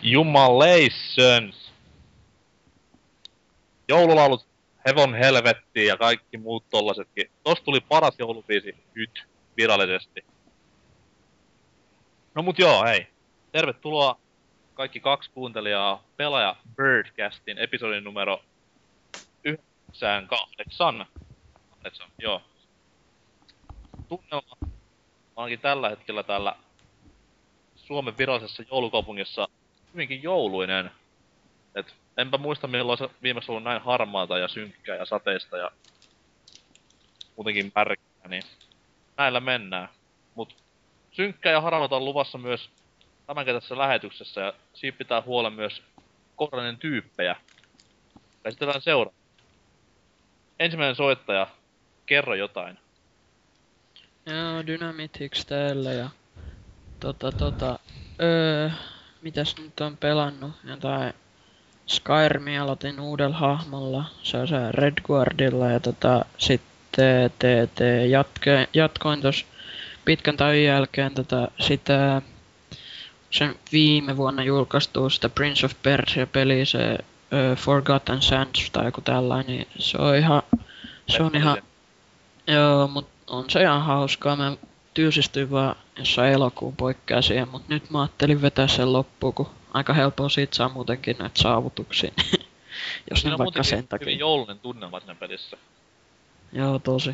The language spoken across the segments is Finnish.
Jumalations! Joululaulut hevon helvettiin ja kaikki muut tollasetkin. Tosta tuli paras joulubiisi nyt virallisesti. No mut joo, hei. Tervetuloa kaikki 2 kuuntelijaa Pelaaja Birdcastin episodin numero 98. Joo. Tunnelma ainakin tällä hetkellä täällä Suomen virallisessa joulukaupungissa hyvinkin jouluinen. Et enpä muista milloin se viimeksi ollut näin harmaata ja synkkää ja sateista ja muutenkin märkää, niin näillä mennään. Mut synkkää ja harmaata on luvassa myös tämänkertaisessa lähetyksessä ja siitä pitää huolen myös kohdallinen tyyppejä. Käsitellään seuraava. Ensimmäinen soittaja, kerro jotain. Joo, Dynamitix täällä ja mitäs nyt on pelannut? Jotain Skyrimia aloitin uudella hahmolla, se on se Redguardilla ja sitten jatkoin tos pitkän tauon jälkeen sitä sen viime vuonna julkaistuu sitä Prince of Persia peli, se Forgotten Sands tai joku tällainen, niin se on ihan, joo, mut on se ihan hauskaa. Mä tyysistyin vaan jossain elokuun poikkeaa siihen, mut nyt mä ajattelin vetää sen loppuun, kun aika helppoa siitä saa muutenkin näitä saavutuksia. Jos ne vaikka sen takia. Hyvin joulunen tunnelma siinä pelissä. Joo, tosi.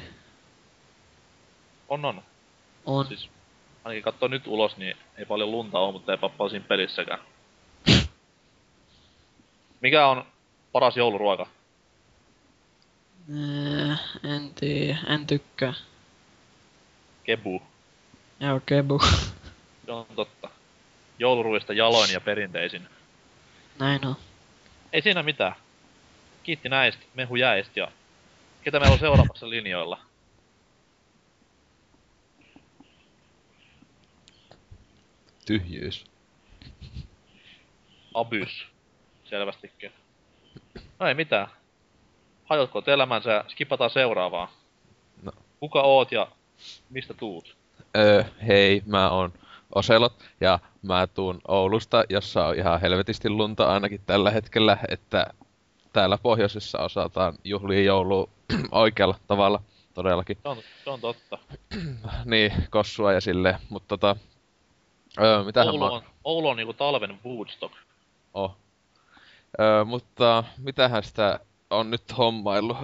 On. Siis, ainakin kattoo nyt ulos, niin ei paljon lunta oo, mutta ei pappaa siinä pelissäkään. Mikä on paras jouluruoka? En tiedä, en tykkää. Kebu. Joo, kebu. Se on totta. Jouluruista jaloin ja perinteisin. Näin on. Ei siinä mitään. Kiitti näistä, mehu jäistä ja ketä meillä on seuraavassa linjoilla? Tyhjyys. Abys. Selvästikin. No ei mitään. Hajotko elämänsä ja skipataan seuraavaan. No. Kuka oot ja mistä tuut? Hei, mä oon Oselot ja mä tuun Oulusta, jossa on ihan helvetisti lunta ainakin tällä hetkellä, että täällä pohjoisessa osataan juhlia joulua oikealla tavalla todellakin. Se on totta. Niin, kossua ja silleen, mutta Oulu on niinku talven Woodstock. Mutta mitähän sitä on nyt hommaillut?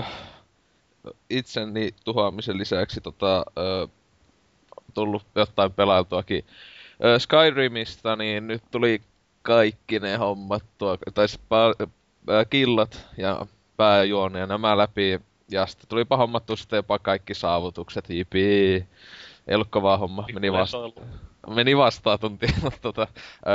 Itseni tuhoamisen lisäksi tullut jotain pelailtuakin. Skyrimista, niin nyt tuli kaikki ne hommattua, tai killat ja pääjuoni ja nämä läpi. Ja sitten tulipa hommattu sitten jopa kaikki saavutukset, jipii. Ei ollut kovaa homma, meni vastaan tuntiin, mutta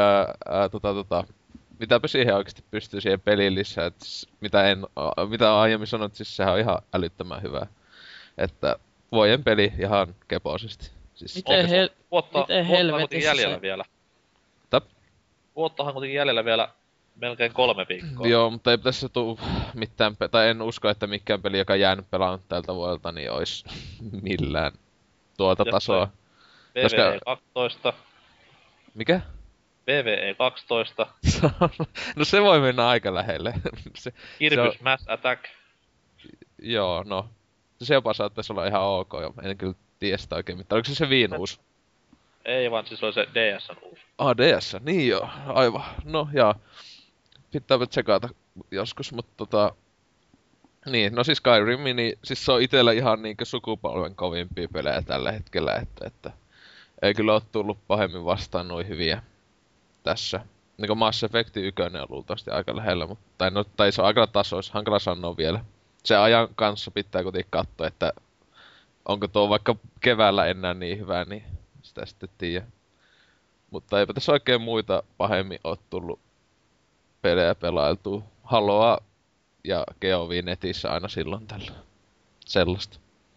mitäpä siihen oikeesti pystyy siihen peliin lisää, et mitä aiemmin sanoit, siis sehän on ihan älyttömän hyvä. Että vojen peli ihan keposesti. Siis miten helvetissä jäljellä vielä? Vuottahan kuitenkin jäljellä vielä melkein 3 viikkoa. Joo, mutta ei tässä tuu mitään, tai en usko, että mikään peli, joka jäänyt pelannut tältä vuodelta, niin ois millään tuota tasoa. VVE 12. Mikä? VVE 12. No se voi mennä aika lähelle. Kirby's Mass Attack. Joo, no. Se jopa saattais olla ihan ok, en kyllä tiedä sitä oikein mitään. Oliko se Viin uusi? Ei vaan, siis oli se DS:n uusi. DS, niin joo, aivan. No jaa. Pitääpä tsekata joskus, mutta niin, no siis Skyrim, niin siis se on itellä ihan niinkö sukupolven kovimpia pelejä tällä hetkellä, että ei kyllä oo tullut pahemmin vastaan noin hyviä tässä. Niinku Mass Effect 1 on luultavasti aika lähellä, mutta tai se on aika tasois, hankala sanoa vielä. Se ajan kanssa pitää kuitenkin katsoa, että onko tuo vaikka keväällä enää niin hyvä, niin sitä sitten tiedä. Mutta eipä tässä oikein muita pahemmin oo tullut pelejä pelailtua. Haloa ja Geovia netissä aina silloin tällä. Sellaista.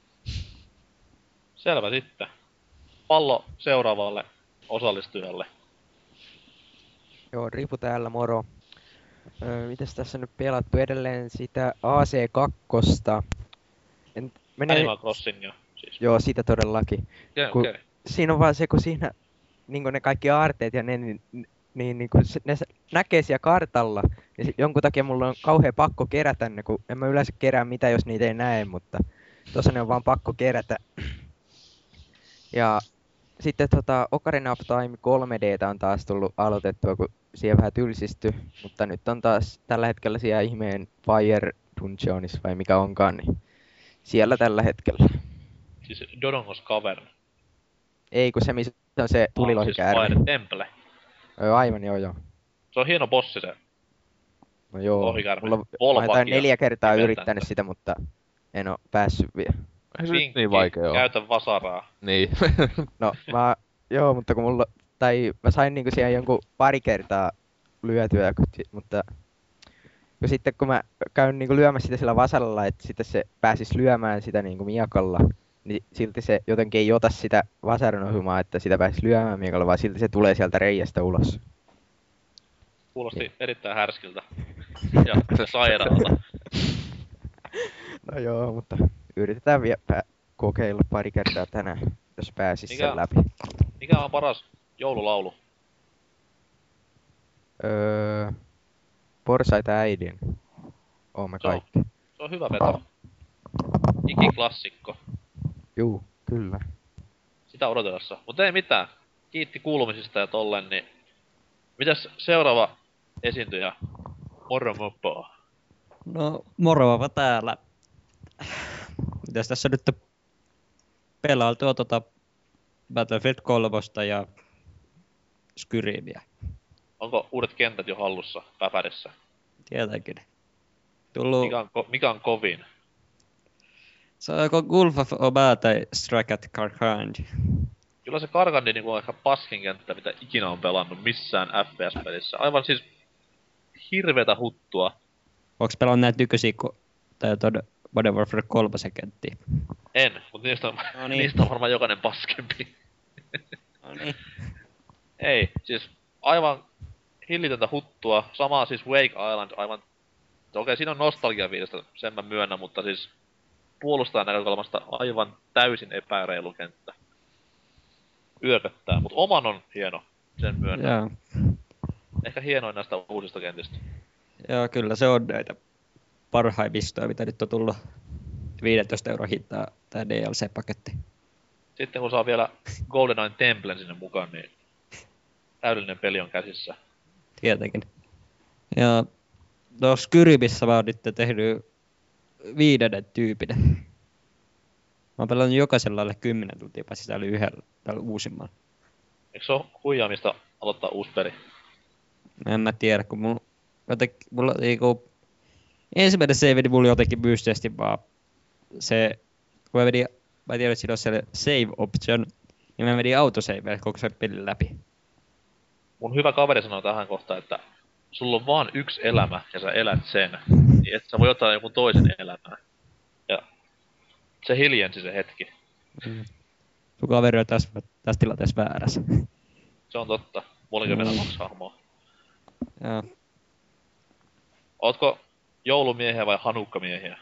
Selvä sitten. Pallo seuraavalle osallistujalle. Joo, Ripu täällä, moro. Mites tässä nyt pelattu edelleen sitä AC2? Animal Crossingia siis. Joo, sitä todellakin. Okay. Siinä on vaan se, kun siinä niin ne kaikki aarteet ja ne, niin niin kun ne näkee siellä kartalla, niin jonkun takia mulla on kauhean pakko kerätä ne, kun en mä yleensä kerää mitä, jos niitä ei näe, mutta tossa ne on vaan pakko kerätä. Ja sitten Ocarina of Time 3D:tä on taas tullut aloitettua, kun siihen vähän tylsisty, mutta nyt on taas tällä hetkellä siellä ihmeen Fire Dungeonissa vai mikä onkaan, niin siellä tällä hetkellä. Siis Dodongos Cavern. Ei, kun se missä on se tulilohikäärme. Siis Fire Temple. Joo, aivan joo. Se on hieno bossi se. No joo, Lohikäärme. mulla on Volvakia. jotain 4 kertaa Nimeltään yrittänyt sitä, mutta en oo päässyt vielä. Ei se nyt niin vaikea oo. Käytä vasaraa. Niin. No joo, mutta kun mä sain niinku siellä jonkun pari kertaa lyötyä, mutta sitten kun mä käyn niinku lyömässä sitä sillä vasaralla, että sitten se pääsis lyömään sitä niinku miekalla, niin silti se jotenkin ei ota sitä vasaran osumaa, että sitä pääsis lyömään miekalla, vaan silti se tulee sieltä reiästä ulos. Kuulosti erittäin härskiltä. Ja sairaalta. No joo, mutta yritetään vielä kokeilla pari kertaa tänään, jos pääsis sen läpi. Mikä on paras joululaulu? Porsaita äidin. Oomme kaikki. Se on hyvä veto. Ikiklassikko. Juu, kyllä. Sitä odotellessa. Mutta ei mitään. Kiitti kuulumisista ja tollen, niin... Mitäs seuraava esiintyjä? Moro mopo. No, moroava täällä. Mitäs tässä nyt pelailtua Battlefield 3 ja Skyrimiä. Onko uudet kentät jo hallussa Päpärissä? Tietenkin. Tullut... Mikä on kovin? Se on joko Gulf of Oba tai Strike at Karkand. Kyllä se Karkandi niinku on ehkä paskin kenttä, mitä ikinä on pelannut missään FPS-pelissä. Aivan siis hirveetä huttua. Onks pelannut näitä nykyisiä tai Modern Warfare 3 kenttiä? En, mutta niistä on varmaan jokainen paskempi. No niin. Ei, siis aivan hillitöntä huttua. Sama siis Wake Island, aivan... Okei, siinä on nostalgiaviidasta, sen mä myönnän, mutta siis puolustajan näkökulmasta aivan täysin epäreilu kenttä. Yököttää, mutta oman on hieno, sen myönnän. Joo. Ehkä hienoin näistä uusista kentistä. Joo, kyllä se on näitä parhaimmistoja, mitä nyt on tullut 15 € hintaa tää DLC-paketti. Sitten kun saa vielä GoldenEye Templen sinne mukaan, niin täydellinen peli on käsissä. Tietenkin. Ja no Skyrimissä mä oon nyt tehnyt 5. tyypin. Mä oon pelannut jokaisella alle 10 tuntia, paitsi täällä yhdellä, täällä uusimmalla. Eikö se oo huijaamista aloittaa uusi peli? En mä tiedä, kun mulla niinku... Ensimmäinen save, niin mulla jotenkin mysteisesti vaan se... Kun mä en tiedä, että siinä on siellä save option, niin mä menin autosavelle koko sen pelin läpi. Mun hyvä kaveri sanoi tähän kohtaan, että sulla on vaan yksi elämä ja sä elät sen. Niin et sä voi ottaa jonkun toisen elämää. Ja se hiljensi se hetki. Sun kaveri on tässä tilanteessa väärässä. Se on totta. Mullakin on 2 hahmoa. Joo. Ootko joulumiehiä vai hanukkamiehiä?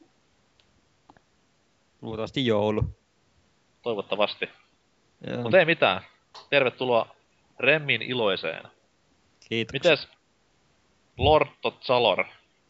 Luultavasti joulu. Toivottavasti. Joo. Mut ei mitään. Tervetuloa Remmin iloiseen. Kiitos. Mites Lord Salor?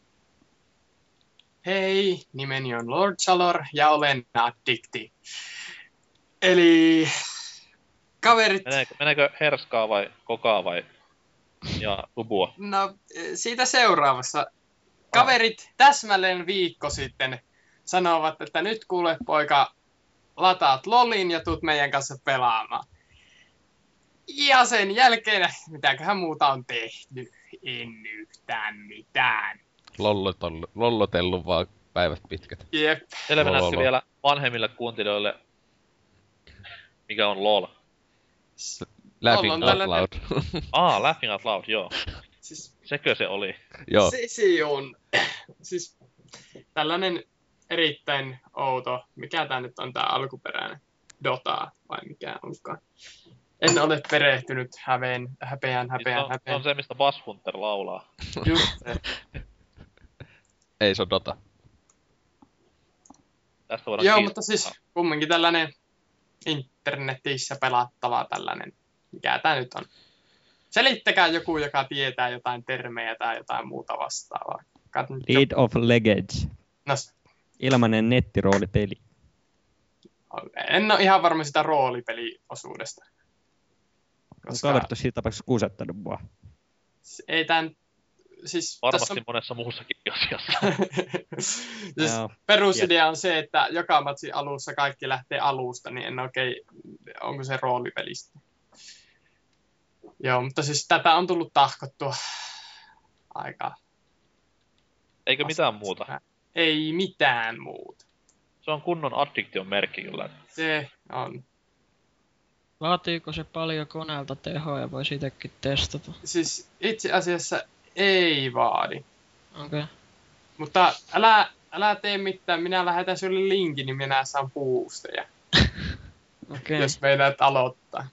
Hei, nimeni on Lord Salor ja olen addikti. Eli kaverit... Meneekö herskaa vai kokaa vai ja tubua? No, siitä seuraavassa. Kaverit täsmälleen viikko sitten sanovat, että nyt kuule poika, lataat lolin ja tuut meidän kanssa pelaamaan. Ja sen jälkeen, mitäköhän muuta on tehnyt? En yhtään mitään. Lollotellut vaan päivät pitkät. Jep. Selvennätkö vielä vanhemmille kuuntelijoille, mikä on LOL? Laughing out loud. Laughing out loud, joo. Siis, sekö se oli? Joo. se on siis tällainen erittäin outo, mikä tää nyt on tää alkuperäinen Dota vai mikä onkaan. En ole perehtynyt häpeän. Se on se, mistä Bass Hunter laulaa. Just se. Ei, se on Dota. Tästä voidaan joo, kiittää. mutta siis kumminkin tällainen internetissä pelattava tällainen, mikä tää nyt on. Selittäkää joku, joka tietää jotain termejä tai jotain muuta vastaavaa. League of Legends. No, Ilmainen nettiroolipeli. en ole ihan varma sitä roolipeliosuudesta. Mun kaverit on siitä tapauksessa kusettanut mua. Ei tän... Siis Varmasti on... monessa muussakin asiassa. siis perusidea on se, että joka matsin alussa kaikki lähtee alusta, niin en oikein... Onko se roolipelistä? Joo, mutta siis tätä on tullut tahkottua aika... Eikö mitään muuta? Ei mitään muuta. Se on kunnon addiktion merkki kyllä. Se on. Vaatiiko se paljon koneelta tehoa ja voisi itsekin testata? Siis itse asiassa ei vaadi. Okei. Okay. Mutta älä tee mitään, minä lähetän sulle linkin, niin minä saan boosteja. Okay. Jos meidät aloittaa.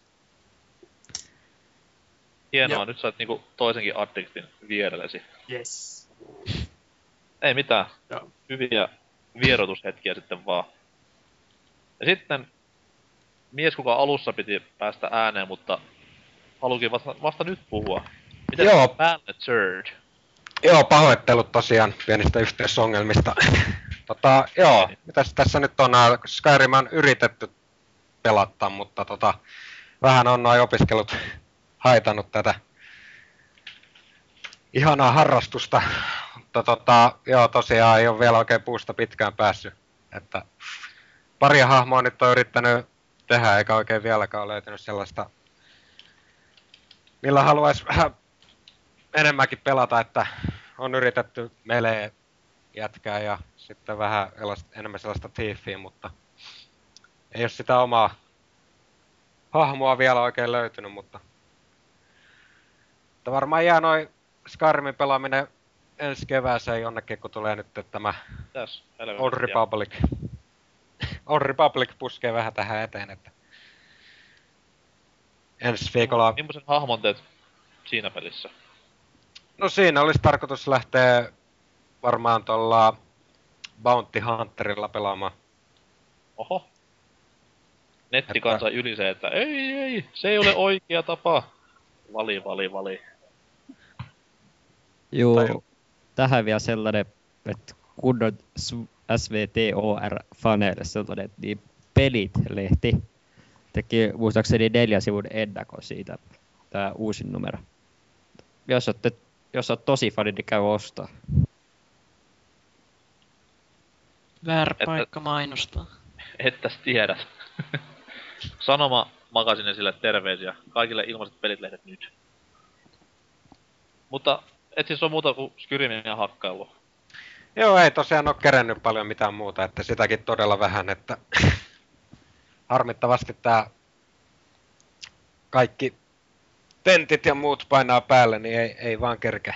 Hienoa, Joo. nyt sait niinku toisenkin addiktin vierellesi. Yes. Ei mitään. Joo. Hyviä vierotushetkiä sitten vaan. Ja sitten mies, kuka alussa piti päästä ääneen, mutta halukin vasta nyt puhua. Miten Joo. Planet Third? Joo, pahoittelut tosiaan pienistä yhteysongelmista. Joo, mitäs tässä nyt on? Skyrim on yritetty pelata, mutta vähän on noin opiskelut haitannut tätä ihanaa harrastusta. Mutta joo, tosiaan ei ole vielä oikein puusta pitkään päässyt. Että paria hahmoa nyt on yrittänyt tehdä, eikä oikein vieläkään ole löytynyt sellaista, millä haluaisi vähän enemmänkin pelata, että on yritetty melee jätkää ja sitten vähän enemmän sellaista thiefiä, mutta ei ole sitä omaa hahmoa vielä oikein löytynyt, mutta varmaan jää noin Skyrimin pelaaminen ensi kevääseen jonnekin, kun tulee nyt tämä Mitäs? Old Republic. Old Republic puskee vähän tähän eteen, että ensi viikolla... Millaisen hahmon teet siinä pelissä? No siinä olisi tarkoitus lähteä varmaan tuolla Bounty Hunterilla pelaamaan. Oho. Nettikansa ylisee, että ei, se ei ole oikea tapa. Vali. Joo, tähän vielä sellainen, että kunnon SVTOR-faneille sellainen, niin Pelit-lehti teki muistaakseni 4 sivun ennakon siitä, tää uusin numero. Jos oot tosi fani, niin käy ostaa. Väärä paikka mainostaa. Ettäs tiedät. Sanoma Magazine sille terveisiä. Kaikille ilmaiset Pelit-lehdet nyt. Mutta et siis on muuta kuin Skyrimin ja hakkailu. Joo, ei tosiaan ole kerennyt paljon mitään muuta, että sitäkin todella vähän, että harmittavasti tää kaikki tentit ja muut painaa päälle, niin ei vaan kerkeä.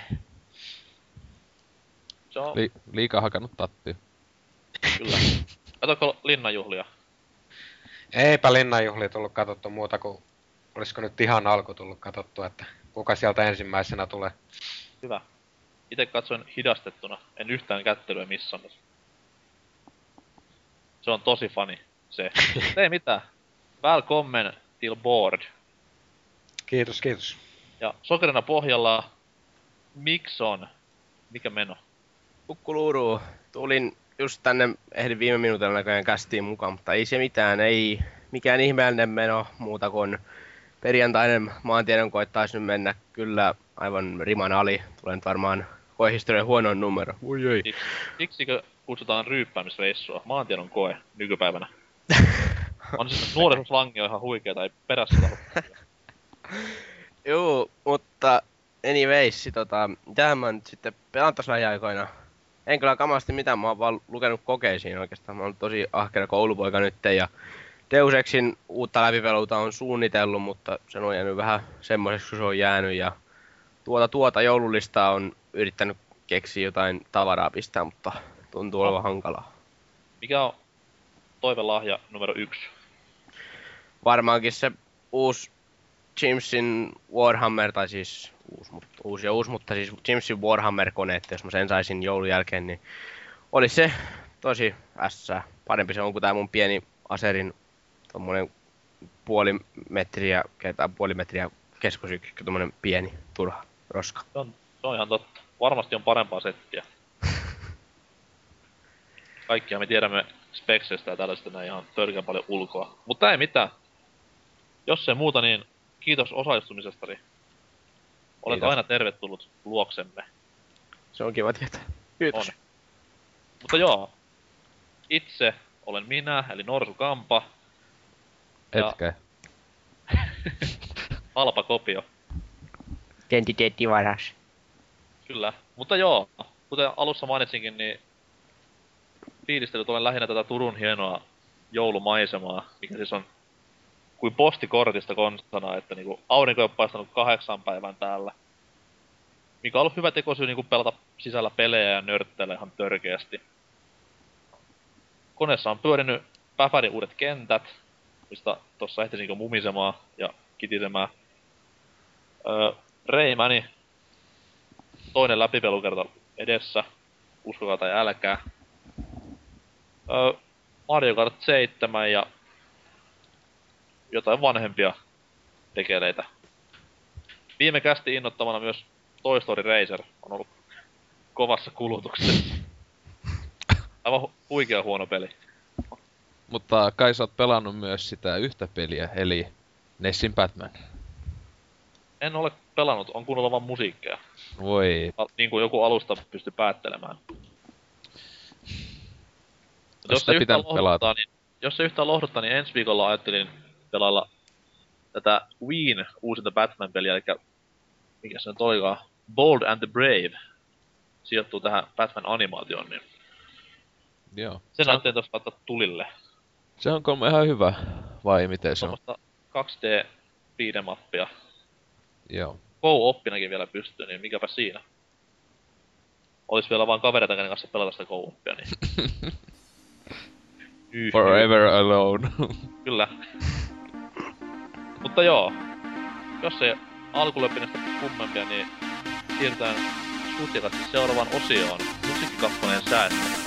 Se on Liikaa hakannut tattia. kyllä. Katsoiko linnanjuhlia? Eipä linnanjuhlia tullut katsottu muuta kuin, olisiko nyt ihan alku tullut katsottua, että kuka sieltä ensimmäisenä tulee. Hyvä. Itse katsoin hidastettuna. En yhtään kättelyä missannut. Se on tosi funny, se. Ei mitään. Välkommen till board. Kiitos. Ja sokerina pohjalla Mikson. Mikä meno? Kukkuluuru. Tulin just tänne, ehdin viime minuutin näköjään kästiin mukaan, mutta ei se mitään, ei mikään ihmeellinen meno muuta kuin perjantainen maantiedon koettaisi nyt mennä kyllä aivan riman ali. Tulee nyt varmaan koehistorian huonoin numero. Ui ei. Siksikö kutsutaan ryyppäämisreissua? Maantiedon koe nykypäivänä. On siis nuorisoslangi on ihan huikeeta, ei perässä tahdo. Joo, mutta anyways, mitähän mä nyt sitten pelaan tässä lähiaikoina? En kyllä kamasti mitään, mä oon vaan lukenut kokeisiin oikeastaan. Mä oon tosi ahkera koulupoika nytten ja Deus Exin uutta läpipeluuta on suunnitellut, mutta se on jäänyt vähän semmoiseksi kuin se on jäänyt ja tuota joululistaa on yrittänyt keksiä jotain tavaraa pistää, mutta tuntuu olevan hankalaa. Mikä on toivelahja numero 1? Varmaankin se uusi Jimsin Warhammer, tai siis uusi, mutta siis Jimsin Warhammer-kone, että jos mä sen saisin joulun jälkeen, niin olisi se tosi ässää. Parempi se on kuin tää mun pieni Aserin tommonen puoli metriä keskusyksikkö, tommonen pieni, turha roska. Se on ihan totta. Varmasti on parempaa settiä. Kaikkia me tiedämme spekseistä ja tällaista näin ihan törkeän paljon ulkoa. Mutta ei mitään. Jos ei muuta, niin kiitos osallistumisestasi. Olet Kiitos. aina tervetullut luoksemme. Se on kiva tietää. Kiitos. On. Mutta joo. Itse olen minä, eli Norsu Kampa. Ja- Etkä. Halpa kopio. Identiteetti varas. Kyllä. Mutta joo, kuten alussa mainitsinkin, niin fiilistelyt olen lähinnä tätä Turun hienoa joulumaisemaa, mikä siis on kuin postikortista konsana, että niinku aurinko ei ole paistanut 8 päivän täällä. Mikä on ollut hyvä tekosyy niinku pelata sisällä pelejä ja nörtteillä ihan törkeästi. Koneessa on pyörinyt Päfärin uudet kentät, mistä tossa ehtisin mumisemaan ja kitisemään. Reimani toinen läpipelukerta edessä, uskokaa tai älkää. Mario Kart 7 ja jotain vanhempia tekeleitä. Viime kästi innoittamana myös Toy Story Racer on ollut kovassa kulutuksessa. Aivan huikea huono peli. Mutta kai sä oot pelannut myös sitä yhtä peliä, eli Nessin Batman. En ole pelannut, on kuunnella vaan musiikkia. Voi. Niin kuin joku alusta pystyy päättelemään. Sitä pitänyt pelata. Jos se yhtään lohduttaa, niin ensi viikolla ajattelin pelailla tätä Wien uusinta Batman-peliä, eli mikä se nyt olikaan, Bold and the Brave. Sijoittuu tähän Batman-animaatioon, niin Joo. sen ajattelin tosta laittaa tulille. Se on kolme ihan hyvä, vai miten se on? Tuommoista 2D beat'em-appia. Joo. Go-oppinakin vielä pystyy, niin mikäpä siinä. Olis vielä vaan kavereita, kenen kanssa pelata sitä go-oppia, niin... Forever alone. Kyllä. Mutta joo, jos ei alkulöpinästä kummempia, niin siirrytään sutjakasti seuraavaan osioon. Musiikkikappaleen säästä.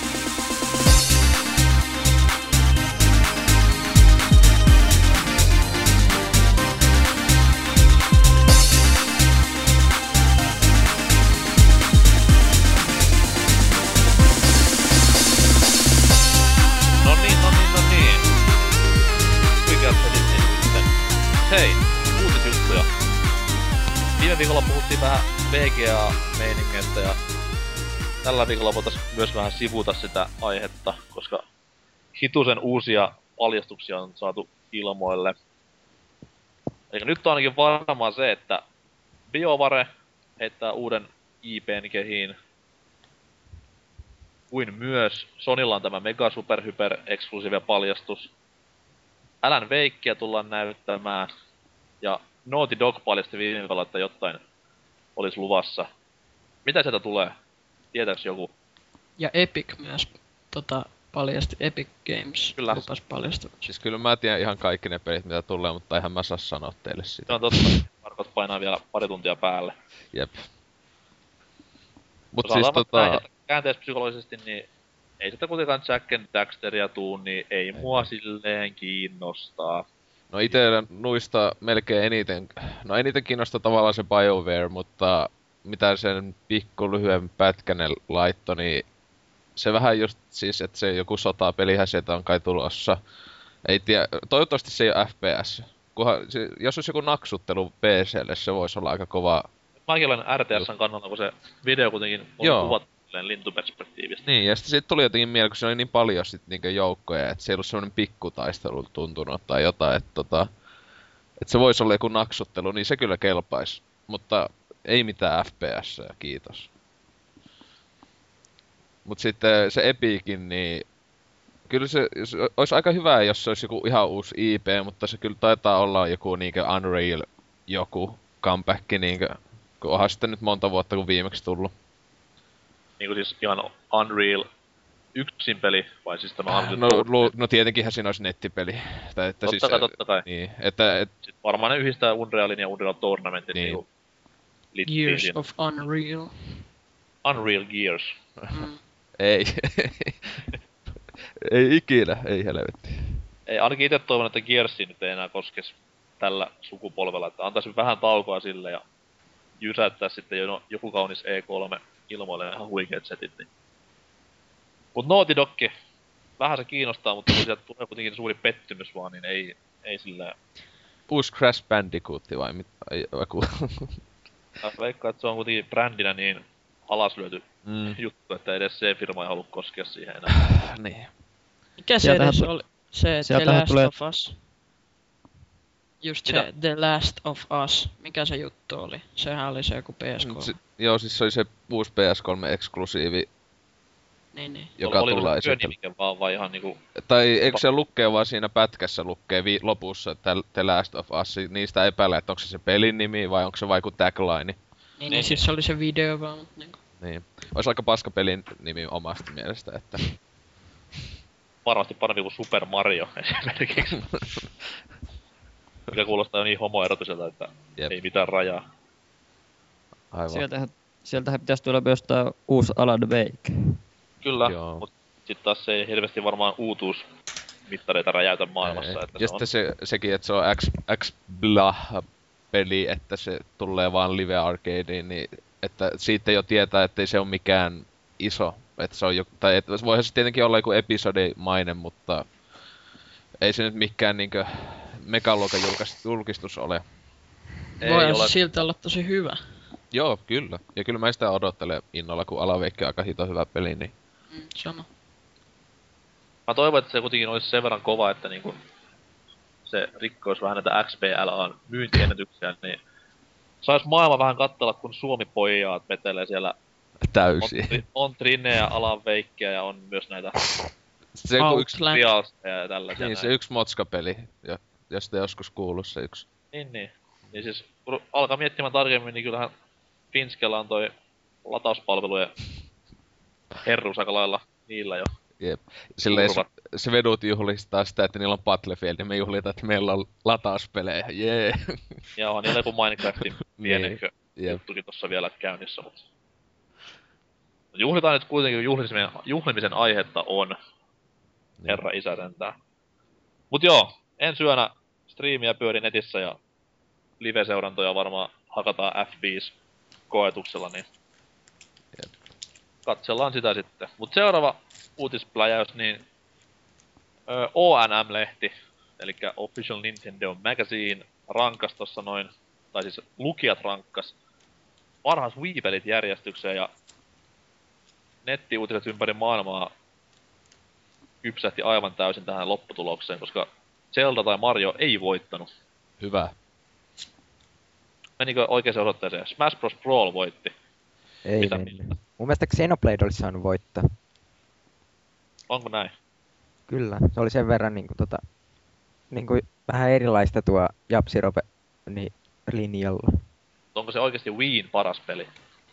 No niin. Huikeat pelit niin sitten. Hei, uutisjuttuja. Viime viikolla puhuttiin vähän VGA-meiningeistä ja tällä viikolla voitais myös vähän sivuta sitä aihetta, koska hitusen uusia paljastuksia on saatu ilmoille. Eli nyt on ainakin varmaan se, että BioWare heittää uuden IP:n kehiin. Kuin myös Sonylla on tämä Mega Super Hyper eksklusiivinen paljastus. Alan Wakeä tullaan näyttämään. Ja Naughty Dog paljasti viime viikolla, että jotain olisi luvassa. Mitä sieltä tulee? Tietääks joku? Ja Epic myös paljasti, Epic Games Kyllä. lupas paljastua. Siis kyllä mä tiedän ihan kaikki ne pelit mitä tulee, mutta eihän mä saa sanoa teille Se sitä. on totta. Markot painaa vielä pari tuntia päälle. Jep. Mut Jos siis aletaan näin käänteispsykologisesti, niin ei sitä kuitenkaan Jack and Daxteria tuu, niin ei mua silleen kiinnostaa. No itellä nuista melkein eniten kiinnostaa tavallaan se BioWare, mutta mitä sen pikku lyhyen pätkänen laitto, niin se vähän just siis, että se joku sotapelihän sieltä on kai tulossa. Ei tiedä, toivottavasti se ei ole FPS. Jos olisi joku naksuttelu PC:lle, se voisi olla aika kova. Mäkin olen RTS:n kannalla, kun se video kuitenkin on Joo. kuvattu lintuperspektiivistä. Niin, ja sitten siitä tuli jotenkin mieleen, kun se oli niin paljon sit niinkö joukkoja, että se ei ollut semmonen pikkutaistelu tuntunut tai jotain, että se voisi olla joku naksuttelu, niin se kyllä kelpaisi. Mutta ei mitään FPS, kiitos. Mut sitten se Epicin, niin kyllä se olisi aika hyvä, jos se olisi joku ihan uusi IP, mutta se kyllä taitaa olla joku niinkö Unreal joku comeback niinkö, kun onhan sitten nyt monta vuotta kun viimeksi tullut. Niinku siis ihan Unreal yksin peli, vai siis tämä Unreal No tietenkinhän siinä olisi nettipeli. Tai, että totta kai. Niin, Sitten varmaan ne yhdistää Unrealin ja Unreal Tournamentin Niin. niinku littiin Years siinä. of Unreal. Unreal Gears. Mm. ei. ei ikinä, ei helvetti. Ei, ainakin itse toivon, että Gearsiin nyt ei enää koskes tällä sukupolvella, että antaisi vähän taukoa sille ja jysäyttää sitten joku kaunis E3 ilmoille ihan huikeet setit. Niin. Mut Naughty Dog, vähän se kiinnostaa, mutta kun sieltä tulee kuitenkin suuri pettymys vaan, niin ei silleen... Uusi Crash Bandicoot vai mitä? Veikkaan, että se on kuitenkin brändinä niin alaslyöty juttu, että edes se firma ei halua koskea siihen enää. Niin. Mikä se Sieltähän edes oli? Se The sieltähän Last tulee- of Us. Just Mitä? se The Last of Us. Mikä se juttu oli? Sehän oli se joku PS3. Joo, siis se oli se uusi PS3-eksklusiivi, Niin. joka Oliko tulee se sitten. työnimike vaan vai ihan niinku... Tai eikö se lukee vaan siinä pätkässä lukee lopussa, että The Last of Us, niistä epäilee, että onko se pelin nimi vai onko se vaiku tagline. Niin, siis se oli se video vaan, mut niinku... Niin. Ois aika paska pelin nimi omasta mielestä, että... Varmasti parempi kuin Super Mario esimerkiksi. Mikä kuulostaa niin homoerotiselta, että Jep. ei mitään rajaa. Aivan. Sieltähän pitäisi tulla myös tää uusi Alan Wake. Kyllä, Joo. mutta sitten taas se ei hirveästi varmaan uutuusmittareita räjäytä maailmassa. Ei. Että Ja se on... sitten sekin, että se on X-Blah-peli, että se tulee vaan live arcadeen, niin että siitä jo tietää, ettei se ole mikään iso. Että se on tai että voihan se tietenkin olla joku episodimainen, mutta ei se nyt mikään niinkö megaluokan julkistus ole. Voihan ole. se siltä olla tosi hyvä. Joo, kyllä. Ja kyllä mä sitä odottelen innolla, kun Alan Wake on aika hito hyvä peli, niin... Sama. Mä toivon, että se kuitenkin olisi sen verran kova, että niinku se rikkoisi vähän näitä XBLAn myyntiennätyksiä, niin sais maailma vähän katsella, kun Suomi-pojaat vetelee siellä. Täysin. On Trineä, Alan Wakea ja on myös näitä Se joku yksi... Outland. Realsteja ja tällaisia. Niin, se yksi Motska-peli, josta joskus kuullut se yksi. Niin. Niin siis, kun alkaa miettimään tarkemmin, niin kyllähän Finskellä on toi latauspalvelujen herruus aika lailla niillä jo. Jep. Silleen Turva. se vedut juhlistaa sitä, että niillä on Battlefield, ja me juhlitaan, että meillä on latauspelejä. Jee! Ja on niillä joku Minecraftin pienekö Jep. juttukin tossa vielä käynnissä, mutta... Juhlitaan nyt kuitenkin, kun juhlimisen aihetta on. Herra isä sentään. Mut joo, ensi yönä striimiä pyöri netissä ja live-seurantoja varmaan hakataan F5 koetuksella, niin katsellaan sitä sitten. Mut seuraava uutispläjäys, niin ONM-lehti, eli Official Nintendo Magazine, rankkas tossa noin, tai siis lukijat rankkas parhaat Wii-pelit järjestykseen ja nettiuutiset ympäri maailmaa kypsähti aivan täysin tähän lopputulokseen, koska Zelda tai Mario ei voittanut. Hyvä. Menikö oikeaan osoitteeseen? Smash Bros. Brawl voitti. Ei Mitä mennyt. mieltä? Mun mielestä Xenoblade olisi saanut voittaa. Onko näin? Kyllä, se oli sen verran niinku vähän erilaista tuo Japsirope niin linjalla. Onko se oikeasti Wiin paras peli?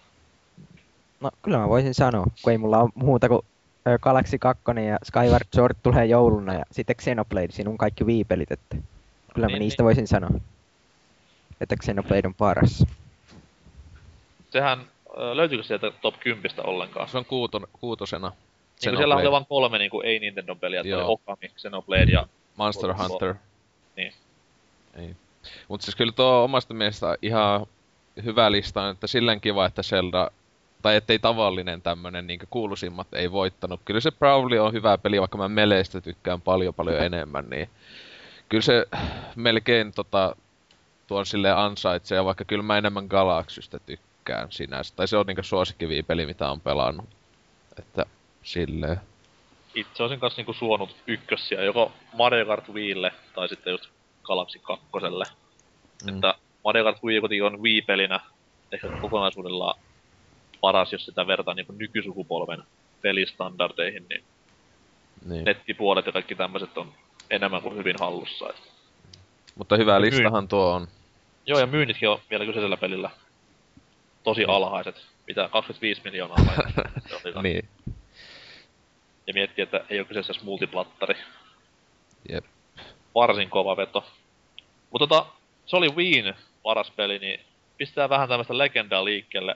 No kyllä mä voisin sanoa, kun ei mulla ole muuta kuin Galaxy 2 ja Skyward Sword tulee jouluna ja sitten Xenoblade, siinä on kaikki Wii-pelit, että kyllä mä Niin, niistä voisin sanoa, että Xenoblade on paras. Sehän, löytyykö sieltä top 10 ollenkaan? Se on kuutosena. Niin siellä oli vain 3 niin ei Nintendo-peliä, että oli Joo. Okami, Xenoblade ja... Monster Hunter. Niin. Ei. Mut siis kyllä tuo omasta mielestä ihan hyvä lista on, että silleen kiva, että Zelda, tai ettei tavallinen tämmönen niinkö kuuluisimmat ei voittanut. Kyllä se Brawly on hyvä peli, vaikka mä Meleistä tykkään paljon enemmän, niin kyllä se melkein tuon silleen ansaitsee, vaikka kyllä mä enemmän Galaxystä tykkään sinänsä. Tai se on niinkö suosikkiviipeli, mitä on pelannut. Että silleen. Itse olisin kanssa niinku suonut ykkössiä, joko Mario Kart Wiille tai sitten just Galaxy 2. Että Mario Kart Wii kuitenkin on Wii-pelinä ehkä kokonaisuudellaan paras, jos sitä vertaa niinku nykysukupolven pelistandardeihin, niin nettipuolet ja kaikki tämmöiset on enemmän kuin hyvin hallussa. Et. Mutta hyvä listahan tuo on. Joo, ja myynnitkin on vielä kyseisellä pelillä tosi alhaiset. Mitä 25 miljoonaa vai? Niin. Ja miettii, että ei oo kyseessä edes multiplattari. Jep. Varsin kova veto. Mutta se oli Wiin paras peli, niin pistää vähän tämmöstä legendaa liikkeelle.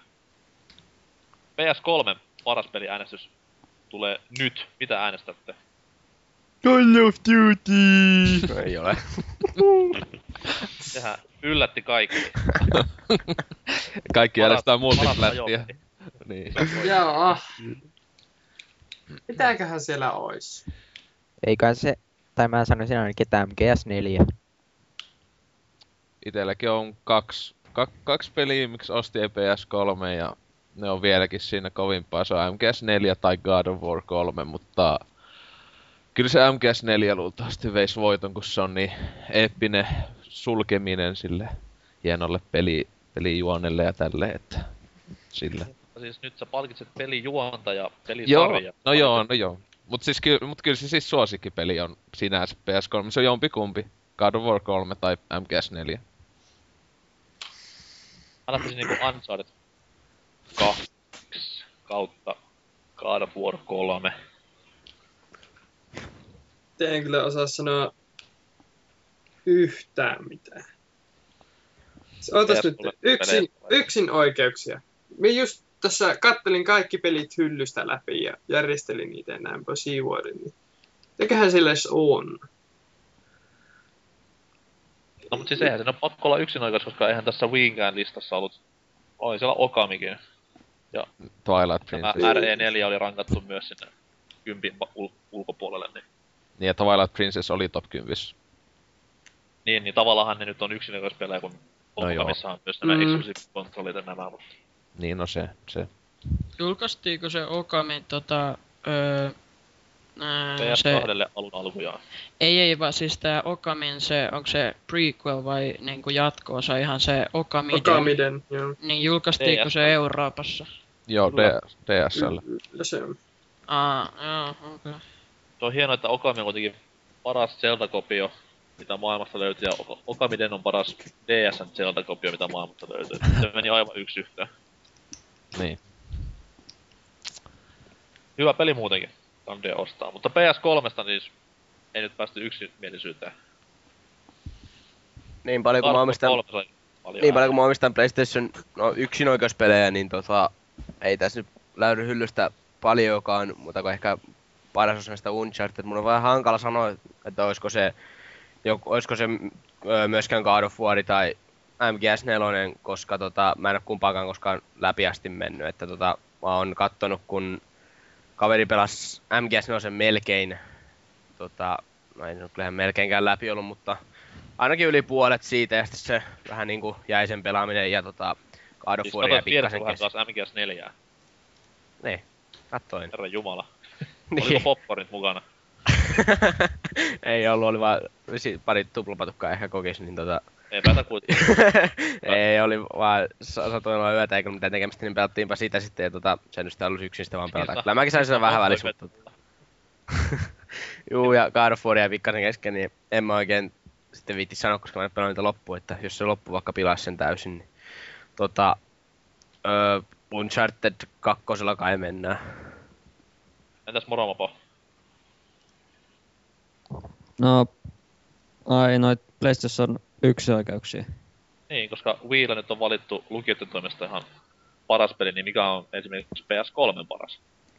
PS3 paras peliäänestys tulee nyt. Mitä äänestätte? Call of Duty! Ei ole. Sehän yllätti kaikki. Kaikki järjestää Paras multiplättiä. ajoitti. Niin. Joo. Mitäköhän siellä ois? Eiköhän se, tai mä sanoisin ainakin, että MGS4. Itelläkin on kaksi peliä, miksi ostin PS3 ja ne on vieläkin siinä kovimpaa. Se on MGS4 tai God of War 3, mutta kyllä se MGS4 luultavasti veisi voiton, kun se on niin eeppinen sulkeminen sille hienolle pelijuonelle ja tälleen, että sille. Siis nyt sä palkitset pelijuonta ja Joo, pelisarja. no joo. Mut kyllä se siis suosikkipeli on sinänsä PS3, se on jompikumpi. God of War 3 tai MGS4. Mä lähtisin niinku Uncharted 2 kautta God of War 3. En kyllä osaa sanoa yhtään mitään. Ootas nyt, yksin oikeuksia. Mä just tässä kattelin kaikki pelit hyllystä läpi ja järjestelin niitä näinpä siivuorin. Niin mikähän sillä edes on? No mut siis eihän siinä pakko olla yksin oikeus, koska eihän tässä Wiinkään listassa ollut. Oli siellä Okamikin. Ja Twilight tämä Princess. RE4 oli rankattu myös sinne 10 ulkopuolelle, niin. Niin ja Twilight Princess oli top 10. Niin tavallaan ne nyt on yksin oikeus pelejä, kun No joo. Okamissa on myös nämä exclusive kontrollit ja nämä, mutta Niin no se. Julkaistiinko se Okami se... PS2 alun alkujaan. Ei, vaan siis tää Okamin se, onko se prequel vai niinku jatko-osa ihan se Okamiden? Okamiden, joo. Niin julkaistiinko DS. se Euroopassa? Joo, Kyllä. DSL. Ja se on. Joo, okei. Se on hienoa, että Okami on kuitenkin paras Zelda-kopio, mitä maailmasta löytyy, ja Okamiden on paras DSn Zelda-kopio, mitä maailmasta löytyy. Se meni aivan yksi yhteen. Niin. Hyvä peli muutenkin, kannattaa ostaa. Mutta PS3 siis ei nyt päästy yksimielisyyteen. Niin paljon kun mä omistan... Niin paljon kun mä omistan PlayStation yksinoikeuspelejä, niin ei tässä nyt löydy hyllystä paljonkaan, mutta kun ehkä paras osa näistä Uncharted. Mun on vähän hankala sanoa, että oisko se myöskään God of War tai MGS4, koska mä en oo kumpaakaan koskaan läpi asti mennyt. Että mä oon kattonut, kun kaveri pelasi MGS4 melkein, no ei nyt kyllähän melkeinkään läpi ollut, mutta ainakin yli puolet siitä, ja sitten se vähän niinku jäi sen pelaaminen ja God of War ja pikkasen kesken. Siis MGS4. Niin, katsoin. Herra jumala. Niin. Oliko popcornit mukana? Ei ollut, oli vaan pari tuplapatukkaa ehkä kokis, niin Ei päätä kuitenkin. Ei, oli vaan satoin olla yötä eikä mitään tekemistä, niin pelattiinpa sitä sitten ja sen nyt sitä ollut yksin sitä vaan pelata. Kyllä mäkin sain sitä vähän välissä, mutta... Juu, ja God of War jäi pikkasen kesken, niin en mä oikein sitten viitti sanoa, koska mä en pelannut niitä loppuun, että jos se loppu vaikka pilaisi sen täysin, niin Uncharted 2 kai mennään. Entäs Moromopo? No, noit PlayStation 1 oikeuksia. Niin, koska Wiillä nyt on valittu lukijoiden toimesta ihan paras peli, niin mikä on esimerkiksi PS3 paras?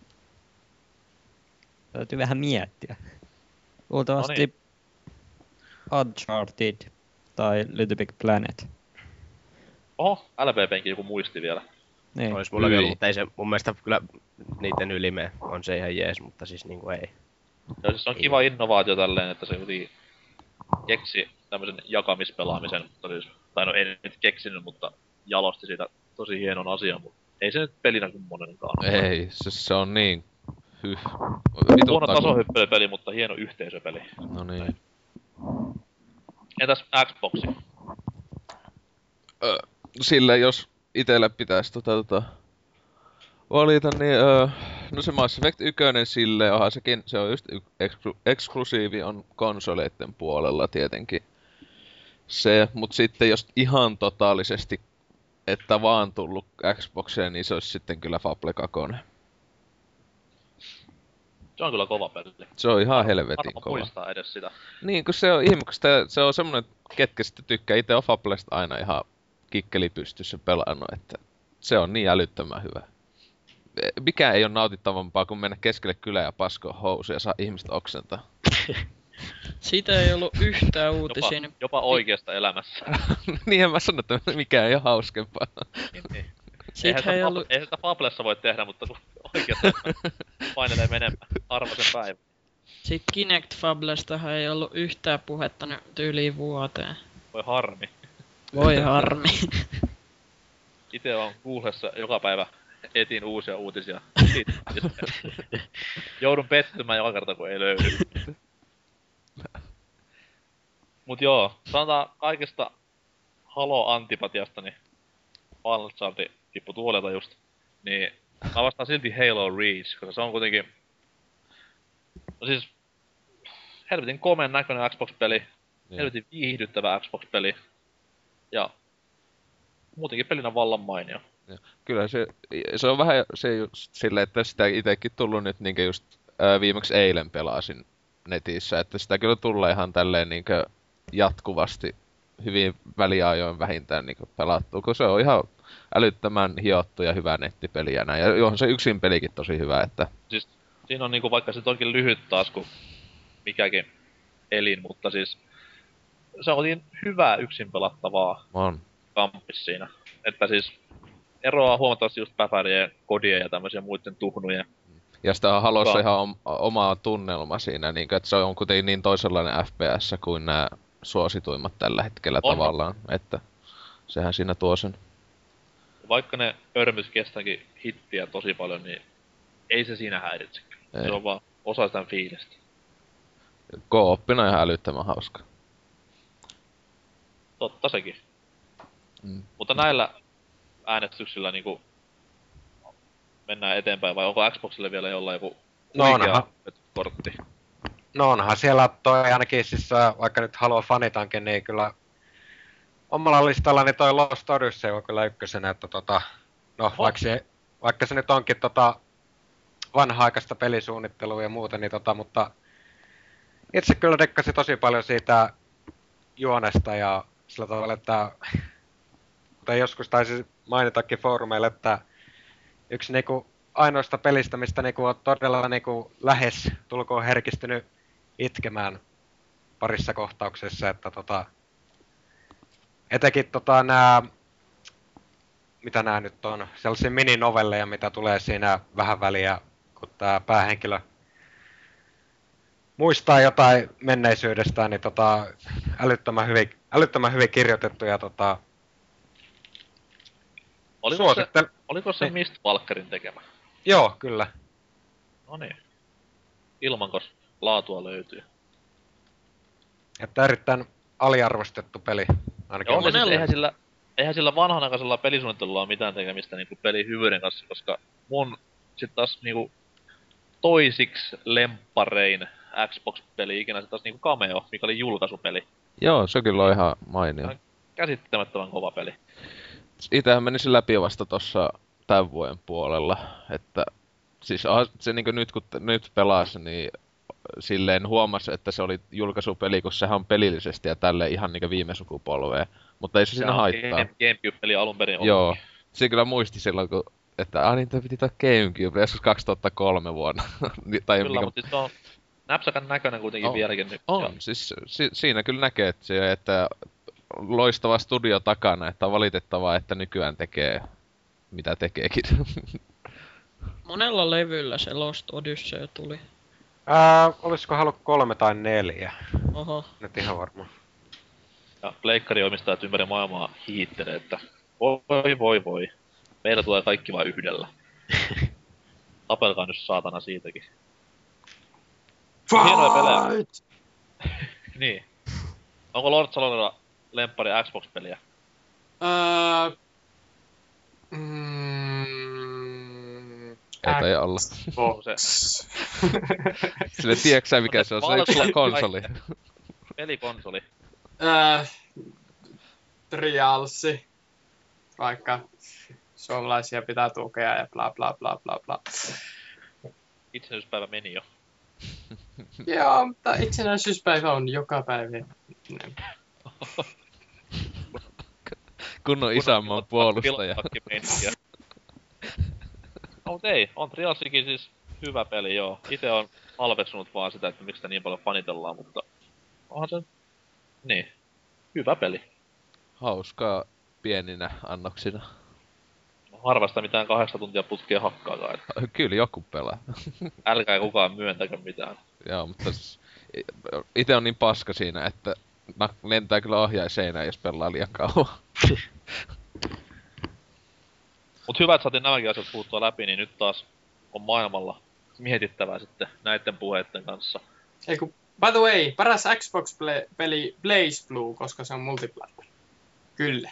Täytyy vähän miettiä. Luultavasti No niin. Uncharted tai Little Big Planet. Oho, LPPnkin joku muisti vielä. Niin. Ois mullakin ollut, mutta ei se mun mielestä kyllä niitten ylime on se ihan jees, mutta siis niinku ei. Joo, siis se on kiva innovaatio tälleen, että se kuitenkin keksi tämmösen jakamispelaamisen, tai no ei nyt keksinyt, mutta jalosti siitä tosi hienon asian, mutta ei se nyt pelinä kummonenkaan. Ei, se on niin... Huono tasohyppelypeli, mutta hieno yhteisöpeli. No niin. Entäs Xboxi? Sille jos itelle pitäis valita, niin no se Mass Effect 1 sille, onhan sekin, se on just eksklusiivi on konsoleitten puolella tietenkin. Se, mut sitten jos ihan totaalisesti, että vaan tullut Xboxeen, niin se olisi sitten kyllä Fable 2. Se on kyllä kova peli. Se on ihan helvetin Harva kova. muistaa edes sitä. Niin, kun se on ihmistä, se on semmonen, ketkä sitten tykkää. Itse on Fablesta aina ihan kikkeli pystyssä pelannut, että se on niin älyttömän hyvä. Mikä ei ole nautittavampaa kuin mennä keskelle kylää ja paskoa housuja ja saa ihmistä oksentaa. Siitä ei ollut yhtään uutisia. Jopa oikeasta elämässä. Niinhän mä sanon, että mikään ei ole hauskempaa. Niin. Siitä ei ollut... Eihän sitä Fablessa voi tehdä, mutta kun oikeassa painelee menemään arvoisen päivän. Siitä Kinect Fablestahan ei ollut yhtään puhetta nyt tyyliin vuoteen. Voi harmi. Voi harmi. Itse on Googlessa joka päivä etin uusia uutisia. Joudun pettymään joka kerta, kun ei löydy. Mut joo, sanotaan kaikesta Halo-antipatiasta, niin Final Charti tippu tuolelta just. Niin mä vastaan silti Halo Reach, koska se on kuitenkin... No siis... Helvetin komeen näköinen Xbox-peli. Helvetin viihdyttävä Xbox-peli. Ja... Muutenkin pelinä vallan mainio. Ja, kyllä se on vähän se just silleen, että sitä itekin tullut nyt niinkö just viimeksi eilen pelasin netissä, että sitä kyllä tulee ihan tälleen niinkö jatkuvasti hyvin väliajoin vähintään niinkö pelattua, kun se on ihan älyttömän hiottu ja hyvä nettipeli ja näin. Ja johon se yksin pelikin tosi hyvä, että... Siis siinä on niinku, vaikka se onkin lyhyt taas kuin mikäkin elin, mutta siis se on niin hyvää yksin pelattavaa kampis siinä. Että siis eroaa huomattavasti just päfärien, kodien ja tämmöisen muiden tuhnujen. Ja sitä on Halossa ihan oma tunnelma siinä, niin että se on kuitenkin niin toisenlainen FPS kuin nämä suosituimmat tällä hetkellä tavallaan, että sehän siinä tuo sen. Vaikka ne örmyt kestääkin hittiä tosi paljon, niin ei se siinä häiritse. Se on vaan osa sitä fiilistä. Kooppina ihan älyttömän hauska. Totta sekin. Mutta näillä äänestyksillä niinku mennään eteenpäin, vai onko Xboxille vielä jollain joku kortti? No onhan siellä toi ainakin siis, vaikka nyt Halo fanitankin, niin kyllä omalla listallani toi Lost Odyssey on kyllä ykkösenä, että no vaikka se nyt onkin vanha-aikaista pelisuunnittelua ja muuta, niin mutta itse kyllä dekkasin tosi paljon siitä juonesta ja sillä tavalla, että kuten joskus taisi mainitakin foorumeille, että yksi niinku ainoista pelistä, mistä niinku on todella niinku lähes tulkoon herkistynyt itkemään parissa kohtauksessa, että etenkin mitä nää nyt on, sellaisia mininovelleja, mitä tulee siinä vähän väliä, kun tää päähenkilö muistaa jotain menneisyydestään, niin älyttömän hyvin kirjoitettu ja Oliko se Mistwalkerin tekemä? Joo, kyllä. Noniin. Ilmankos laatua löytyy. Että erittäin aliarvostettu peli. Ainakin joo, siis eihän sillä vanhanaikaisella pelisuunnittelulla ole mitään tekemistä niinku pelin hyvyyden kanssa, koska mun sit taas niinku toisiksi lempparein Xbox-peli ikinä se taas niinku Cameo, mikä oli julkaisupeli. Joo, se kyllä on ihan mainio. Käsittämättömän kova peli. Itähän menisin läpi vasta tossa tämän vuoden puolella, että siis se niinku nyt kun nyt pelasi, niin silleen huomasi, että se oli julkaisupeli, kun sehän on pelillisesti ja tälleen ihan niinku viime sukupolveen, mutta ei se siinä haittaa. GameCube-peli alun perin ollut. Joo, se kyllä muisti silloin, kun että niin toi piti toi GameCube, joskus 2003 vuonna. Tai kyllä, mutta siis se on näpsäkän näköinen kuitenkin vieläkin nyt. On, siis siinä kyllä näkee, että loistava studio takana, että on valitettavaa, että nykyään tekee mitä tekeekin. Monella levyllä se Lost Odyssey tuli. Olisiko Halo 3 tai 4? Oho. Nyt ihan varmaan. Ja pleikkariomistajat ympäri maailmaa hiittelee, että voi. Meillä tulee kaikki vain yhdellä. Tapelkaa nyt saatana siitäkin. Hienoja pelejä. Niin. Onko Lord Salonella lemppari Xbox-peliä? Ei tai olla. Sille tiedätkö sä mikä se on? Se on yksi konsoli. Pelikonsoli. Trialsi. Vaikka suomalaisia pitää tukea ja bla bla bla bla bla. Itsenäisyyspäivä meni jo. Joo, mutta itsenäisyyspäivä on joka päivä. Kunnon isänmaan puolustaja. No mut ei, on Trialsikin siis hyvä peli joo. Ite on halveksunut vaan sitä, että miksi sitä niin paljon fanitellaan, mutta onhan se... Niin. Hyvä peli. Hauskaa pieninä annoksina. Harvasta mitään 8 tuntia putkea hakkaakaan. Että Kyllä joku pelaa. älkää kukaan myöntäkö mitään. Joo, mutta ite on niin paska siinä, että lentää kyllä ohjaiseinään, jos pelaa liian kauan. Mut hyvä, että saatiin nämäkin asiat puhuttua läpi, niin nyt taas on maailmalla mietittävää sitten näiden puheiden kanssa. Eiku, by the way, paras Xbox-peli Blaze Blue, koska se on multiplayer. Kyllä.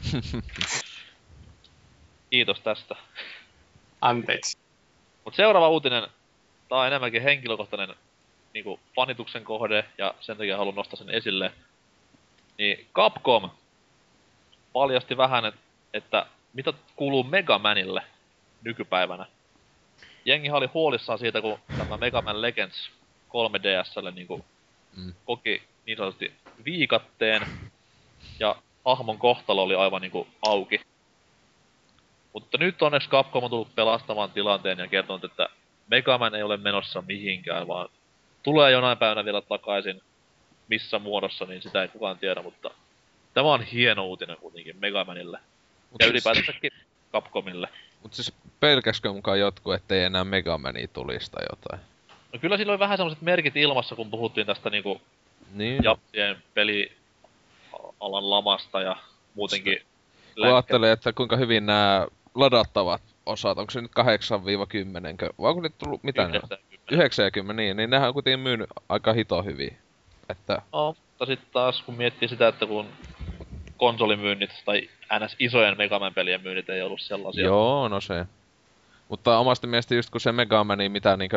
Kiitos tästä. Anteeksi. Mut seuraava uutinen, tää on enemmänkin henkilökohtainen niinku fanituksen kohde, ja sen takia haluan nostaa sen esille. Niin Capcom paljasti vähän, että mitä kuuluu Mega Manille nykypäivänä. Jengi oli huolissaan siitä, kun tämä Mega Man Legends 3DS:lle niinku koki niin sanotusti viikatteen, ja hahmon kohtalo oli aivan niinku auki. Mutta nyt onneksi Capcom on tullut pelastamaan tilanteen ja kertonut, että Mega Man ei ole menossa mihinkään, vaan tulee jonain päivänä vielä takaisin. Missä muodossa, niin sitä ei kukaan tiedä, mutta tämä on hieno uutinen kuitenkin Mega Manille. Ja ylipäätänsäkin Capcomille. Mut siis pelkäskö mukaan jotkut, ettei enää Mega Mania tulisi tai jotain? No kyllä sillä oli vähän semmoset merkit ilmassa, kun puhuttiin tästä niinku Niin. Japsien pelialan lamasta ja muutenkin Kun ajattelee, että kuinka hyvin nämä ladattavat osat, onko se nyt 8-10, vai onko nyt tullut, mitä ne on? 90, niin nehän on kuitenkin myynyt aika hito hyvin. Että... No, mutta sit taas kun miettii sitä, että kun konsolimyynnit tai ns. Isojen Mega Man-pelien myynnit ei ollut sellaisia. Joo, no se. Mutta omasta mielestä just kun se Mega Man, mitä niinkö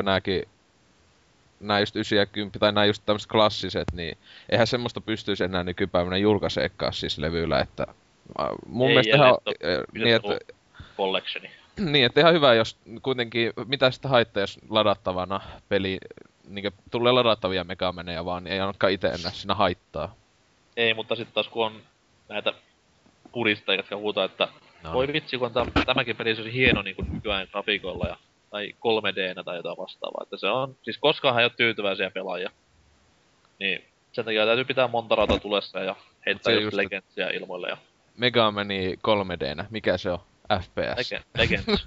nää just 9 ja 10, tai nää just tämmöset klassiset, niin eihän semmoista pystyisi enää nykypäivänä julkaiseekaan siis levyllä, että mun ei, mielestä ihan niin, että collectioni. Niin, että ihan hyvä, jos kuitenkin, mitä sitä haittaa, jos ladattavana peli, niinkö tulee ladattavia Mega Maneja vaan, niin ei ainakaan ite enää siinä haittaa. Ei, mutta sitten taas kun on näitä puristajia, jotka huutaa, että No. voi vitsi, kun tämäkin peli olisi hieno niin kuin nykyään grafiikoilla ja, tai 3D:nä tai jotain vastaavaa. Että se on, siis koskaanhan ei ole tyytyväisiä pelaajia. Niin sen takia täytyy pitää monta rata tulessa ja heittää just Legendsia ilmoille ja... Mega Mani 3D:nä, mikä se on? FPS. Legends.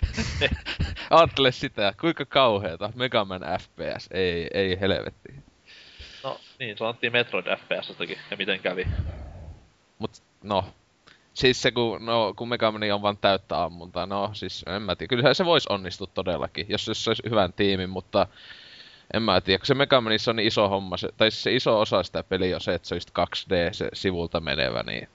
Aattele sitä, kuinka kauheeta. Mega Man FPS, ei helvetti. No niin, sanottiin Metroid FPS-stäkin, ja miten kävi. Mut no, siis se kun Mega Man on vaan täyttä ammuntaa, no siis en mä tiedä. Kyllähän se vois onnistua todellakin, jos se olisi hyvän tiimin, mutta en mä tiedä, kun se Mega Manissa on niin iso homma, tai se iso osa sitä peliä on se, että se olisi 2D se sivulta menevä, niin...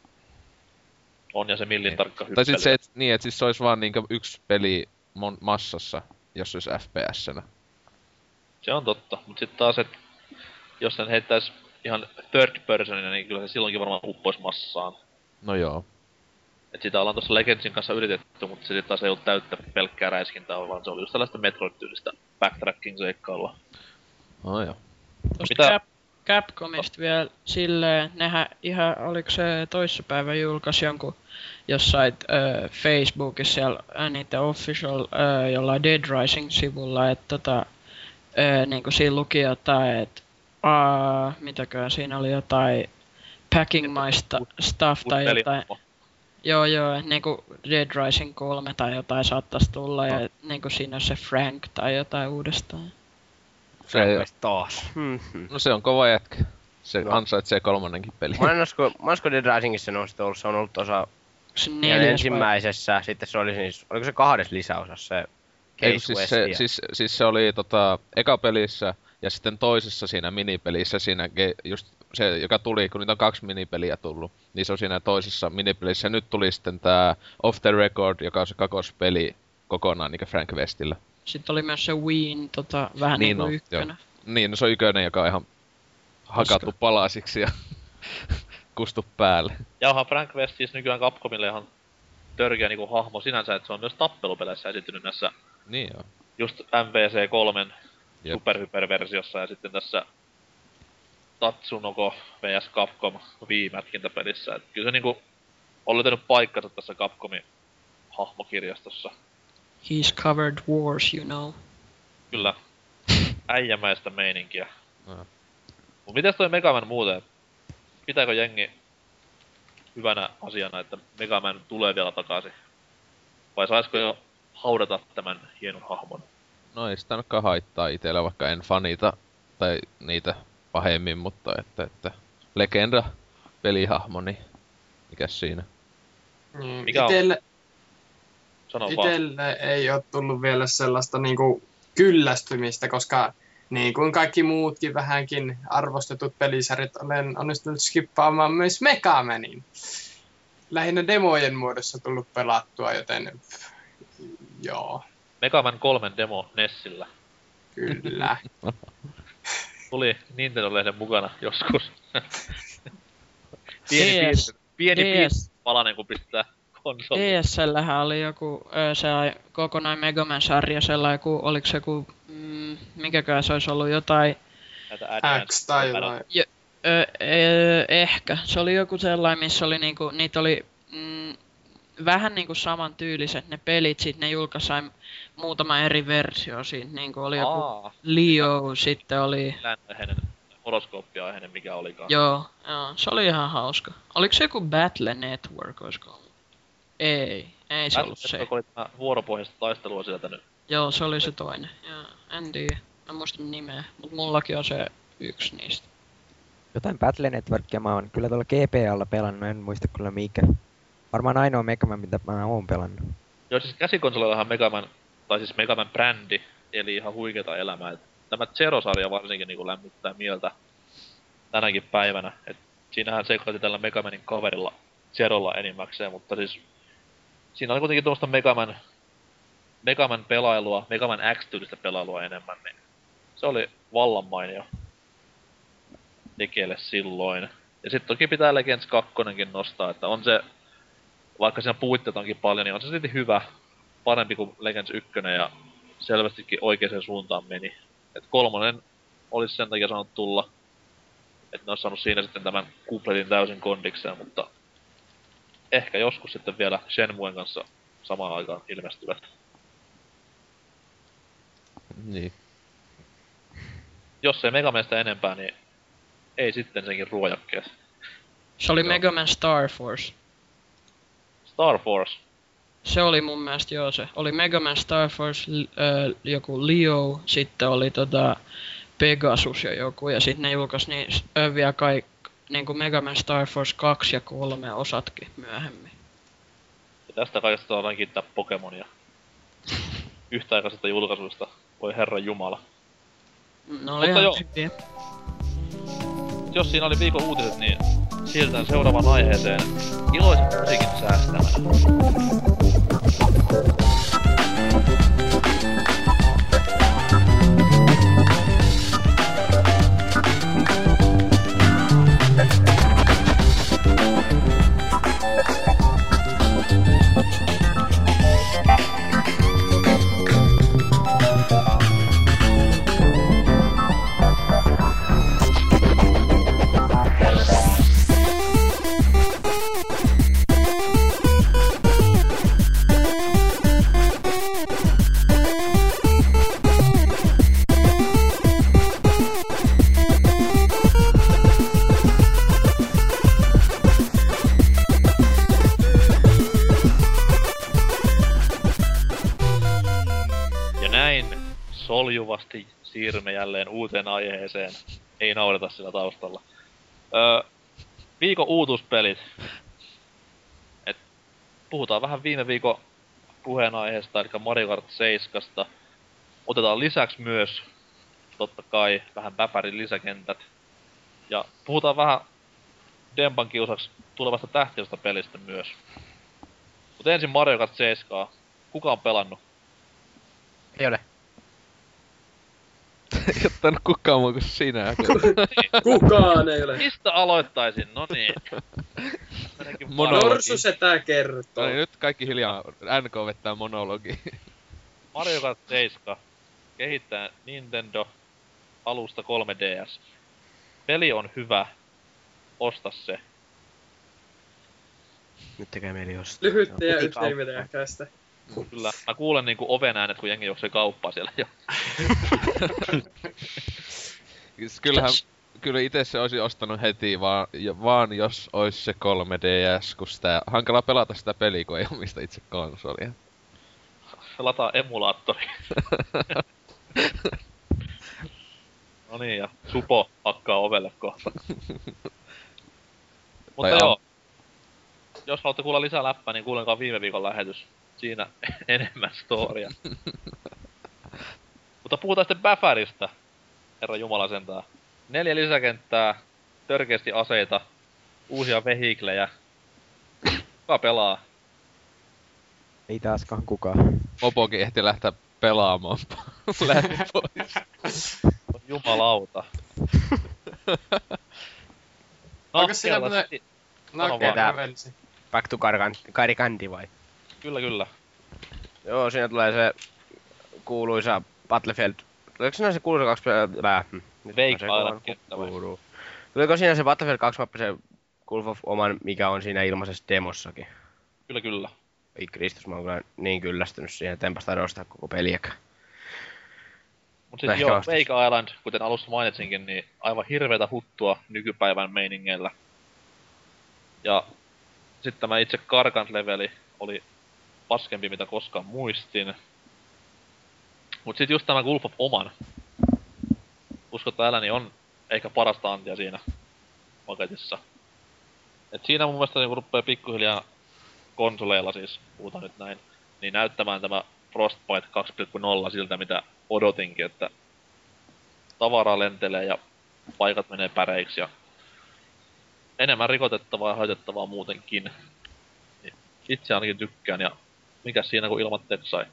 On ja se millin tarkka hyppely. Tai sit se, että siis se olisi vaan niinkö yksi peli massassa, jos se olisi FPS-nä. Se on totta, mut sit taas, et jos sen heittäis ihan third personina, niin kyllä se silloinkin varmaan uppois massaan. No joo. Et sitä ollaan tossa Legendsin kanssa yritetty, mutta se sit taas ei ollut täyttä pelkkää räiskintää, vaan se oli just tällaista Metroid-tyylistä backtracking-seikkailua. No joo. Tosta Capcomista vielä silleen, nehän ihan, oliko se toissapäivä julkaisi jonkun jossain Facebookissa siellä niiden official jollain Dead Rising-sivulla, että niinku siinä luki jotain, että mitäköhän siinä oli jotain Packing My Stuff tai jotain. Joo, niinku Dead Rising 3 tai jotain saattais tulla ja niinku siinä on se Frank tai jotain uudestaan. Se taas. No se on kova jätkä. Se ansaitsee kolmannenkin peli. Monesko Dead Risingissa se on ollut osa ensimmäisessä, sitten se oli siis, oliko se 2. lisäosassa se Case West? Siis se oli eka pelissä ja sitten toisessa siinä minipelissä siinä just se, joka tuli, kun niitä on 2 minipeliä tullut, niin se on siinä toisessa minipelissä. Ja nyt tuli sitten tää Off the Record, joka on se kakospeli kokonaan niinku Frank Westillä. Sitten oli myös se Wien, vähän niin kuin ykkönen. Joo. Niin, no se on ykkönen, joka on ihan hakattu palasiksi ja kustu päälle. Ja onhan Frank West siis nykyään Capcomille ihan törkeä niinku hahmo sinänsä, että se on myös tappelupeleissä esittynyt näissä niin joo. Just MVC3 superhyperversiossa ja sitten tässä Tatsunoko vs Capcom Wii-mätkintäpelissä. Et kyllä se niinku on löytänyt paikkansa tässä Capcomin hahmokirjastossa. He's covered wars, you know. Kyllä. Äijämäistä meininkiä. No. Mut mites toi Mega Man muuten? Pitääkö jengi hyvänä asiana, että Mega Man tulee vielä takaisin? Vai saisko jo haudata tämän hienon hahmon? No ei sitä ainakaan haittaa itellä, vaikka en fanita tai niitä pahemmin, mutta että legenda pelihahmo, niin mikäs siinä? Mikä on? Sano vaan. Itelle ei ole tullut vielä sellaista niinku kyllästymistä, koska niin kuin kaikki muutkin vähänkin arvostetut pelisarjat olen onnistunut skippaamaan myös Mega Manin. Lähinnä demojen muodossa tullut pelattua, joten joo, Mega Man 3 demo Nessillä. kyllä. Tuli Nintendo-lehden mukana joskus. DS. pieni DS. palanen, kun pistää konsoli. DSL:hän oli joku sellainen kokonainen Mega Man-sarja, sellainen joku, oliko se joku, mikäkään se olisi ollut jotain, Näitä X tai jotain. ehkä. Se oli joku sellainen, missä oli niinku, niitä oli vähän niinku saman tyyliset ne pelit, sit ne julkaisai muutama eri versio siitä, niinku oli joku Leo, sitten oli... Läntäheinen, horoskooppiaiheinen, mikä olikaan. Joo, se oli ihan hauska. Oliko se joku Battle Network, olisiko ollut? Ei se ollut se. Oli tämä vuoropohjaista taistelua sieltä nyt. Joo, se oli se toinen. Joo, en tiedä. Mä muistan nimeä, mut mullakin on se yksi niistä. Jotain Battle Networkia mä oon kyllä tuolla GPAlla pelannut, en muista kyllä mikä. Varmaan ainoa Mega Man, mitä mä oon pelannut. Joo, siis käsikonsolillahan Mega Man, tai siis Mega Man brändi, eli ihan huikeeta elämää. Et tämä Zero-sarja varsinkin niinku lämmittää mieltä tänäkin päivänä. Et siinähän sekoitti tällä Mega Manin kaverilla Zerolla enimmäkseen, mutta siis siinä oli kuitenkin tuosta Mega Man pelailua, Mega Man X-tyylistä pelailua enemmän, niin se oli vallan mainio tekijälle silloin. Ja sit toki pitää Legends 2 nostaa, että on se, vaikka siinä puitteet onkin paljon, niin on se silti hyvä, parempi kuin Legends 1 ja selvästikin oikeaan suuntaan meni. Et 3 olisi sen takia saanut tulla, että ne olisi saanut siinä sitten tämän kupletin täysin kondikseen, mutta ehkä joskus sitten vielä Shenmuen kanssa samaan aikaan ilmestyvät. Niin. Jos ei Mega Manista enempää, niin ei sitten senkin ruojakkeessa. Se oli Joo. Mega Man Star Force. Star Force. Se oli mun mielestä joo se. Oli Mega Man Star Force, joku Leo, sitten oli Pegasus ja joku, ja sitten ne julkaisi vielä niinku Mega Man Star Force 2 ja 3 osatkin myöhemmin. Ja tästä kaikesta saadaan kiittää Pokemonia. Yhtäaikaisesta julkaisuista. Voi herran jumala. No oli Mutta ihan joo. hyviä. Jos siinä oli viikon uutiset, niin siirrytään seuraavaan aiheeseen. Iloisen musiikin säästämänä. Ja näin soljuvasti siirrymme jälleen uuteen aiheeseen. Ei naureta sillä taustalla. Viikon uutuspelit. Et puhutaan vähän viime viikon puheenaiheesta, eli Mario Kart 7. Otetaan lisäksi myös, totta kai, vähän päpärin lisäkentät. Ja puhutaan vähän Dempan kiusaksi tulevasta tähtiöstä pelistä myös. Mutta ensin Mario Kart 7. Kuka on pelannut? Ei ole. Ei ottanut kukaan muu kuin sinä. Kukaan ei ole. Mistä aloittaisin? No niin. Meneekin Monologi. Norsu se tää kertoo. No niin, nyt kaikki hiljaa. NK vettää monologi. Mario Kart 7 kehittää Nintendo alusta 3DS. Peli on hyvä. Osta se. Nyt tekee mieli ostaa. Lyhyttä ja Heti yksinimetäkästä. Kyllä. Mä kuulen niinku oven äänet, kun jengi juoksee kauppaa siellä jo. Siis kyllä itse se olisi ostanut heti, vaan jos ois se 3DS, kun sitä hankala pelata sitä peliä, kun ei omista itse konsolia. Lataa emulaattori. No niin, ja Supo hakkaa ovelle kohta. Mutta joo, jos haluatte kuulla lisää läppää, niin kuulenkaa viime viikon lähetys. Siinä enemmän storia. Mutta puhutaan sitten Bäfäristä. Herra Jumala sentään. 4 lisäkenttää, törkeästi aseita, uusia vehiklejä. Kuka pelaa? Ei taaskaan kukaan. Mopokin ehti lähteä pelaamaan. Lähti pois. Jumalauta. Onko siinä Kellas- muuten... No Sano okei, vaan. kävelisi. Back to Karikandi vai? Kyllä. Joo, siinä tulee se kuuluisa Battlefield... Tuliko siinä se kuuluisa 2... Wake Island-kenttä vai? Tuliko siinä se Battlefield 2 mappi se Gulf of Oman, mikä on siinä ilmaisessa demossakin? Kyllä. Ei Kristus, mä oon kyllä niin kyllästynyt siihen, että enpäs taida ostaa koko peliäkään. Mut sit Ehkä joo, ostais. Wake Island, kuten alussa mainitsinkin, niin aivan hirveetä huttua nykypäivän meiningeillä. Ja sit tämä itse Karkant-leveli oli paskempi mitä koskaan muistin. Mut sit just tämä Gulf of Oman. Usko tai älä, niin on ehkä parasta antia siinä paketissa. Et siinä mun mielestä niinku ruppee pikkuhiljaa konsoleilla siis, puhutaan nyt näin, niin näyttämään tämä Frostbite 2.0 siltä mitä odotinkin, että tavaraa lentelee ja paikat menee päreiksi ja enemmän rikotettavaa ja haitettavaa muutenkin. Niin itse ainakin tykkään ja mikäs siinä kun ilmatteet sai.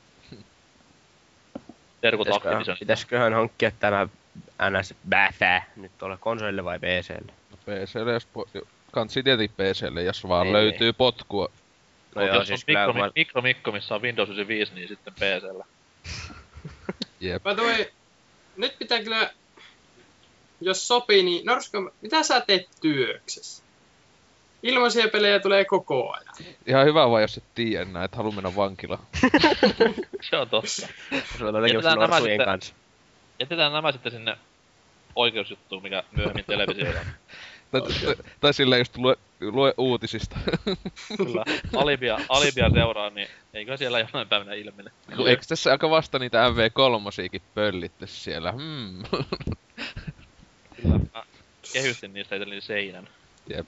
Terkut Activision. Pitäisköhän hankkia tämä NS Bäfä nyt tuolle konsolille vai PClle? No PClle, jos kansi tietenkin PClle, jos vaan Niin, löytyy potkua. No Jos joo, on siis kyllä Mikro, missä on Windows 95, niin sitten PCllä. Jep. Nyt pitää kyllä, jos sopii, niin Norsko, mitä sä teet työksessä? Ilmaisia pelejä tulee koko ajan. Ihan hyvä vaan, jos et tiedä enää, et halua mennä vankilaan. Se on totta. sulla on tekemistä Jätetään nämä norsujen sitten- kanssa. Jätetään nämä sitten sinne oikeusjuttuun, mikä myöhemmin televisioida. Tai silleen just lue uutisista. Kyllä. Alibia seuraa, niin eiköhän siellä jonain päivänä ilmene. Eikö tässä aika vasta niitä MV3-siikin pöllitty siellä? Kyllä. Mä kehystin niistä itselleni seinän. Jep.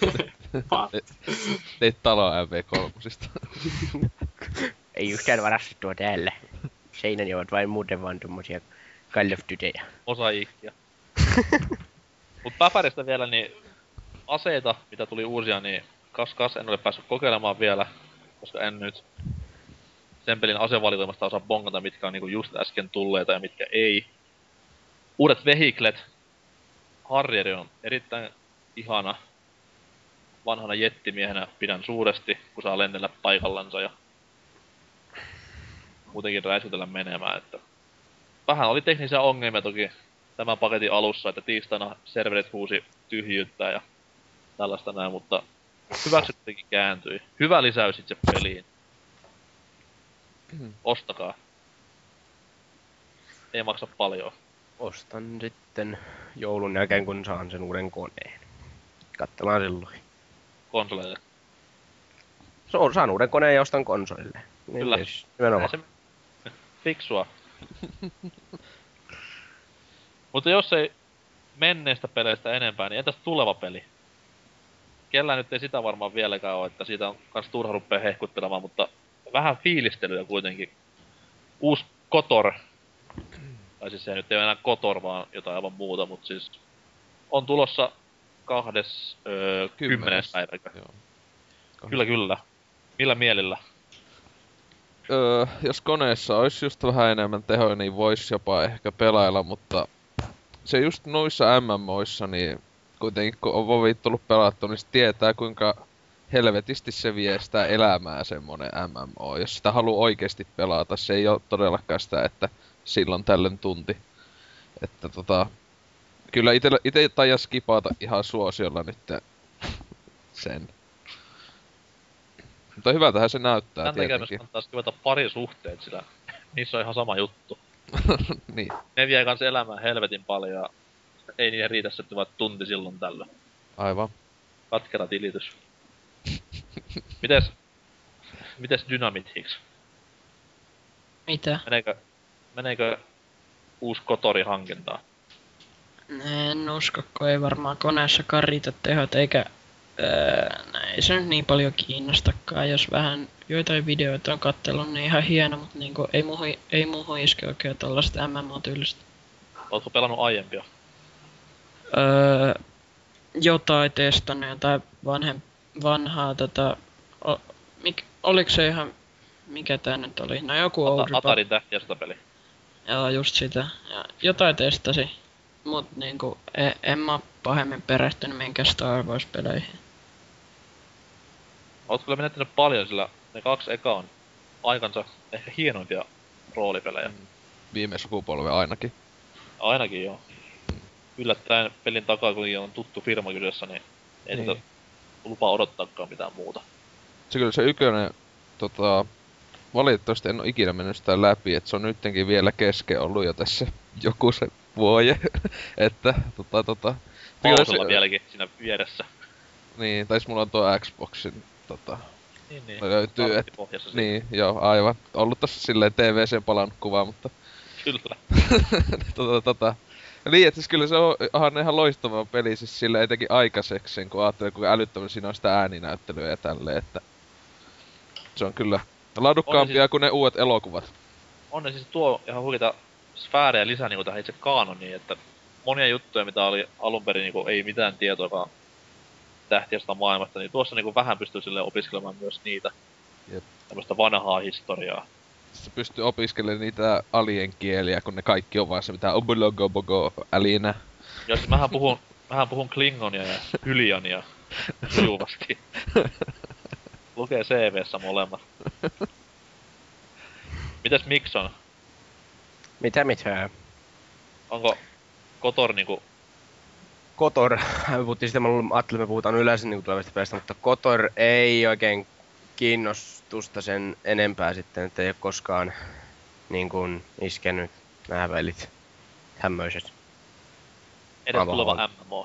Teit taloa MV3-sista. Ei yhtään varastettua täällä. Seinäni ovat vain muuten vaan tommosia Call of Dutyjä. Mosaikkia. Mut Päpäristä vielä, niin aseita, mitä tuli uusia, niin kas en ole päässyt kokeilemaan vielä, koska en nyt sen pelin asevalikoimasta osaa bongata, mitkä on niinku just äsken tulleita ja mitkä ei. Uudet vehiklet. Harrieri on erittäin ihana. Vanhana jettimiehenä pidän suuresti, kun saa lennellä paikallansa ja muutenkin räiskytellä menemään, että vähän oli teknisiä ongelmia toki tämän paketin alussa, että tiistaina serverit huusi tyhjyyttä ja tällaista näin, mutta hyväksi kuitenkin kääntyi. Hyvä lisäys itse peliin. Ostakaa. Ei maksa paljon. Ostan sitten joulun jälkeen, kun saan sen uuden koneen. Kattellaan silloin. Konsoleille. Saan uuden koneen ja ostan konsolille. Niin, Kyllä. Siis, nimenomaan. Se... Fiksua. Mutta jos ei menneistä peleistä enempää, niin entäs tuleva peli? Kellään nyt ei sitä varmaan vieläkään ole, että siitä on kans turha ruppea hehkuttelemaan, mutta vähän fiilistelyä kuitenkin. Uusi KOTOR. Tai siis se nyt ei ole enää KOTOR, vaan jotain aivan muuta, mutta siis on tulossa 10. päiväkö. Joo. Kyllä. Millä mielellä? Jos koneessa olisi just vähän enemmän tehoja, niin voisi jopa ehkä pelailla, mutta se just noissa MMOissa, niin kuitenkin kun on Vovit tullut pelattu, niin se tietää kuinka helvetisti se vie sitä elämää semmonen MMO. Jos sitä haluaa oikeesti pelata, se ei ole todellakaan sitä, että silloin tällöin tunti. Että kyllä ite taija skipata ihan suosiolla nyt sen. Mutta hyvältähän se näyttää Tän tekemistä tietenkin. kannattaa skivata parisuhteet, sillä niissä on ihan sama juttu. Niin. Ne vie kans elämään helvetin paljon ja ei niihin riitä sitten vaan tunti silloin tällöin. Aivan. Katkera tilitys. Mites Dynamite Hicks? Mitä? Meneekö uusi Kotori hankintaan? En usko, kun ei varmaan koneessakaan riitä tehot, eikä ei se nyt niin paljon kiinnostakaan, jos vähän joitain videoita on kattellut, niin ihan hieno, mutta niinku ei muuhun iske oikein tollaista MMO-tyylistä. Ootko pelannut aiempia? Jotain testannut, jotain vanhaa oliko se ihan, mikä tää nyt oli? No joku Atarin tähtiösotapeli. Joo, just sitä. Ja jotain testasi, mut niinku en mä pahemmin perehtynyt minkään Star Wars-peleihin. Oot kyllä menettänyt paljon, sillä ne 2 eka on aikansa ehkä hienoimpia roolipelejä. Viime sukupolven ainakin. Ainakin joo. Yllättäen pelin takaa, kun on tuttu firma kyseessä, niin ei Niin. tätä lupaa odottaakaan mitään muuta. Se kyllä se ykkönen, valitettavasti en oo ikinä mennyt sitä läpi, että se on nyttenkin vielä kesken ollut jo tässä joku se vuoje, että Pausella vieläkin siinä vieressä. Niin, tai siis mulla on tuo Xboxin Niin. löytyy, et, Pohjassa niin, joo, aivan. Ollut tossa silleen TVC palannut kuvaa, mutta Kyllä. niin, että siis kyllä se on ihan loistava peli, siis sille etenkin aikaiseksi sen, kun ajattelee, kuinka älyttömän siinä on sitä ääninäyttelyä ja tälleen, että se on kyllä laadukkaampia kuin ne uudet elokuvat. On ne siis tuo ihan huikeita sfäärejä lisää niinku tähän itse kaanoniin, että monia juttuja, mitä oli alun perin niinku ei mitään tietoakaan tähtiöstä maailmasta, niin tuossa niinku vähän pystyy silleen opiskelemaan myös niitä. Jep. Tämmöstä vanhaa historiaa. Se pystyy opiskelemaan niitä alien kieliä, kun ne kaikki on vaan se mitä obulogobogo älinä. Ja siis mähän puhun klingonia ja hyliania sujuvasti. Lukee CV:ssä molemmat. Mitäs Mikson? Mitä? Onko Kotor niinku... Kotor, me puhuttiin sitä, mä ajattelin, me puhutaan yleensä niin tulevista pelistä, mutta Kotor ei oikein kiinnostusta sen enempää sitten, että ei ole koskaan niin kuin iskenyt nämä pelit tämmöiset. Edes tuleva MMO.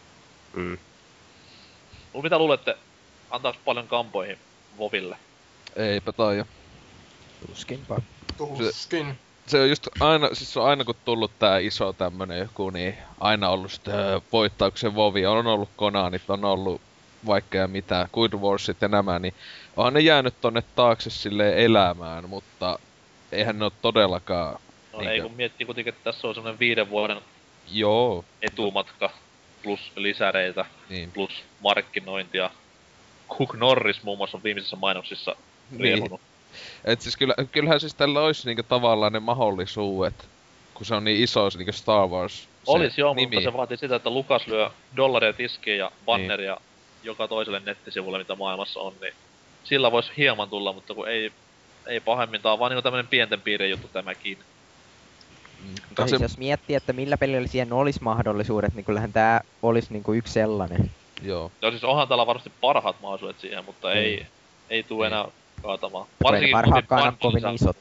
Mitä luulette, antaaks paljon kampoihin Voville? Eipä taida. Tuskinpa. Tuskin. Se on just aina, siis on aina kun tullut tää iso tämmönen joku, niin aina ollut sitä voittauksen Vovi. On ollut Konanit, on ollut vaikka ja mitä, Good Warsit ja nämä, niin onhan ne jäänyt tonne taakse silleen elämään, mutta eihän ne oo todellakaan... No ei kun miettii kuitenkin, että tässä on semmonen 5 vuoden Joo. etumatka plus lisäreitä Niin. plus markkinointia. Cook Norris muun muassa on viimeisissä mainoksissa riehunut. Et siis kyllähän siis tällä olisi niinku tavallaan ne mahdollisuudet, kun se on niin iso niinku Star Wars Olis joo, nimi. mutta se vaatii sitä, että Lukas lyö dollaria tiskiin ja banneria joka toiselle nettisivulle, mitä maailmassa on, niin sillä voisi hieman tulla, mutta kun ei pahemmin. Tää on vaan niinku tämmönen pienten piirien juttu tämäkin. Mutta siis jos miettii, että millä pelillä siihen olisi mahdollisuudet, niin kyllähän tää olisi niinku yksi sellainen. Joo. Joo, siis onhan täällä varmasti parhaat mahdollisuudet siihen, mutta ei tuu enää kaatamaan. Varsinkin parhaakkaan on kovin isot.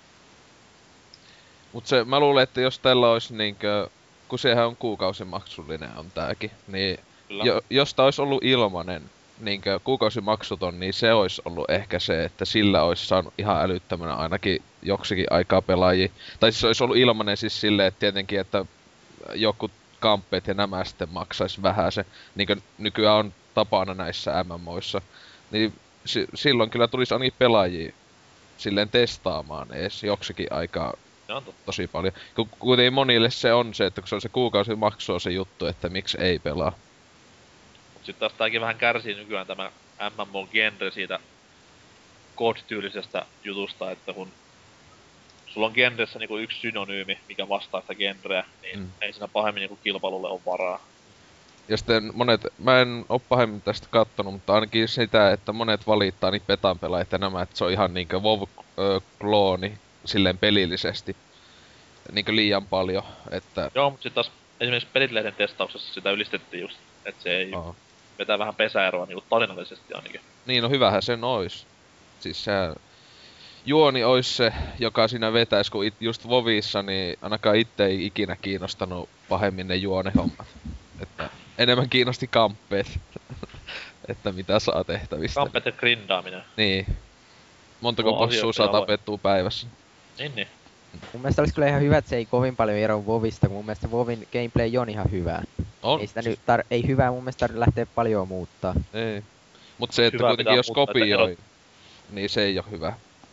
Mut se, mä luulen, että jos tällä olisi niinkö, kun sehän on kuukausimaksullinen on tääkin, niin jos tää olisi ollut ilmanen, niinkö kuukausimaksuton, niin se olisi ollut ehkä se, että sillä olisi saanut ihan älyttömänä ainakin joksikin aikaa pelaajia. Tai siis se olisi ollut ilmanen siis silleen, että tietenkin, että joku kamppeet ja nämä sitten maksais vähän se, niinkö nykyään on tapana näissä MMOissa. Niin silloin kyllä tulisi ainakin pelaajia silleen testaamaan ees joksikin aikaa tosi paljon. Kuitenkin monille se on se, että kun se on se kuukausimaksu on se juttu, että miksi ei pelaa. Mut sit taas tääkin vähän kärsii nykyään tämä MMO-genre siitä COD-tyylisestä jutusta, että kun sulla on genressä niinku yksi synonyymi, mikä vastaa sitä genreä, niin ei siinä pahemmin niinku kilpailulle ole varaa. Ja sitten monet, mä en oo pahemmin tästä kattonut, mutta ainakin sitä, että monet valittaa niitä betan pelaajat ja nämä, että se on ihan niinkö WoW-klooni silleen pelillisesti. Niinkö liian paljon, että... Joo, mut sit taas esimerkiksi Pelitlehden testauksessa sitä ylistettiin just, että se ei vetää vähän pesäeroa niinku tarinallisesti ainakin. Niin, no hyvähän sen ois. Siis se juoni ois se, joka siinä vetäis, kun just WoWissa, niin ainakaan itse ei ikinä kiinnostanut pahemmin ne juonehommat. Että enemmän kiinnosti kamppeet. Että mitä saa tehtävistä. Kamppeet ja grindaaminen. Niin. Montako bossua saa tapettua päivässä? Niin. Mun mielestä olisi kyllä ihan hyvä, että se ei kovin paljon ero WoWista, kun mun mielestä WoWin gameplay on ihan hyvää. On. Ei sitä nyt ei hyvää mun mielestä lähtee paljon muuttaa. Ei. Mut se, että Hyvä kuitenkin pitää jos muuttaa, kopioi, niin se ei oo hyvä.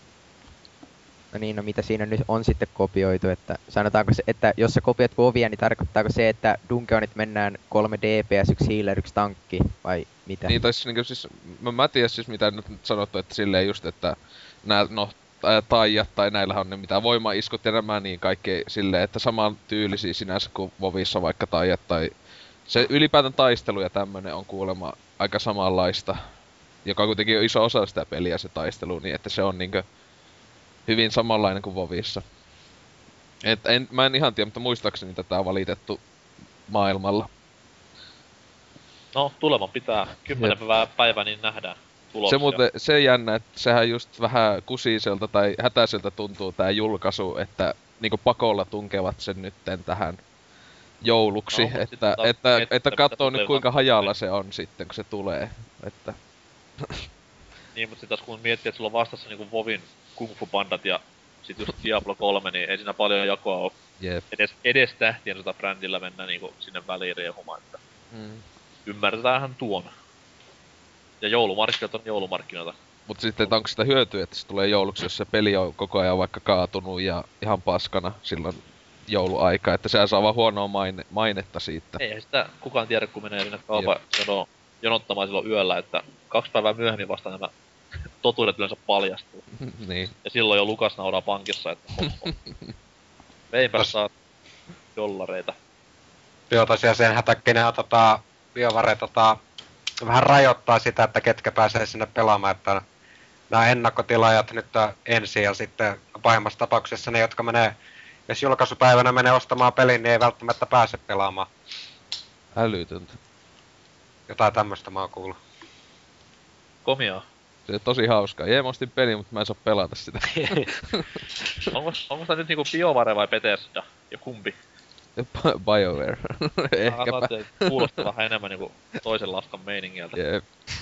No niin, no mitä siinä nyt on sitten kopioitu, että sanotaanko se, että jos sä kopioit WoWia, niin tarkoittaako se, että Dungeonit mennään 3 DPS, 1 healer, 1 tankki, vai mitä? Niin, tai siis, mä tiedän siis mitä nyt sanottu, että silleen just, että nää, taijat tai näillähän on ne mitä voimaiskut ja nämä niin kaikki silleen, että saman tyylisiä sinänsä kuin WoWissa vaikka taijat tai se ylipäätään taistelu ja tämmönen on kuulemma aika samanlaista, joka kuitenkin on iso osa sitä peliä se taistelu, niin että se on niinkö hyvin samanlainen kuin WoWissa. Mä en ihan tiedä, mutta muistaakseni tätä on valitettu maailmalla. No, tulevan pitää 10 päivää, niin nähdään tuloksia. Se muuten, se jännä, että sehän just vähän kusiselta tai hätäiseltä tuntuu tää julkaisu, että niinku pakolla tunkevat sen nytten tähän jouluksi, No, että katsoo nyt kuinka hajalla se on sitten, kun se tulee, että... Niin, mutta sit taas kun miettii, että sulla on vastassa niinku WoWin Kung Fu Pandat ja sit just Diablo 3, niin ei siinä paljon jakoa oo. Jep. Edes tähtien brändillä mennä niinku sinne väliin riehumaan, että ymmärretäänhän tuon. Ja joulumarkkinat on joulumarkkinoita. Mut sitten, onko sitä hyötyä, että se tulee jouluksi, jos se peli on koko ajan vaikka kaatunut ja ihan paskana silloin jouluaika, että sehän saa vaan huonoa mainetta siitä. Ei sitä kukaan tiedä, kun menee sinne kaupan jonottamaan silloin yöllä, että 2 päivää myöhemmin vasta nämä totuudet yleensä paljastuu. Niin. Ja silloin jo Lukas nauraa pankissa, että veipä saat dollareita. Joo, tosiaan sen hätäkkinen BioWare vähän rajoittaa sitä, että ketkä pääsee sinne pelaamaan, että nämä ennakkotilaajat nyt ensin ja sitten pahimmassa tapauksessa ne, jotka menee, jos julkaisupäivänä menee ostamaan pelin, niin ei välttämättä pääse pelaamaan. Älytöntä. Jotain tämmöstä mä oon kuullut. Komiaa. Se on tosi hauskaa. Jee, mä ostin peli, mutta mä en saa pelata sitä. Onko tää nyt niinku BioWare vai Bethesda? Ja kumpi? BioWare. Ehkäpä. Kuulostaa vähän enemmän niinku toisen laskan meiningiltä. Jep.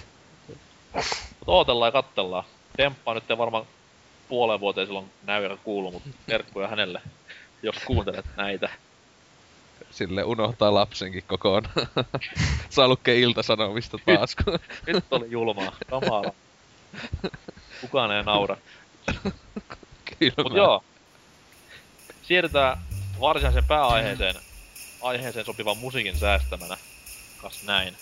Mut ootellaan ja kattellaan. Temppaa nyt varmaan puolen vuoteen silloin näyjärä kuuluu, mut terkkuja hänelle, jos kuuntelet näitä. Sille unohtaa lapsenkin kokoon. Saa lukea Ilta-Sanomista taas. Nyt oli julmaa. Kamala. Kukaan ei naura. Mut joo. Siirrytään varsinaiseen pääaiheeseen. Aiheeseen sopivan musiikin säästämänä. Kas näin.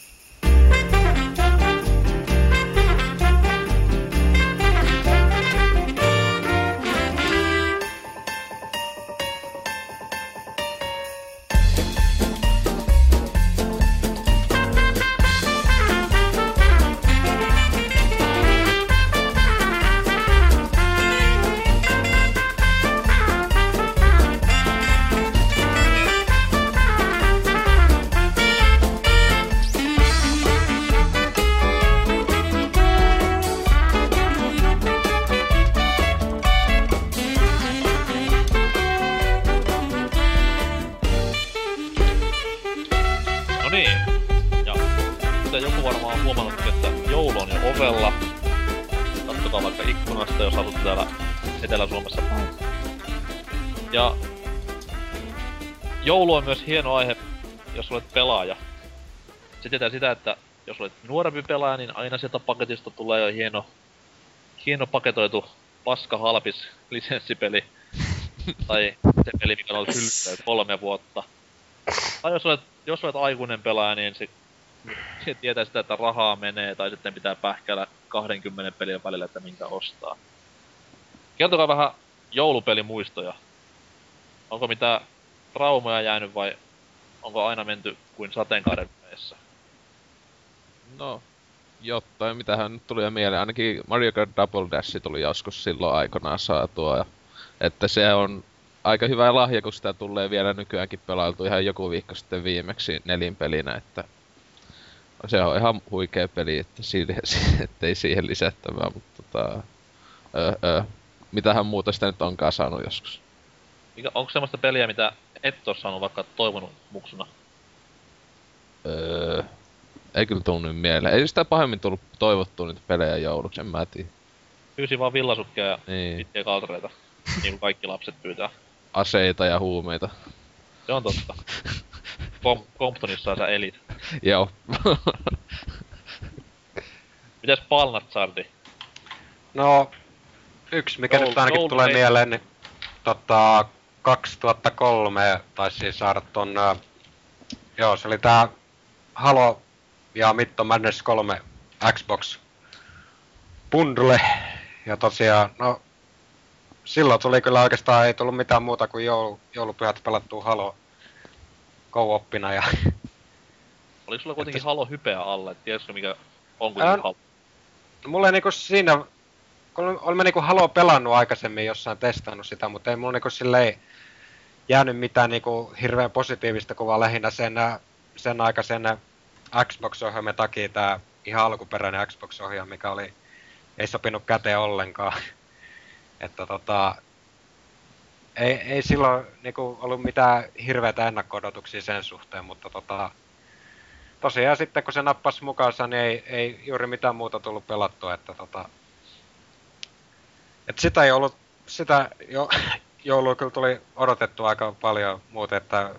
Katsokaa vaikka ikkunasta, jos asut täällä Etelä-Suomessa. Ja joulu on myös hieno aihe, jos olet pelaaja. Se tietää sitä, että jos olet nuorempi pelaaja, niin aina sieltä paketista tulee jo hieno paketoitu paska halpis lisenssipeli. Tai se peli, mikä on ollut hyllyssä 3 vuotta. Tai jos olet aikuinen pelaaja, niin se tietää sitä, että rahaa menee, tai sitten pitää pähkäillä 20 pelin välillä, että minkä ostaa. Kertokaa vähän joulupelimuistoja. Onko mitään traumoja jäänyt vai onko aina menty kuin sateenkaaren veessä? No, jotain. Mitähän nyt tuli jo mieleen. Ainakin Mario Kart Double Dash tuli joskus silloin aikanaan saatua. Ja, että se on aika hyvä lahja, kun sitä tulee vielä nykyäänkin pelailtu ihan joku viikko sitten viimeksi 4 pelinä. Että se on ihan huikea peli, että ei siihen lisättävää, mutta mitähän muuta sitä nyt onkaan saanut joskus. Onko semmoista peliä, mitä et oo saanut vaikka toivonut muksuna? Ei kyllä tuu nyt mieleen. Ei sitä pahemmin tullut toivottua niitä pelejä jouluksi, en mä tiedä. Pyysin vaan villasukkia ja Niin. pitkiä kalsareita. Niin kuin kaikki lapset pyytää. Aseita ja huumeita. Se on totta. Comptonissa sä elit. Joo. Mitäs Palnatsardi? No, yksi mikä nyt ainakin tulee mieleen, niin 2003 taisi saada ton, joo se oli tää Halo ja Myth of Madness 3 Xbox bundle. Ja tosiaan, no silloin tuli kyllä oikeastaan ei tullut mitään muuta kuin joulupyhät pelattua Halo co-oppina ja... Oliko sulla kuitenkin Halo hypeä alle, et tiedätkö mikä on kuitenkin Halo? No mulla ei niinku siinä... Olemme niinku Halo pelannut aikaisemmin jossain testannut sitä, mutta ei mulla niinku silleen jäänyt mitään niinku hirveän positiivista kuvaa lähinnä sen aikaisen Xbox-ohjelman takia tää ihan alkuperäinen Xbox-ohjelma, mikä ei sopinut käteen ollenkaan. Että ei silloin niinku ollut mitään hirveätä ennakko-odotuksia sen suhteen, mutta tosiaan sitten kun se nappasi mukaansa, niin ei juuri mitään muuta tullut pelattua, että sitä ei ollut, joulua kyllä tuli odotettu aika paljon muuten, että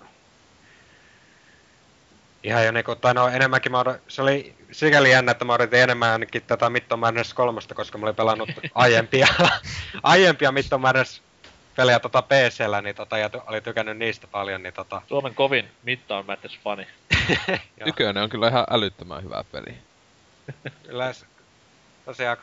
ihan jo niinku, tai no enemmänkin se oli sikäli jännä, että mä odotin enemmän ainakin tätä Myth of Madness 3, koska mä olin pelannut aiempia Myth of Madness pelejä PC:llä, niin ja oli tykännyt niistä paljon, niin Suomen kovin Myth of Madness fani. Ykönen on kyllä ihan älyttömän hyvä peli. Kyllä tosiaan,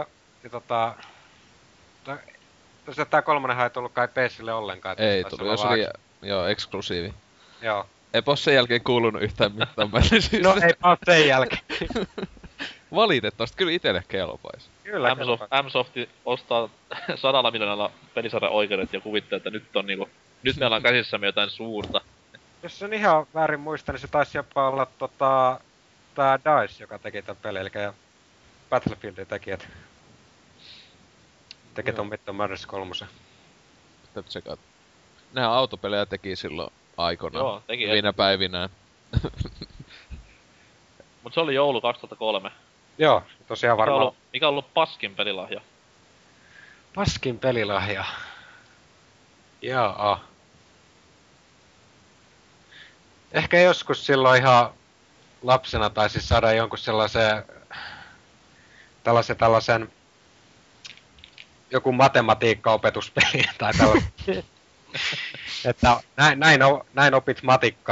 tosiaan tää kolmonenhan ei tullut kai PC:lle ollenkaan. Ei tullut, jos oli eksklusiivi. Joo. Ei ole sen jälkeen kuulunut yhtään mitään Madnessista. No ei ole sen jälkeen. Valitettavasti kyllä itelle kelpaisi. Kyllä M-Soft ostaa 100 miljoonalla pelisarjan oikeudet ja kuvittelee, että nyt on niinku... Nyt meillä on käsissämme jotain suurta. Jos on ihan väärin muista, niin se taisi jopa olla tää DICE, joka teki tän pelin, eli Battlefieldin tekijät. Teki ton Myth of Madness 3. Pitää tsekata. Nehän autopelejä teki silloin aikoinaan. Joo, teki. Hyvinä päivinään. Mut se oli joulu 2003. Joo, tosiaan varmaan. Mikä on ollut paskin pelilahja? Paskin pelilahja? Jaa. Ehkä joskus silloin ihan lapsena taisi saada jonkun tällaisen joku matematiikka-opetuspeli tai tällaisen. Että näin opit matikkaa.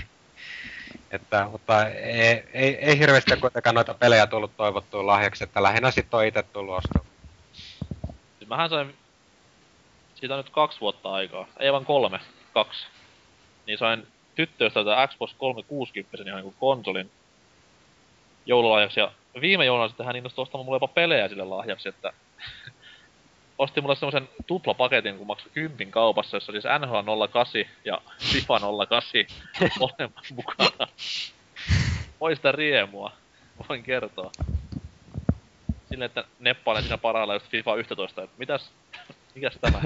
Mutta ei hirveästi kuitenkaan noita pelejä tullut toivottua lahjaksi, että lähinnä sit on ite tullut ostaa. Siis mähän sain... Siitä on nyt 2 vuotta aikaa. Ei vaan 2. Niin sain tyttöystävältä Xbox 360 ihan niinku konsolin joululahjaksi. Ja viime jouluna sitten hän innostui ostamaan mulle jopa pelejä sille lahjaksi, että... Osti mulle semmosen tuplapaketin, kun maksoi 10 kaupassa, jossa siis NHL 08 ja FIFA 08 molemmat mukana. Moista riemua, voin kertoa. Silleen, että neppailen siinä parhailla just FIFA 11, että mikäs tämä?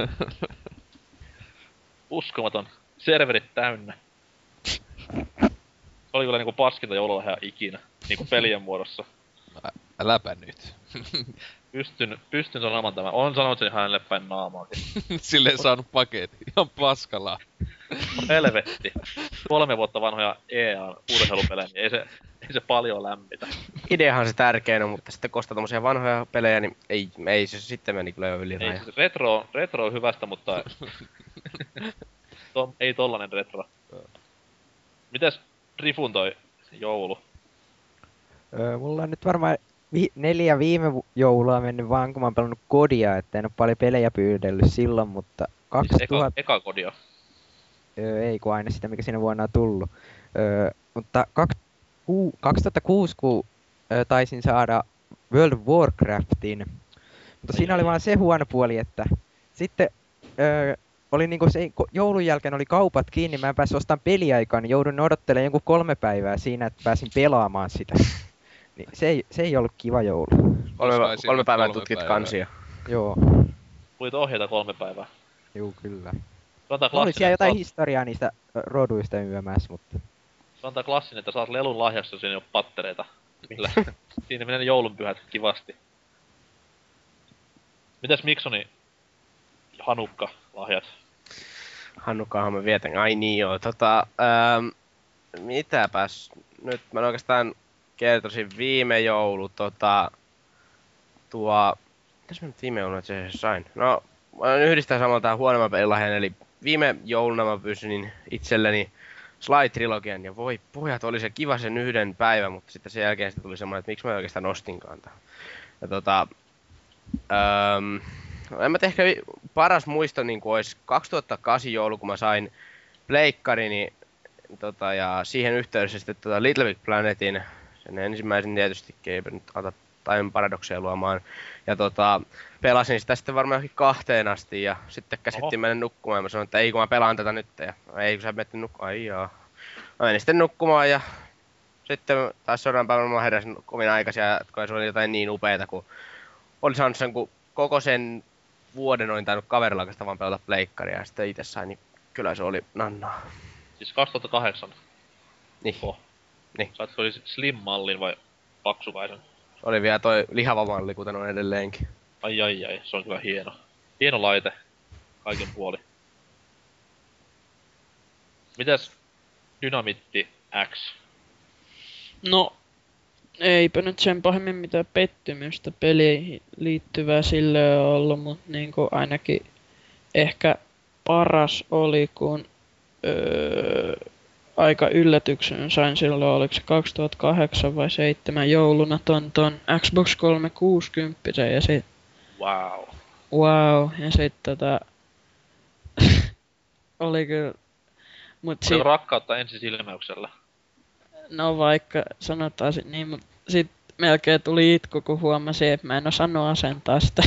Uskomaton. Serverit täynnä. Se oli kyllä niinku paskinta joululahjaa ikinä, niinku pelien muodossa. Äläpä nyt. Pystyn sanomaan tämän. On sanonut sen ihan hänelle päin naamaakin. Silleen saanut paketin. Ihan paskalaa. Helvetti. 3 vuotta vanhoja EA-urheilupelejä, niin ei se paljon lämmitä. Ideahan se tärkein on, mutta sitten kun ostaa tommosia vanhoja pelejä, niin ei se sitten meni kyllä jo yli Ei, raja. siis retro on hyvästä, mutta... ei tollanen retro. Mites Rifun toi joulu? Mulla on nyt varmaan 4 viime joulua mennyt vaan, kun mä oon pelannut kodia, että en oo paljon pelejä pyydellyt silloin, mutta 2000... Eka kodia. Ei kun aina sitä, mikä siinä vuonna on tullut. Mutta 2006, kun taisin saada World of Warcraftin, mutta siinä oli vaan se huono puoli, että sitten oli niinku se, joulun jälkeen oli kaupat kiinni, mä en päässyt ostamaan peliaikaa, niin joudun odottelemaan jonkun 3 päivää siinä, että pääsin pelaamaan sitä. Niin se ei ollut kiva joulu. 3 päivää tutkit kansia. Joo. Luit ohjeita 3 päivää. Juu, kyllä. Sanotaan Oli siellä jotain historiaa niistä roduista YMS, mutta... Se on tää klassinen, että saat lelun lahjaksi, jos siinä ei oo pattereita. Millä siinä menee ne joulunpyhät kivasti. Mitäs Miksoni Hanukka-lahjat? Hannukkaahan mä vietän. Ai niin joo, mitäpäs. Nyt mä oikeastaan kertoisin viime joulu, mitäs mä nyt viime jouluna itse asiassa sain? No, mä yhdistän samalla tää huonomman pelilahjan, eli viime jouluna mä pyysin itselleni Sly-trilogian, ja voi pojat, oli se kiva sen yhden päivän, mutta sitten sen jälkeen tuli semmoinen, että miksi mä oikeastaan ostinkaan tämän. Ja en mä ehkä paras muisto niin olisi 2008 joulu, kun mä sain pleikkarini, ja siihen yhteydessä sitten Little Big Planetin, sen ensimmäisen tietysti, eipä nyt ota Time Paradoxia luomaan, ja pelasin sitä sitten varmaan 2 asti, ja sitten käskettiin mennä nukkumaan, ja mä sanoin, että ei kun mä pelaan tätä nyt, ja ei kun sä menet nukkumaan, ai joo. Mä menin sitten nukkumaan, ja sitten taas seuraavan päivänä mä heräsin kovin aikaisia, kun se oli jotain niin upeeta, kun oli saanut sen, kun koko sen vuoden olin tainnut kaverilla oikeastaan vaan pelata pleikkaria, ja sitten itse sain, niin kyllä se oli nannaa. Siis 2008. Niin. Niin. Sait se oli slim-mallin vai paksukaisen? Se oli vielä toi lihava malli, kuten on edelleenkin. Ai, se on kyllä hieno. Hieno laite. Kaiken puoli. Mitäs Dynamitti X? No, eipä nyt sen pahemmin mitään pettymystä peliin liittyvää sille ole ollut, mutta niinku ainakin ehkä paras oli, kun aika yllätyksen sain silloin, oliko se 2008 vai 2007 jouluna ton Xbox 360 ja sit... Wow, ja sit oli kyllä... Oliko rakkautta ensisilmäyksellä? No vaikka sanotaan niin, mut sit melkein tuli itku, kun huomasin, että mä en osannut asentaa sitä.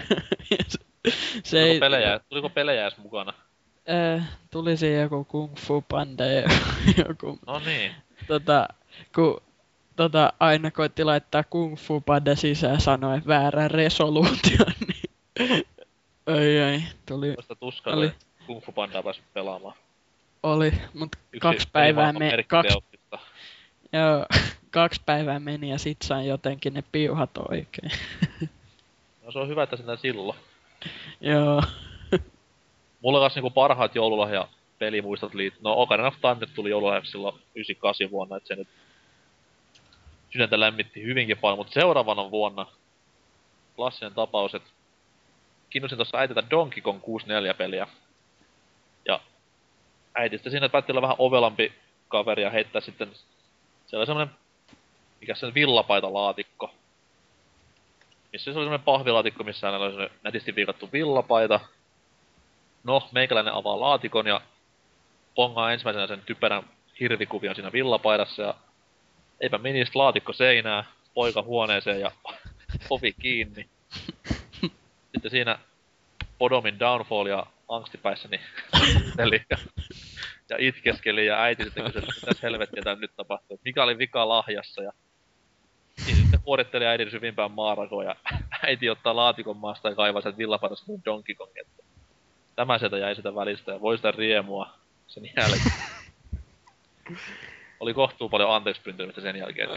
Tuliko pelejä edes mukana? Tuli siinä joku Kung Fu Panda ja joku... No niin. Kun aina koitti laittaa Kung Fu Panda sisään sanoen väärän resoluution, niin... Ei, tuli... Vasta tuskalla Kung Fu Pandaa päässyt pelaamaan. Oli, mut 2 päivää Joo, 2 päivää meni ja sit sain jotenkin ne piuhat oikein. No se on hyvä, että sitä silloin. Joo. Mulla kanssa niinku parhaat joululahja pelimuistot no Ocarina of Time nyt tuli joululahjaksi silloin 98 vuonna, et se nyt sydäntä lämmitti hyvinkin paljon, mutta seuraavana vuonna klassinen tapaus, et kinnusin tossa äitiltä Donkey Kong 64-peliä. Ja äiti sitten siinä päätti olla vähän ovelampi kaveri ja heittää sitten... Siellä oli semmonen... Mikäs sen villapaita-laatikko. Missä se oli semmonen pahvilaatikko, missä hänellä oli semmonen nätisti viikattu villapaita. No, meikäläinen avaa laatikon ja pongaa ensimmäisenä sen typerän hirvikuvion siinä villapaidassa ja... Eipä ministä laatikko seinää, poika huoneeseen ja ovi kiinni. Sitten siinä Podomin Downfall ja angstipäissäni ja itkeskeli ja äiti sitten kysyi, että mitäs helvettiä täällä nyt tapahtuu, mikä oli vika lahjassa ja sitten kuoritteli äidin syvimpään maarakoon ja äiti ottaa laatikon maasta ja kaivaa sieltä villapaidasta kuin Donkey Kong. Tämä sieltä jäi sitä välistä ja voi sitä riemua sen jälkeen. Oli kohtuu paljon anteeksi pyyntömistä sen jälkeen.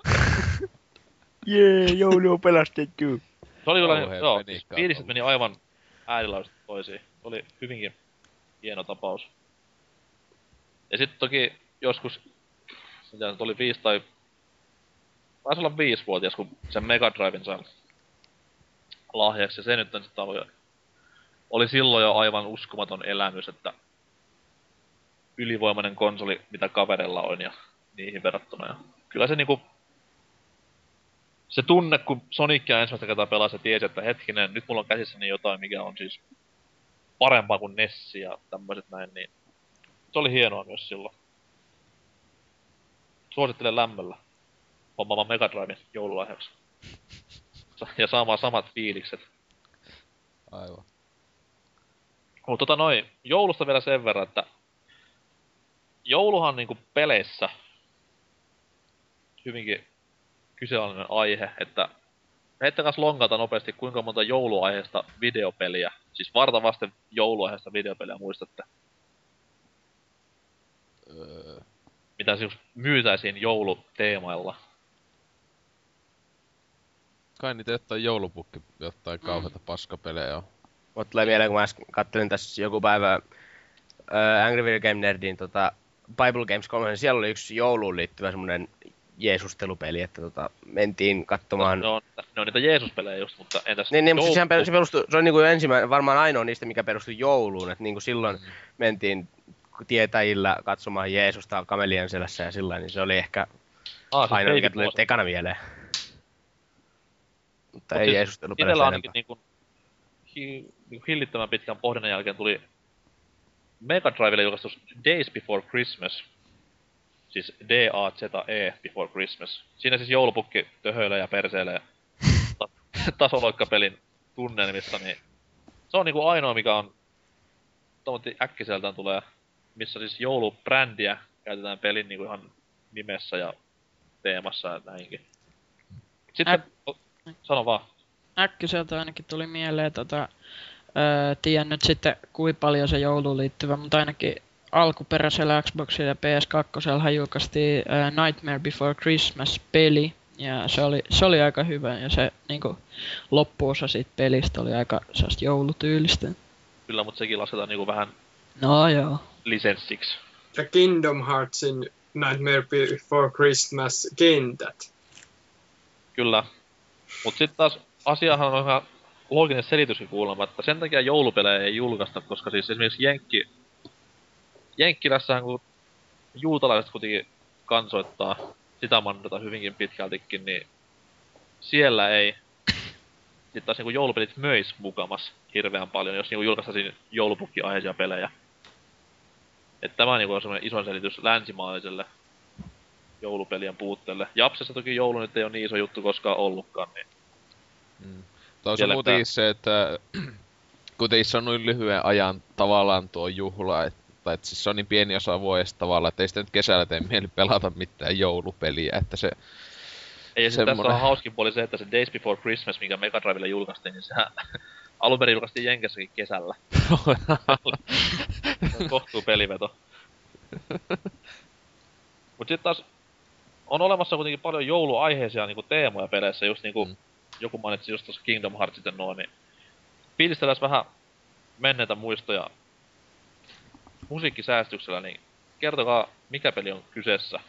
Jee, joulu on pelastettu. Se oli kyllä, joo, fiiliset meni aivan äärilaisesti toisiin. Se oli hyvinkin hieno tapaus. Ja sitten toki joskus, mitä nyt oli 5 tai... Taisi olla 5-vuotias, kun sen Mega Driven sain lahjaksi. Ja se nyt on sitten oli silloin jo aivan uskomaton elämys, että ylivoimainen konsoli, mitä kaverilla on ja niihin verrattuna. Ja kyllä se niinku... Se tunne, kun Sonicia ensimmäistä kertaa pelasi ja tiesi, että hetkinen, nyt mulla on käsissäni jotain, mikä on siis parempaa kuin Nessi ja tämmöiset näin, niin se oli hienoa myös silloin. Suosittelen lämmöllä hommaamaan Mega Driven joululahjaksi. Ja saamaan samat fiilikset. Aivan. Mutta joulusta vielä sen verran, että jouluhan niinku peleissä hyvinkin kyseenalainen aihe, että heittäkäs lonkata nopeasti, kuinka monta jouluaiheesta videopeliä, siis varta vasten jouluaiheesta videopeliä muistatte? Mitä siis myytäisiin jouluteemailla. Kai niitä jotain joulupukki jotain kauheita paskapelejä on. Mut tulee mieleen, kun mä kattelin tässä joku päivä Angry Video Game Nerdin Bible Games 3, niin siellä oli yksi jouluun liittyvä semmonen jeesustelupeli, että mentiin katsomaan... Ne on niitä Jeesus-pelejä just, mutta entäs Niin, mutta se perustui, se on niinku ensimmäinen, varmaan ainoa niistä, mikä perustui jouluun, että niinku silloin mentiin tietäjillä katsomaan Jeesusta kamelien selässä ja sillä niin se oli ehkä ainoa, mikä tuli nyt ekana mieleen. Mutta ei siis Jeesustelupeleistä enempää. ainakin niinku hillittömän pitkän pohdinnan jälkeen tuli Mega Drivelle julkaistus Days Before Christmas. Siis D-A-Z-E Before Christmas. Siinä siis joulupukki töhöilee ja perseilee tasoloikkapelin tunnelmissa, niin se on niinku ainoa, mikä on tommoinen äkkiseltään tulee, missä siis joulubrändiä käytetään pelin niinku ihan nimessä ja teemassa ja näinkin. Sitten, sano vaan. Äkkiseltä ainakin tuli mieleen tiedän nyt sitten kuinka paljon se jouluun liittyvä, mutta ainakin alkuperäisellä Xboxilla ja PS2 julkaistiin Nightmare Before Christmas-peli, ja se oli aika hyvä, ja se niinku loppuosa siitä pelistä oli aika sellaista joulutyylistä. Kyllä, mutta sekin lasketaan niinku vähän No joo. lisenssiksi. The Kingdom Heartsin Nightmare Before Christmas kentät. Kyllä. Mut sit taas asiahan on ihan looginen selityskin kuulemma, että sen takia joulupelejä ei julkaista, koska siis esimerkiksi Jenkkilässähän kun juutalaiset kuitenkin kansoittaa sitä mandata hyvinkin pitkältikin, niin siellä ei sit taas niinku joulupelit möis mukamas hirveän paljon, jos niinku julkaistaisiin joulupukki-aiheisia pelejä. Et tämä niinku on semmonen iso selitys länsimaalaiselle joulupelien puutteelle. Japsessa toki joulu nyt ei oo niin iso juttu koskaan ollutkaan, niin... Se on muuten se, että kuten se on noin lyhyen ajan tavallaan tuo juhla, että siis se on niin pieni osa vuodesta tavallaan, että ei sitä nyt kesällä tee mieli pelata mitään joulupeliä, että se... Ei, ja tässä on hauskin puoli se, että se Days Before Christmas, mikä Mega Drivelle julkaistiin, niin sehän alun perin julkaistiin Jenkessäkin kesällä. Kohtuu peliveto. Mut sit taas on olemassa kuitenkin paljon jouluaiheisia niinku teemoja peleissä, just niinku joku mainitsi just tossa Kingdom Heartsit ja noin, niin fiilistelläs vähän menneitä muistoja musiikkisäästyksellä, niin kertokaa mikä peli on kyseessä.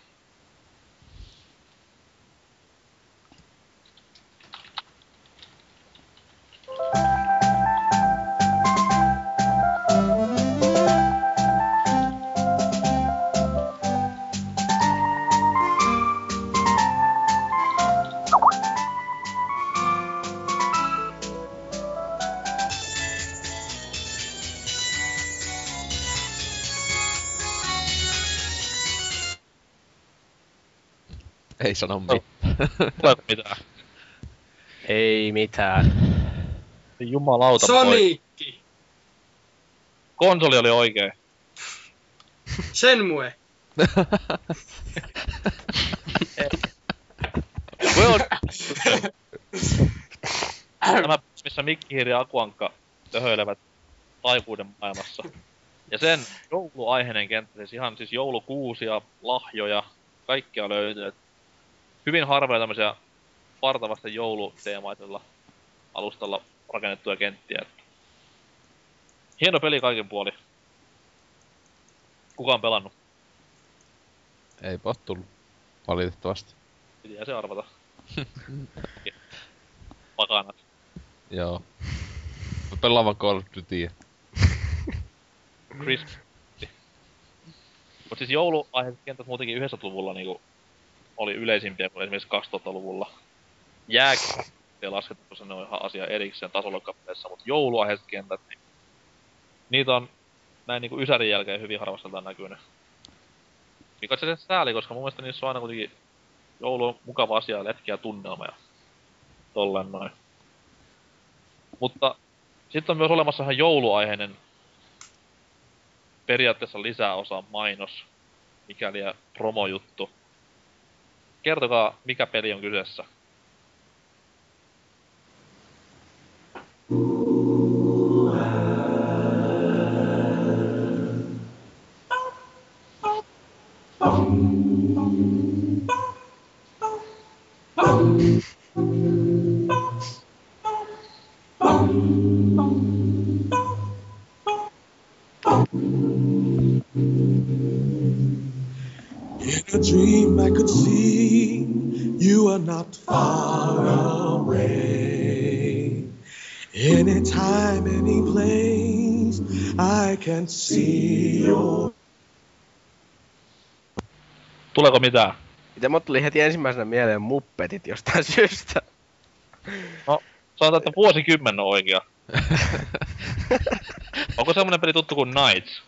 Ei sano mitään. Tuleeko mitään? Ei mitään. Jumalauta. Sonicki! Konsoli oli oikein. Shenmue! Tämä, missä Mikki-hiiri ja Akuankka töhöilevät taipuuden maailmassa. Ja sen jouluaiheinen kenttä, siis ihan siis joulukuusia, lahjoja, kaikkea löytyy. Hyvin harvoja tämmösiä partavasten jouluteemaisella alustalla rakennettuja kenttiä. Hieno peli kaiken puoli. Kuka on pelannut? Eipä oo tullut. Valitettavasti. Pitihän se arvata. Pakanat. Joo. Mä pelaan vaan Call of Dutyä. Crisp. Mut siis jouluaiheiset kentät muutenkin 90-luvulla niinku oli yleisimpiä kuin esimerkiksi 2000-luvulla. Jääkin ei laskettu, koska ne on ihan asia erikseen tasoloikkapeleissä, mut jouluaiheiset kentät, niin niitä on näin niinku Ysärin jälkeen hyvin harvasteltaan näkynyt. Mikä se sääli, koska mun mielestä niissä on aina kuitenkin joulu on mukava asia, letkiä tunnelma ja tolleen noin. Mutta sitten on myös olemassa ihan jouluaiheinen periaatteessa lisäosa mainos, mikäli ja promojuttu. Kertokaa, mikä peli on kyseessä. In a dream I could see you are not far away. Anytime, any place, I can see you. Tuleeko mitään? Mitä mut tuli heti ensimmäisenä mieleen Muppetit jostain syystä. No, sanotaan, että vuosikymmen on oikea. Onko semmonen peli tuttu kuin Knights?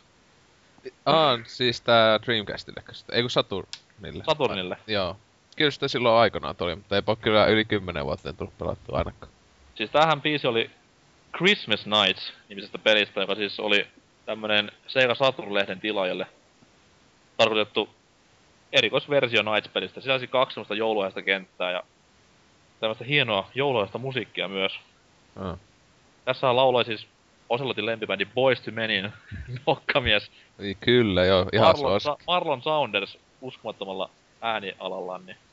Siis tää Dreamcastille, ei kun Saturnille. Saturnille? Joo. Kyllä sitä silloin aikanaan tuli, mutta ei kyllä yli 10 vuotta tullut pelattua ainakaan. Siis tämähän biisi oli Christmas Nights nimisestä pelistä, joka siis oli tämmönen Sega Saturn-lehden tilaajalle tarkoitettu erikoisversio Nights-pelistä. Sisälsi 2 semmoista jouluaista kenttää ja tämmöistä hienoa jouluaista musiikkia myös. Tässä lauloi siis Oselotin lempibändi Boyz II Menin nokkamies. Kyllä joo, ihan suosikki. Marlon Saunders uskomattomalla äänialallaan, niin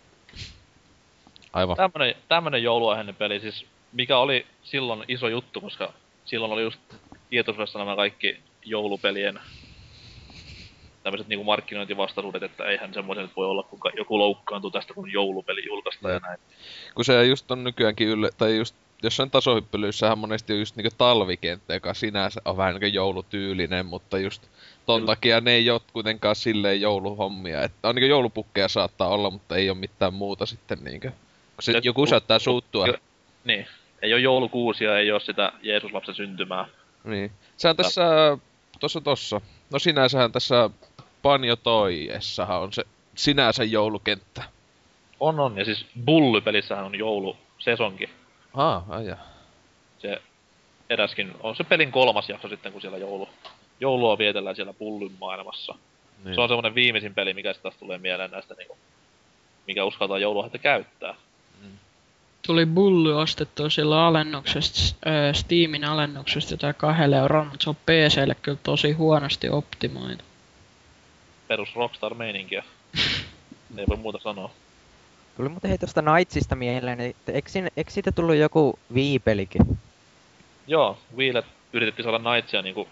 aivan. Tämmönen jouluaiheinen peli siis, mikä oli silloin iso juttu, koska silloin oli just tietoisuudessa nämä kaikki joulupelien tämmöiset niinku markkinointivastaisuudet, että eihän semmoisen nyt voi olla, kun joku loukkaantuu tästä, kun joulupeli julkaistaan ja näin. Kun se just on nykyäänkin tai just jossain tasohyppelyissähän monesti on just niinku talvikenttä, joka sinänsä on vähän niinku joulutyylinen, mutta just ton takia ne ei oo kuitenkaan silleen jouluhommia. Että on niinku joulupukkeja saattaa olla, mutta ei oo mitään muuta sitten niinkö. Kun se joku saattaa suuttua. Niin. Ei oo joulukuusia, ei oo sitä Jeesuslapsen syntymää. Niin. Sehän tässä tossa. No sinänsähän tässä Banjo Toiessahan on se sinänsä joulukenttä. On. Ja siis Bully-pelissähän on joulusesonki. Aijaa. Se eräskin on se pelin 3. jakso sitten, kun siellä joulua vietellään siellä Bullyn maailmassa. Niin. Se on semmonen viimeisin peli, mikä sitten taas tulee mieleen näistä niinku, mikä uskaltaa jouluaihetta käyttää. Tuli Bully ostettua sillä alennuksesta, Steamin alennuksesta jotain 2 €, mutta se on PC:lle kyllä tosi huonosti optimoitu. Perus Rockstar-meininkiä. Ei voi muuta sanoa. Tuli muuten hei tosta Knightsista mieleen, että eikö siitä tullut joku Wii-pelikin? Joo, Wiille yritettiin saada Knightsia niinku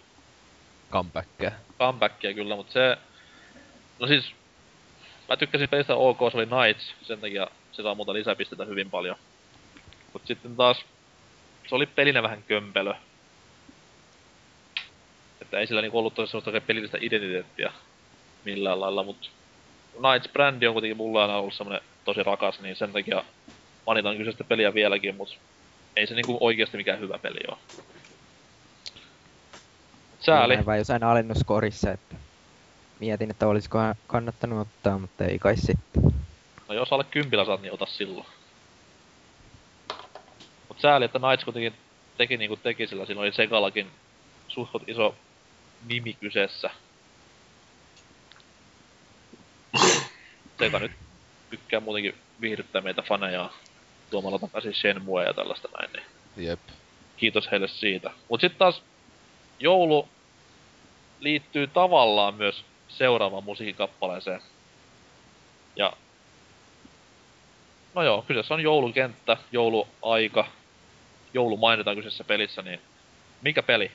comebackia kyllä, mutta se no siis mä tykkäsin pelistä OK, se oli Knights, sen takia se saa muuta lisäpisteitä hyvin paljon. Mut sitten taas se oli pelinä vähän kömpelö. Että ei sillä niinku ollut tosiaan sellaista pelillistä identiteettiä millään lailla, mut Knights-brändi on kuitenkin mulla aina ollut semmonen tosi rakas, niin sen takia manitan kyseistä peliä vieläkin, mut ei se niinku oikeesti mikään hyvä peli oo. Sääli. Vai jossain alennuskorissa, että mietin, että olisiko kannattanut ottaa, mutta ei kai sitten. No jos alle 10 saat, niin ota silloin. Mut sääli, että Knights kuitenkin teki niinku teki, sillä siinä oli Segallakin suhkot iso nimi kyseessä. Sega nyt tykkää muutenkin viihdyttää meitä faneja tuomalla takaisin Shenmue ja tällaista näin, niin jep. Kiitos heille siitä. Mut sit taas joulu liittyy tavallaan myös seuraavaan musiikkikappaleeseen. Ja no joo, kyseessä on joulukenttä, jouluaika, joulu mainitaan kyseessä pelissä, niin mikä peli?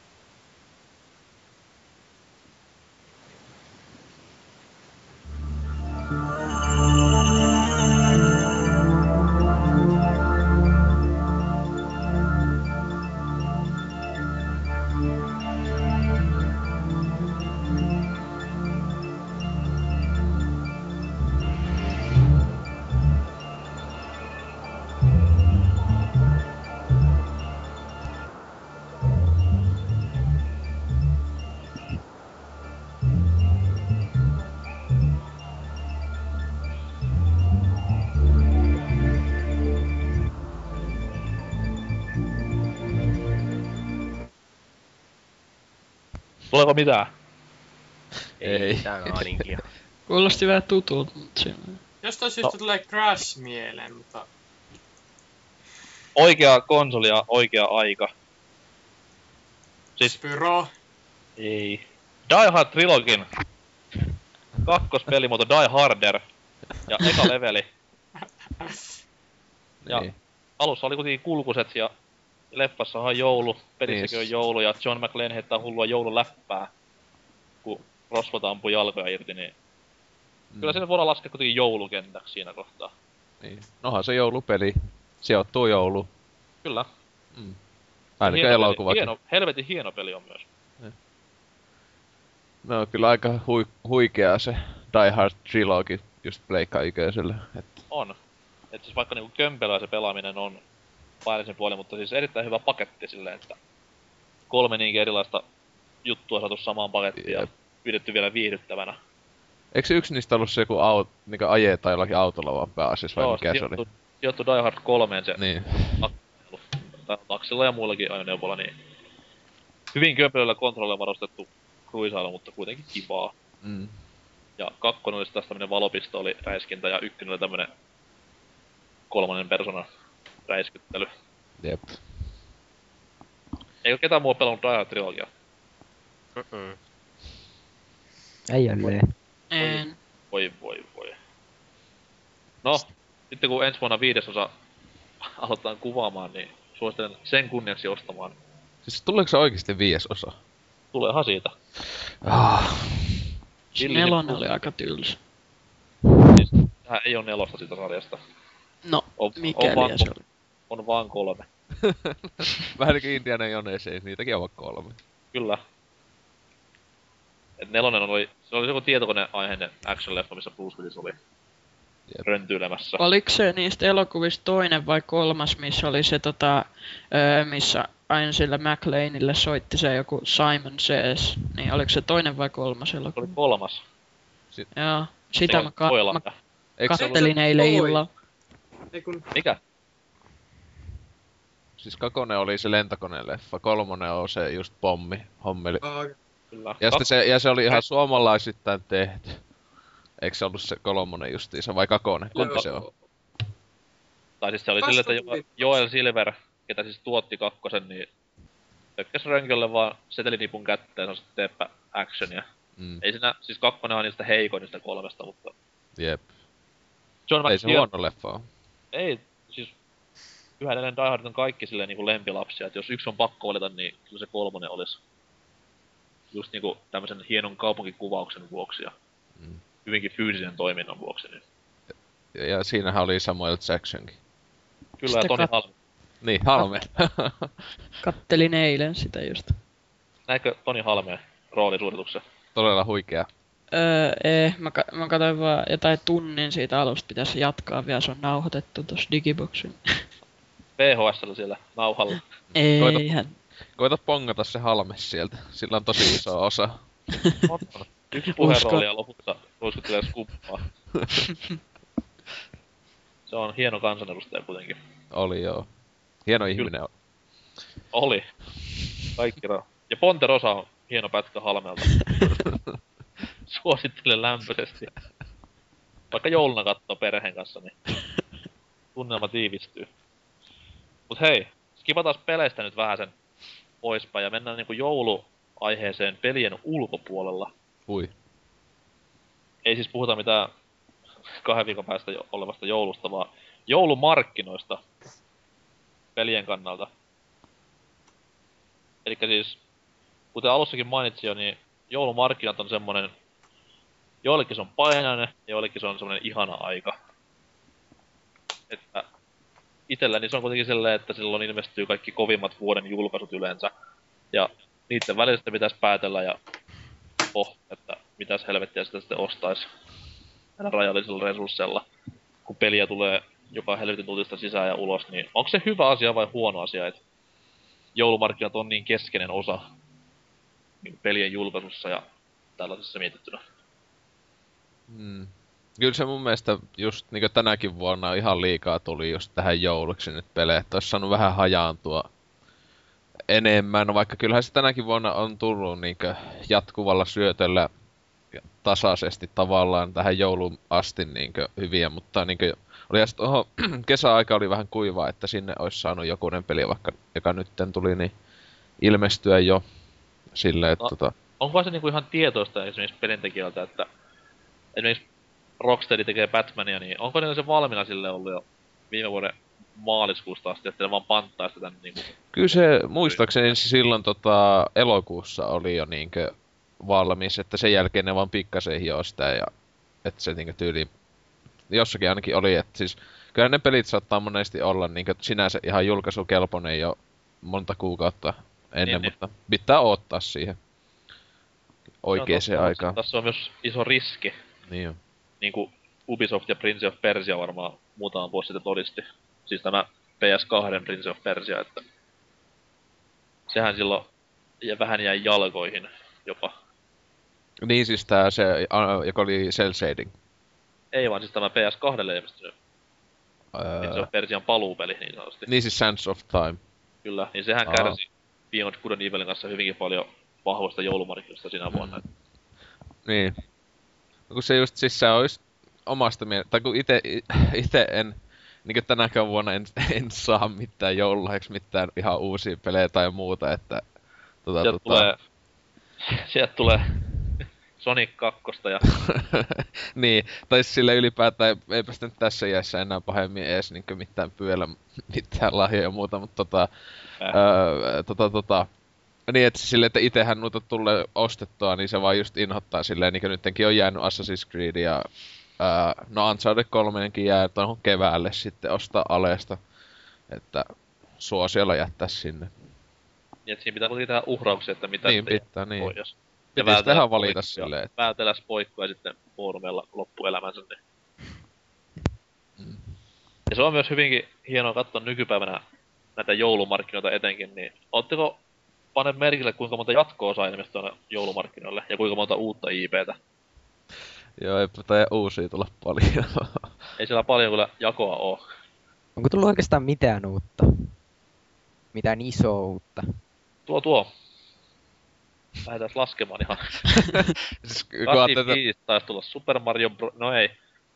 Tuleeko mitään? Ei mitään aaninkia. Kuulosti vähän tutulta, mutta siinä Jostain syystä tulee Crash mieleen, mutta Oikea konsoli ja oikea aika. Siis Spyro. ei. Die Hard Trilogin kakkospelimuoto Die Harder ja eka leveli. Ja Niin. alussa oli kuitenkin kulkuset ja leffassahan on joulu, pelissäkin Niin. on joulu ja John McClane heittää hullua joululäppää, kun rosvot ampuu jalkoja irti, niin kyllä sinne voidaan laskea kuitenkin joulukentäksi siinä kohtaa. Niin. Nohan se joulupeli. Sijoittuu joulu. Kyllä. Ainakin Hieno peli. elokuvakin. Helvetin hieno peli on myös. No kyllä aika huikea se Die Hard Trilogy just Pleikka Ykköselle. On. Et siis vaikka niinku kömpelöä se pelaaminen on painallisen puoli, mutta siis erittäin hyvä paketti silleen, että 3 niinkin erilaista juttua saatu samaan pakettiin ja pidetty vielä viihdyttävänä. Eikö yksi niistä ollut se joku niinku ajetaan jollakin autolla vaan pääasiassa vai mikä se oli? Sijoittu Die Hard 3 se Niin. taksilla ja muillakin ajoneuvoilla, niin hyvin kömpelöllä kontrollilla varustettu cruisailu, mutta kuitenkin kivaa. Ja 2 oli taas tämmönen valopistooli räiskintä ja 1 oli tämmönen 3. persoonan räiskyttely. Jep. Eikö ketään muu pelannut Die Hard trilogiaa? Ei ole. En. Voi. No, sitten kun ensi vuonna 5. osa aloitetaan kuvaamaan, niin suosittelen sen kunniaksi ostamaan. Siis tuleeko se oikeesti 5. osa? Tuleehan siitä. Se 4 oli aika tylsä. Siis tähän ei oo 4 siitä sarjasta. No, mikäli se oli. On vaan 3. Vähän niinku Indiana Jones, ei niitäkin ole 3. Kyllä. Et 4 oli, se oli joku tietokoneaiheinen action-leffa, missä Bruce Willis oli röntyilemässä. Oliko se niistä elokuvista 2 vai 3, missä oli se missä aina sillä McLeanille soitti se joku Simon Says, niin oliko se 2 vai 3 elokuva? Se oli 3. Joo, sitä mä kattelin se eilen illalla. Mikä? Siis 2 oli se lentokoneleffa, 3 on se just pommi, hommeli. Kyllä. Ja se oli ihan suomalaisittain tehty. Eikö se ollut se 3 justiinsa vai 2? Kumpi se on? Tai siis se oli silleen, että Joel Silver, ketä siis tuotti 2, niin tökkäs rönkölle vaan setelinipun kätteen, on sitten teepä actionia. Ei siinä, siis 2 on niistä heikoin niistä 3, mutta... Jep. John Ei se huono leffa oo. Ei, siis... Yhä edelleen Die Hard on kaikki silleen niinku lempilapsia, että jos yksi on pakko valita, niin kyllä se 3 olisi. Just niinku tämmösen hienon kaupunkikuvauksen vuoksi ja hyvinkin fyysisen toiminnan vuoksi. Niin. Ja siinähän oli Samuel Jacksonkin. Kyllä, ja Toni Halme. Niin, Halme. Kattelin eilen sitä just. Näinkö Toni Halmeen roolisuorituksen? Todella huikea. Ei, mä katsoin vaan jotain tunnin siitä alusta, pitäisi jatkaa vielä, se on nauhoitettu tossa Digiboxin. VHS:llä siellä nauhalla. Eihän. Koita pongata se Halme sieltä, sillä on tosi iso osa. Yksi puheenrooli ja lopussa ruiskuttelee skuppaa. Se on hieno kansanedustaja kuitenkin. Oli joo. Hieno ihminen on. Oli. Kaikki ja Ponterosa on hieno pätkä Halmelta. Suosittelen lämpöisesti. Vaikka jouluna kattoo perheen kanssa, niin tunnelma tiivistyy. Mut hei, skipataan peleistä nyt vähän sen poispäin ja mennään niinku jouluaiheeseen pelien ulkopuolella. Hui. Ei siis puhuta mitään 2 viikon päästä olevasta joulusta, vaan joulumarkkinoista pelien kannalta. Elikkä siis, kuten alussakin mainitsin jo, niin joulumarkkinat on semmonen, joillekin se on painainen, joillekin se on semmonen ihana aika. Että itselläni se on kuitenkin silleen, että silloin ilmestyy kaikki kovimmat vuoden julkaisut yleensä. Ja niitten välillä sitten pitäisi päätellä ja että mitäs helvettiä sitä sitten ostais rajallisilla resursseilla. Kun peliä tulee joka helvetin tuutista sisään ja ulos, niin onko se hyvä asia vai huono asia, että joulumarkkinat on niin keskeinen osa niin pelien julkaisussa ja tällaisessa mietittynä? Kyllä se mun mielestä just niinku tänäkin vuonna ihan liikaa tuli just tähän jouluksi nyt pelejä, että ois saanut vähän hajaantua enemmän, vaikka kyllähän se tänäkin vuonna on tullut niinkö jatkuvalla syötöllä tasaisesti tavallaan tähän joulun asti niinkö hyviä, mutta niinkö oli sitten kesäaika oli vähän kuiva, että sinne olisi saanut jokunen peli vaikka, joka nytten tuli, niin ilmestyä jo silleen, että Onko se niinku ihan tietoista esimerkiksi pelintekijöiltä, että esimerkiksi Rocksteady tekee Batmania, niin onko niillä se valmiina sille ollut jo viime vuoden maaliskuusta asti, että ne vaan panttaa sitä tänne niinku... Kyllä se muistaakseni silloin elokuussa oli jo niinkö valmis, että sen jälkeen ne vaan pikkasen hioo sitä ja että se niinkö tyyli jossakin ainakin oli, että siis kyllä ne pelit saattaa monesti olla niinkö sinänsä ihan julkaisukelpoinen jo monta kuukautta ennen, Niin. mutta pitää odottaa siihen oikeeseen aikaan. Tässä on myös iso riski. Niin on. Niinku Ubisoft ja Prince of Persia varmaan muutama vuosi sitten todisti. Siis tämä PS2 Prince of Persia, että sehän silloin vähän jäi jalkoihin jopa. Niin siis se, joka oli cel shading. Ei vaan siis tämä PS2 ilmestynyt Prince of Persian paluupeli niin sanotusti. Niin siis Sands of Time. Kyllä, niin sehän kärsi Beyond Good and Evilin kanssa hyvinkin paljon vahvoista joulumarkkinoista sinä vuonna. Niin. No kun se just, siis se olisi omasta mielestä, tai kun ite en, niinkö tänäkään vuonna en saa mitään joululahjaksi mitään ihan uusia pelejä tai muuta, että Sieltä tulee Sonic 2 ja... niin, tai sille ylipäätään eipä sitä nyt tässä iässä enää pahemmin ees niinkö mitään mitään lahjoja ja muuta, mutta niin, että silleen, että itehän noita tulee ostettua, niin se vaan just inhottaa silleen, niinkö nyttenkin on jäänyt Assassin's Creed ja no Uncharted 3:nkin jää tuohon keväälle sitten ostaa Alesta, että suosiolla jättää sinne. Niin, että siinä pitää kuitenkin tehdä uhrauksia, että mitä niin, pitää, niin. Pois. Pitäis tähän valita silleen, että... Vältellä spoikkoja sitten foorumeilla loppuelämänsä, niin... Ja se on myös hyvinkin hienoa katsoa nykypäivänä näitä joulumarkkinoita etenkin, niin ootteko panneet merkille, kuinka monta jatkoa saa ilmeisesti tuonne joulumarkkinoille ja kuinka monta uutta IPtä? Joo, eipä tai uusia tulla paljon. Ei siellä paljon kyllä jakoa oo. Onko tullut oikeastaan mitään uutta? Mitään isoa uutta? Tuo. Lähdetään laskemaan ihan. Siis, 85 taisi tulla Super Mario No ei.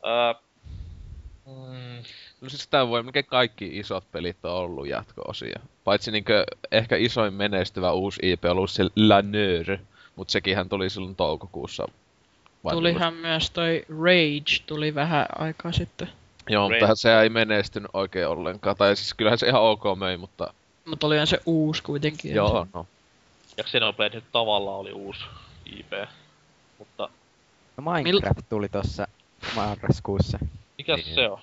No siis tää voi melkein kaikki isot pelit on ollut jatko-osia. Paitsi niinkö ehkä isoin menestyvä uusi IP on ollut se La Neur, mut sekinhän tuli silloin toukokuussa. Tulihan myös toi Rage tuli vähän aikaa sitten. Joo, mutta se ei menestynyt oikein ollenkaan. Tai siis kyllähän se ihan ok möi, mutta... Mutta olihan se uusi kuitenkin. Joo, no. Ja Xenoblade nyt tavallaan oli uusi IP. Mutta... No Minecraft tuli tossa marraskuussa. Mikäs niin. se on?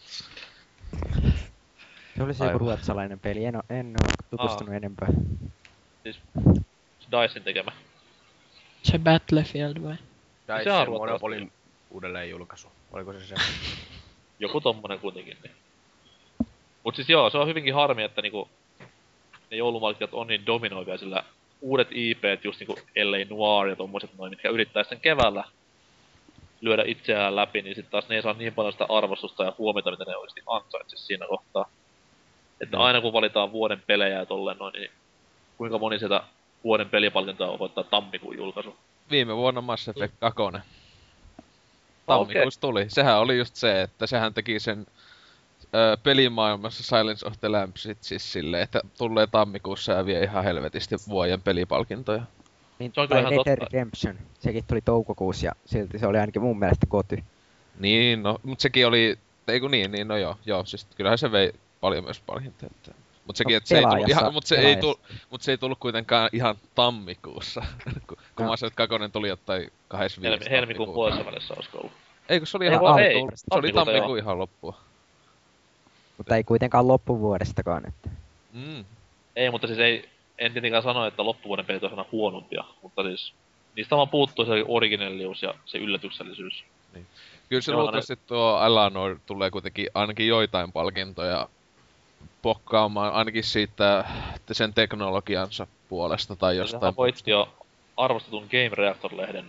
Se oli se joku ruotsalainen peli, en oo tutustunut enempää. Siis Dicen tekemä. Se Battlefield vai? Dicen Monopolin uudelleen julkaisu. Oliko se se? Joku tommonen kuitenkin. Niin. Mut siis joo, se on hyvinkin harmi, että niinku ne joulumarkkinat on niin dominoivia, sillä uudet IPt, just niinku LA Noir ja tommoset noin, mitkä yrittää sitten keväällä lyödä itseään läpi, niin sit taas ne ei saa niin paljon sitä arvostusta ja huomiota, mitä ne oikeesti ansaitsis siinä kohtaa. Että aina kun valitaan vuoden pelejä ja tolleen noin, niin kuinka moni sieltä vuoden pelipalkintoa voittaa tammikuun julkaisu? Viime vuonna Mass Effect 2. Tammikuussa tuli. Sehän oli just se, että sehän teki sen pelimaailmassa Silence of the Lambsit siis silleen, että tulee tammikuussa ja vie ihan helvetisti vuoden pelipalkintoja. Niin, se on tai kyllä Red ihan Dead totta. Redemption. Sekin tuli toukokuussa ja silti se oli ainakin mun mielestä koty. Niin, no, mut sekin oli, eiku niin, no joo, siis kyllähän se vei paljon myös palkintoja. Mut sekin, että se ei tullut ihan, mut se ei tullut kuitenkaan ihan tammikuussa, kun Mass Effect 2 tuli jotain 25. Helmikuun puolessa välissä olisiko ollut. Eikö se oli Ei ihan vaan, ei. alkuun, se oli tammikuun ihan loppua. Mutta ei kuitenkaan loppuvuodestakaan, että... Ei, mutta siis en tietenkään sano, että loppuvuoden pelit on aina huonompia, mutta siis niistä vaan puuttuu se originellius ja se yllätyksellisyys. Niin. Kyllä se luultavasti tuo Eleanor tulee kuitenkin ainakin joitain palkintoja pokkaamaan, ainakin siitä että sen teknologiansa puolesta tai jostain. Sehän voitti jo arvostetun Game Reactor-lehden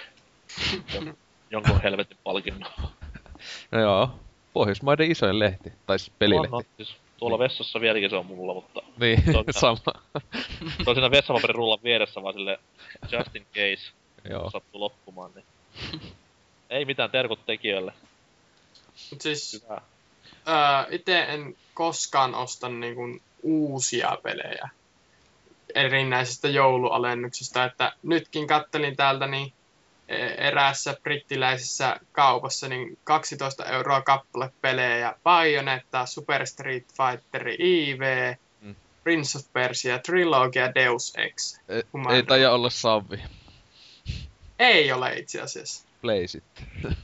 jonkun helvetin palkinnon. No joo, Pohjoismaiden isoin lehti, tai pelilehti. No, siis tuolla vessassa vieläkin se on mulla, mutta... Niin, se on sama. Se on siinä vessapaperirullan vieressä vaan silleen just in case sattuu loppumaan, niin... Ei mitään, terkut tekijöille. Mut siis... Hyvä. Ite en koskaan osta niinku uusia pelejä erinäisistä joulualennuksista, että nytkin kattelin täältä, niin eräässä brittiläisessä kaupassa niin 12 € kappale pelejä. Bayonetta, Super Street Fighter IV, Prince of Persia, Trilogy ja Deus Ex. Ei taida olla Savvi. Ei ole itse asiassa. Play sitten.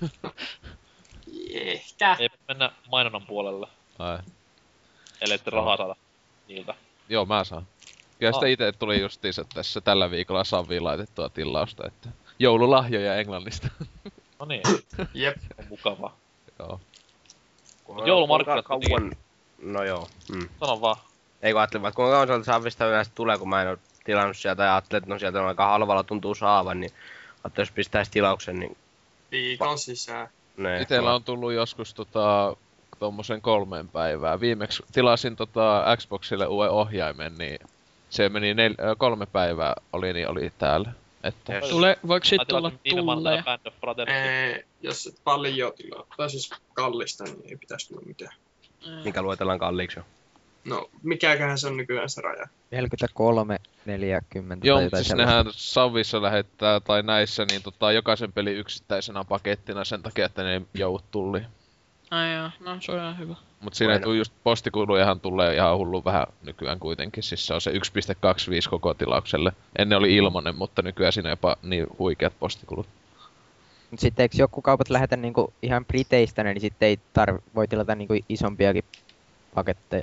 Ehkä. Ei mennä mainonnan puolelle, Ai. ellei ette rahaa saada niiltä. Joo, mä saan. Kyllä sitä ite tuli justiinsa tässä tällä viikolla Savviin laitettua tilausta, että joululahjoja Englannista. No niin, Jep. on mukavaa. Joo. Joulumarkkinat Joulumarkkinat kauan... No joo. Sano vaan. Ei kun ajattelin, että kuinka kauan sieltä Savvista yleensä tulee, kun mä en oo tilannut sieltä ja ajattelin, että no sieltä on aika halvalla tuntuu saavan, niin ajattelin, jos pistäis tilauksen, niin... Viikon sisään. Ne, Itellä on tullut joskus tommosen 3 päivää. Viimeksi tilasin Xboxille uuden ohjaimen, niin se meni 3 päivää oli täällä. Että Yes. Voiko siitä tulla tulleja? Band of Brothers. Jos et paljon tilaa, tai siis kallista, niin ei pitäisi tulla mitään. mikä luetellaan kalliiksi jo. No, mikäköhän se on nykyään se raja? 43, 40 joo, tai mutta jotain siis sellaista. nehän Savvissa lähettää tai näissä niin jokaisen peli yksittäisenä pakettina sen takia, että ne ei joudu tulliin. Ai joo, no se on ihan hyvä. Mut siinä ei tuu just postikulujahan tulee ihan hullu vähän nykyään kuitenkin. Siis se on se 1,25 koko tilaukselle. Ennen oli ilmanen, mutta nykyään siinä jopa niin huikeat postikulut. Mut sitten eikö joku kaupat lähetä niinku ihan Briteistä, niin sitten ei voi tilata niinku isompiakin paketteja.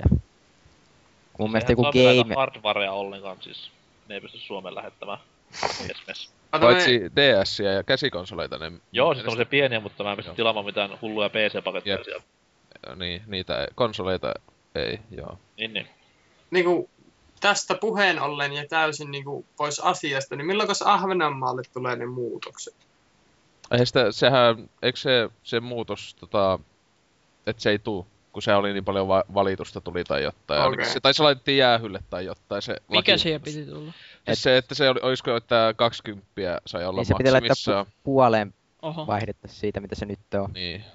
Mun mielestä joku game... hardwarea ollenkaan, siis ne ei pysty Suomeen lähettämään. Yes. Paitsi DS-iä ja käsikonsoleita ne... Joo, siis tommosia pieniä, mutta mä en pysty tilaamaan mitään hulluja PC-paketteja Jep. sieltä. Niin, niitä konsoleita ei, joo. Niin. Niinku, tästä puheen ollen ja täysin niinku pois asiasta, niin milloinkas Ahvenanmaalle tulee ne muutokset? Eihän eikö se muutos, että se ei tuu, kun se oli niin paljon valitusta tuli tai jotain. Okei. Se laitettiin jäähylle tai jotain se Mikä laki. siihen piti tulla? Se, että se olisiko, että 20 sai olla Niin se piti laittaa maksimissaan. puoleen Oho. vaihdettaisiin siitä, mitä se nyt on. Niin.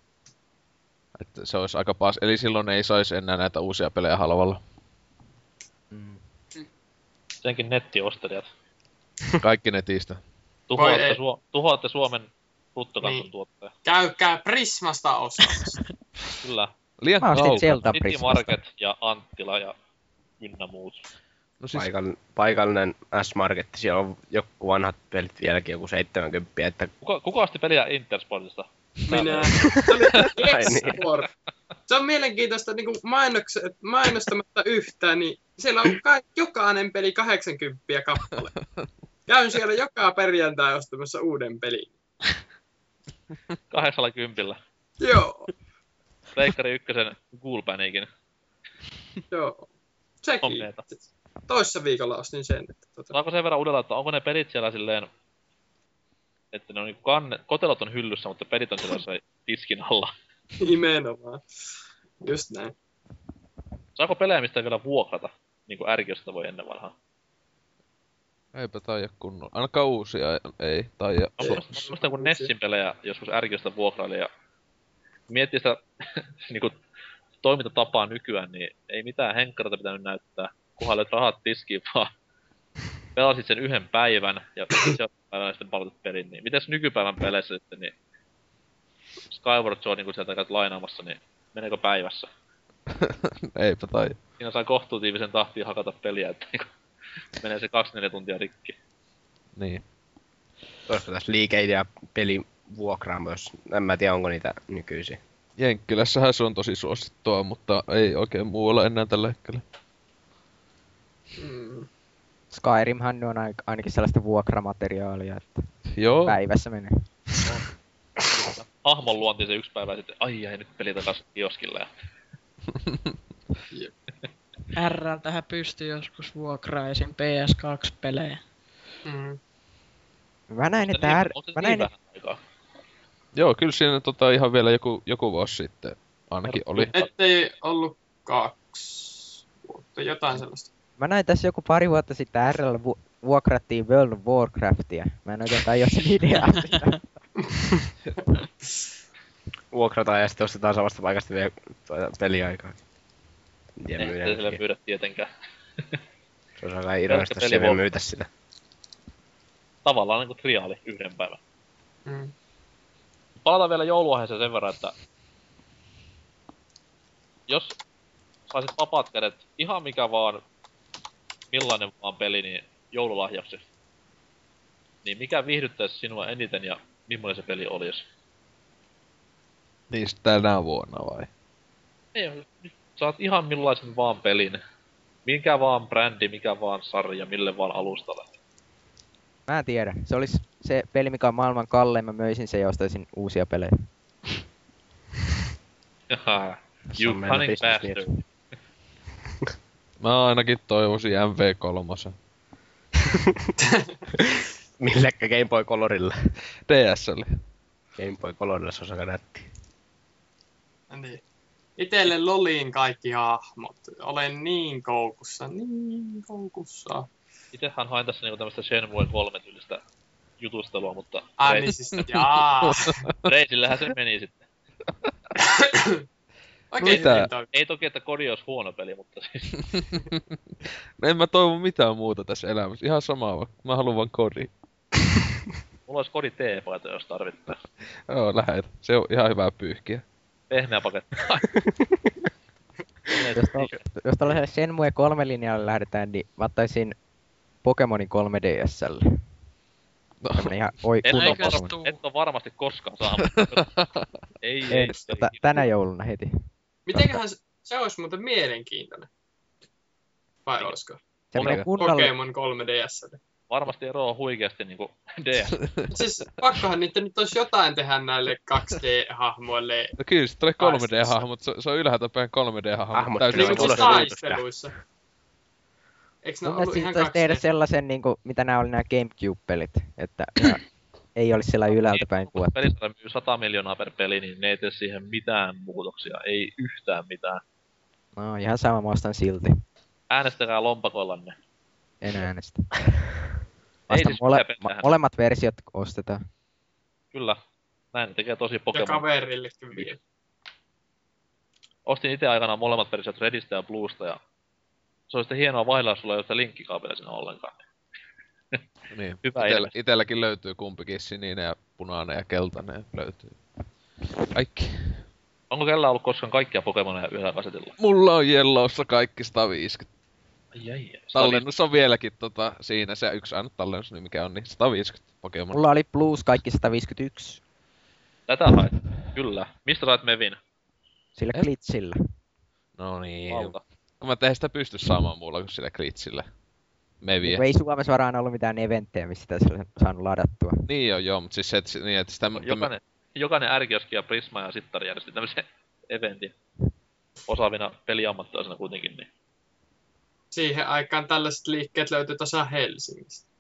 Että se olisi aika paas. Eli silloin ei saisi enää näitä uusia pelejä halvalla. Senkin nettiostelijat. Kaikki netistä. Tuhoatte Suomen bruttokansantuotteen. Käykää Prismasta ostamassa. Kyllä. Liian Mä ostin kauan. sieltä City Prismasta. Market ja Anttila ja ynnä muut. No siis, Paikallinen S-Marketti, siellä on joku vanhat pelit vieläkin, joku 70, että... Kuka osti peliä Intersportista? Minä. Se on mielenkiintoista, niin mainostamatta yhtään, niin siellä on jokainen peli 80 kappale. Käyn siellä joka perjantai ostamassa uuden pelin. 80. Joo, Pleikkari 1 Ghoul Panicin. joo. Sekin. Onneeta. Toissa viikolla ostin sen. Että Saanko sen verran uudella, että onko ne pelit siellä silleen, että ne on niinku kotelot on hyllyssä, mutta pelit on siellä jossain tiskin alla. Nimenomaan. Just näin. Saako pelejä mistä vielä vuokrata? Niinku Ärkiöstä voi ennen vanhaa. eipä taida kunnolla. Ainakaan uusia ei taida. Musta kun Nessin pelejä joskus Ärkiöstä vuokraili ja miettii sitä niinku toimintatapaa nykyään, niin ei mitään henkkareita pitänyt näyttää. Kunhan löit rahat tiskiin vaan. Pelasit sen 1 päivän ja se päivänä sitten palautit pelin. Niin mites nykypäivän peleissä sitten, niin Skyward Sword, kun sieltä käyt lainaamassa, niin meneekö päivässä? Eipä taida. Siinä saa kohtuutiivisen tahtiin hakata peliä, että niinku menee se 2-4 tuntia rikki. Niin. Olisiko tässä liikeitä ja pelivuokraa myös? En mä tiedä, onko niitä nykyisiä. Jenkkilässähän se on tosi suosittua, mutta ei oikein muualla enää tällä hetkellä. Skyrimhan on ainakin sellaista vuokramateriaalia, että Joo. päivässä menee. Hahmon luontiin se 1 päivä sitten, ai nyt peli takas kioskille. R:ltähän pystyi joskus vuokraisin PS2-pelejä. Mä näin, että mä näin, vähän aikaa? Joo, kyllä siinä ihan vielä joku vuosi sitten ainakin oli. Ettei ollut 2 vuotta, jotain sellaista. mä näin tässä joku pari vuotta sitten RL vuokrattiin World of Warcraftia. Mä en oikein tajua sen ideaa. Vuokrataan ja sitten ostetaan samasta paikasta vielä peliaikaa. Ei sille myydä tietenkään. Se on aika ironista, jos se vielä myytä sitä. Tavallaan niinku triaali 1 päivän. Palataan vielä jouluaiheeseen sen verran, että jos saisit vapaat kädet, ihan mikä vaan, millainen vaan peli, niin joululahjaksi. Niin mikä viihdyttäisi sinua eniten ja millainen se peli olisi? Niistä tänä vuonna vai? Ei, nyt saat ihan millaisen vaan pelin. Mikä vaan brändi, mikä vaan sarja, mille vaan alustalle. Mä en tiedä. Se olisi se peli, mikä on maailman kallein. Mä möisin sen ja ostaisin uusia pelejä. Jaha, you cunning bastard. Mä ainakin toivoisin MV3. Millekä Game Boy Colorille? DSL. Game Boy Colorille se on aika nätti. Niin. Itelle loliin kaikki hahmot. Olen niin koukussa. Itehän hain tässä niinku tämmöstä Shenmue 3 tyylistä jutustelua, mutta... Niin siis, jaa. Reisillähän se meni sitten. Oikein Mitä? hyvin toi. Ei toki, että kodi olisi huono peli, mutta siis... No en mä toivo mitään muuta tässä elämässä. Ihan samaa vaan. Mä haluan vaan kodin. Mulla olisi kodi T-paita, jos tarvittaa. Joo, lähet. Se on ihan hyvää pyyhkiä. Pehmeä paketti. Jos tällaiselle Shenmue 3 linjalle lähdetään, niin mä ottaisin Pokemonin 3DSL. No, Tämmönen ihan Et kunnon oo Eikös Pokemon. tuu? et oo varmasti koskaan saanut. ei. Tänä jouluna heti. Mitenköhän se olisi muuten mielenkiintoinen? Vai olisiko? Semmonen kunnolla... Pokemon 3DS. Varmasti eroaa huikeasti niinku DS. Siis pakkohan niitä nyt olisi jotain tehdä näille 2D-hahmoille. no kyllä, sit tulee Taistelussa. 3D-hahmot. Se on ylhäältä päin 3D-hahmot. Hahmot Täysin Niin, Kyllä, mutta se siis tulee se taisteluissa. Eikö ne Mun ollut mielestä ihan siitä voisi tehdä 2D? sellaisen, niinku, mitä nämä oli nämä Gamecube-pelit. Että ei olisi siellä ylhäältä päin kuvattu. Pelisarja myy 100 miljoonaa per peli, niin ne ei tee siihen mitään muutoksia. Ei yhtään mitään. No ihan sama, mä ostan silti. Äänestäkää lompakoillanne. En äänestä. Ei siis mikä pelihän. Molemmat versiot ostetaan. Kyllä. Näin ne tekee tosi Ja Pokemon. kaverillekin vielä. Ostin itse aikanaan molemmat versiot Redistä ja Bluesta ja... Se olisi sitten hienoa vaihella, jos sulla ei ole sitä linkkikaapelia siinä ollenkaan. Niin. Hyvä ilme. Itelläkin löytyy kumpikin sininen ja punainen ja keltainen löytyy. Kaikki. Onko kellään ollut koskaan kaikkia Pokemoneja yhdellä kasetilla? Mulla on Yellowssa kaikki 150. Ai. Tallennus on vieläkin siinä se yksi ainut tallennus, niin mikä on niin 150 Pokemon. Mulla oli Blues kaikki 151. Tätä hait. Kyllä. Mistä sait Mevin? Sillä glitchillä. No niin. Valta. Kun mä tein sitä pysty saamaan muulla kuin sillä glitchillä. Meviä. Ei Suomessa varmaan ollut mitään eventtejä, missä sitä sillä saanut ladattua. Niin joo, mutta siis se, niin, että sitä... Jokainen ärkioski ja Prisma ja Sittari järjesti tämmösen eventin. Osaavina peliammattilaisina kuitenkin, niin... Siihen aikaan tällaiset liikkeet löytyi tuossa Helsingistä.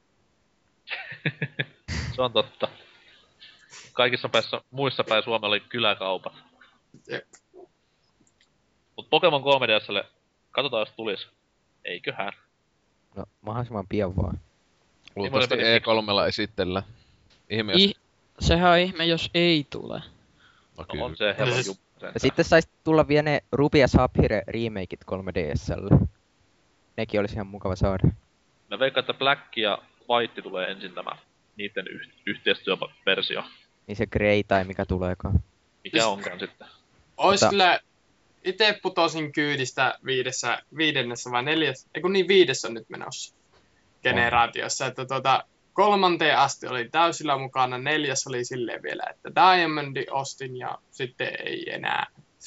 Se on totta. Kaikissa muissa päin Suomella oli kyläkaupat. Jep. Mut Pokemon 3DSlle, katsotaan jos tulis. Eiköhän. No mahdollisimman pian vaan. Luultavasti E3:lla esitellä. Ihme jos... Sehän on ihme, jos ei tule. No No on se hevon juppu. Ja sitten sais tulla vielä ne Ruby ja Sapphire remakeit 3DSlle. Nekin olisi ihan mukava saada. Mä veikkaan, että Black ja White tulee ensin tämä. Niitten yhteistyöversio. Niin se Grey tai mikä tuleekaan. Mikä onkaan sitten. Ois Tota- kyllä... Ite putosin kyydistä viidennessä vai neljäs... Eiku niin 5 on nyt menossa. Generaatiossa. Että 3. asti oli täysillä mukana. 4 oli silleen vielä, että Diamondi ostin ja sitten ei enää.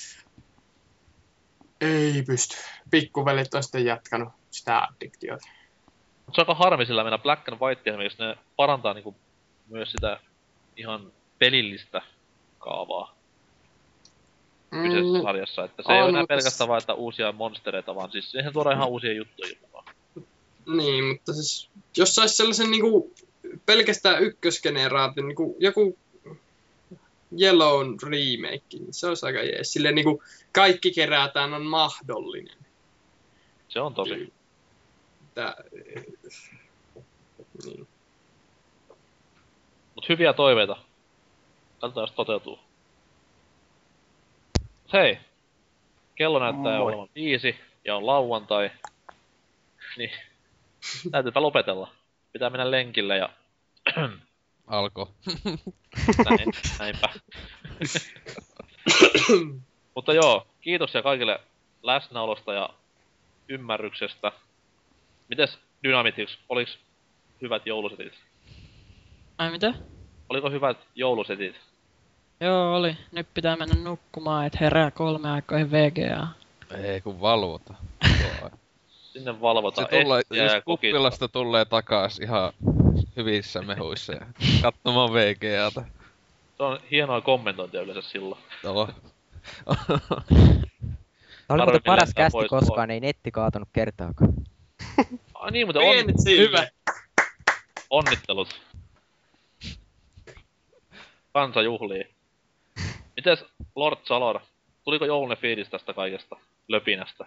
Ei pysty. Pikkuvelit on sitten jatkanut sitä addiktiota. Mut se on aika harmi sillä mennä Black and White esimerkiksi ne parantaa niinku myös sitä ihan pelillistä kaavaa kyseisessä sarjassa. Että se ei on, ole enää mutta pelkästään vaan, että uusia monstereita, vaan siis siihen tuodaan ihan uusia juttuja mukaan. Niin, mutta siis jos sais sellaisen niinku pelkästään ykkösgeneraation niinku joku Yellown remake, niin se olisi aika jees. Silleen niinku kaikki kerätään on mahdollinen. Se on tosi. Niin. Mut hyviä toiveita. Katsotaan jos toteutuu. Hei! Kello näyttää Moi. olevan 5 ja on lauantai. Niin. Täytyypä lopetella. Pitää mennä lenkille ja... alkoi. Näinpä. Mutta joo, kiitoksia kaikille läsnäolosta ja ymmärryksestä. Mites Dynamitix, oliks hyvät joulusetit? Ai mitä? Oliko hyvät joulusetit? Joo, oli. Nyt pitää mennä nukkumaan, et herää 3 aikoihin VGA. Ei kun valvota. Sinne valvotaan Se tulee, estiä jos ja kokista. kuppilasta tulee takas ihan hyvissä mehuissa ja katsomaan VGAta. Se on hienoa kommentointia yleensä silloin. Joo. Tämä oli muuten paras Harvinaista kästi pois koskaan, ei netti kaatunut kertaakaan. Ai niin, mutta Pienet sille. hyvä. Onnittelut. Kansa juhlii. Mites Lord Salor? Tuliko joulunen fiilis tästä kaikesta löpinästä?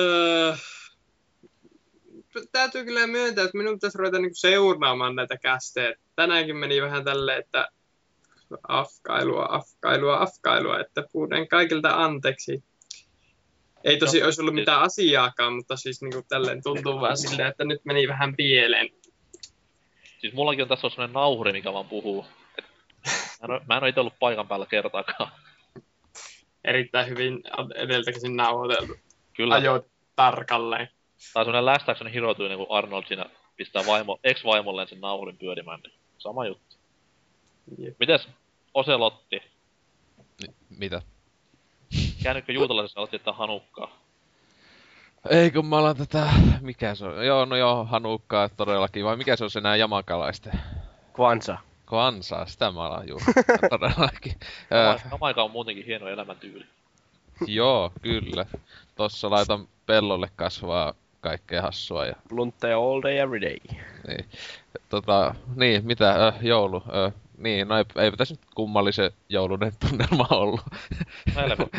Täytyy kyllä myöntää, että minun pitäisi ruveta niinku seuraamaan näitä kästejä. Tänäänkin meni vähän tälleen, että afkailua, että pyydän kaikilta anteeksi. Ei tosi olisi ollut mitään asiaakaan, mutta siis niinku tälleen tuntuu vähän silleen, että nyt meni vähän pieleen. Siis mullakin on tässä semmonen nauhuri, mikä vaan puhuu. Mä en oo ite ollut paikan päällä kertaakaan. Erittäin hyvin edeltäkin nauhoiteltu. Kyllä. Ajoit tarkalleen. Tai semmonen last action hero-tyylinen, kun Arnold siinä pistää ex-vaimolleen sen nauhurin pyörimään, niin sama juttu. Jep. Mites Oselotti? Mitä? Käännytkö juutalaisessa aloitti, että Hanukkaa? Ei kun mä alan tätä... Mikä se on? Joo, Hanukkaa todellakin. Vai mikä se on se nää jamakalaisten? Kwanza. Kwanzaa, sitä mä alan juuri. Todellakin. Jamaika on muutenkin hieno elämäntyyli. Joo, kyllä. Tossa laitan pellolle kasvaa kaikkea hassua ja... Bluntteja all day every day. Niin. Niin, mitä? Joulu. Niin, no ei pitäis nyt kummallisen joulunen tunnelma ollut. Helvetti.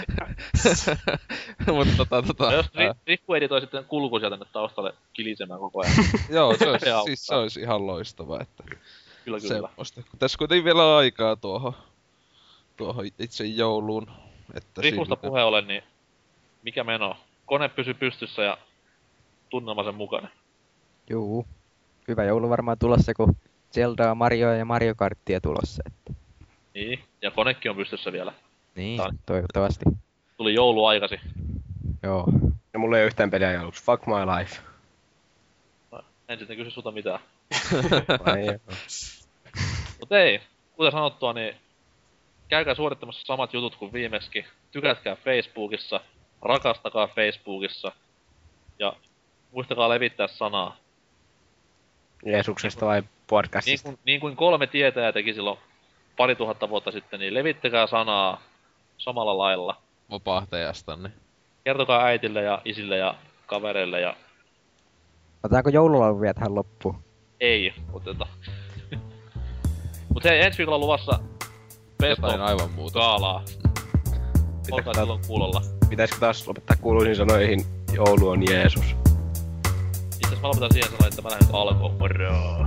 Mutta Jos Rikku editoi sitten kulkuisia tänne taustalle kilisemään koko ajan. Joo, se olisi, auttaa. siis se olisi ihan loistava, että... Kyllä. Semmosta. Tässä kuitenkin vielä aikaa tuohon itse jouluun. Että Rikusta puheen ollen, niin mikä meno? Kone pysy pystyssä ja tunnelma sen mukana. Juu. Hyvä joulu varmaan tulossa, kun Zeldaa, Marioa ja Mario Karttia tulossa. Että. Niin, ja konekin on pystyssä vielä. Niin, toivottavasti. Tuli joulu aikasi. Joo. Ja mulla ei ole yhtään peliä aluksi. Fuck my life. En sitten kysy sulta mitään. Ai joo. Mut ei, kuten sanottua, niin käykää suorittamassa samat jutut kuin viimeksi. Tykätkää Facebookissa, rakastakaa Facebookissa ja muistakaa levittää sanaa. Jeesuksesta vai podcastista? Niin kuin 3 tietäjää teki silloin 2000 vuotta sitten, niin levittäkää sanaa samalla lailla. Vapahtajastanne. Kertokaa äitille ja isille ja kavereille ja... Otetaanko joululaulu vielä tähän loppuun? Ei oteta. Mut hei, ensi viikolla luvassa Jotain aivan muuta. Gaalaa. Olkaa silloin kuulolla. Pitäisikö taas lopettaa kuuluisiin sanoihin joulu on Jeesus? Itse asiassa mä lopetan siihen sanoa, että mä lähden nyt alkoon. Moro!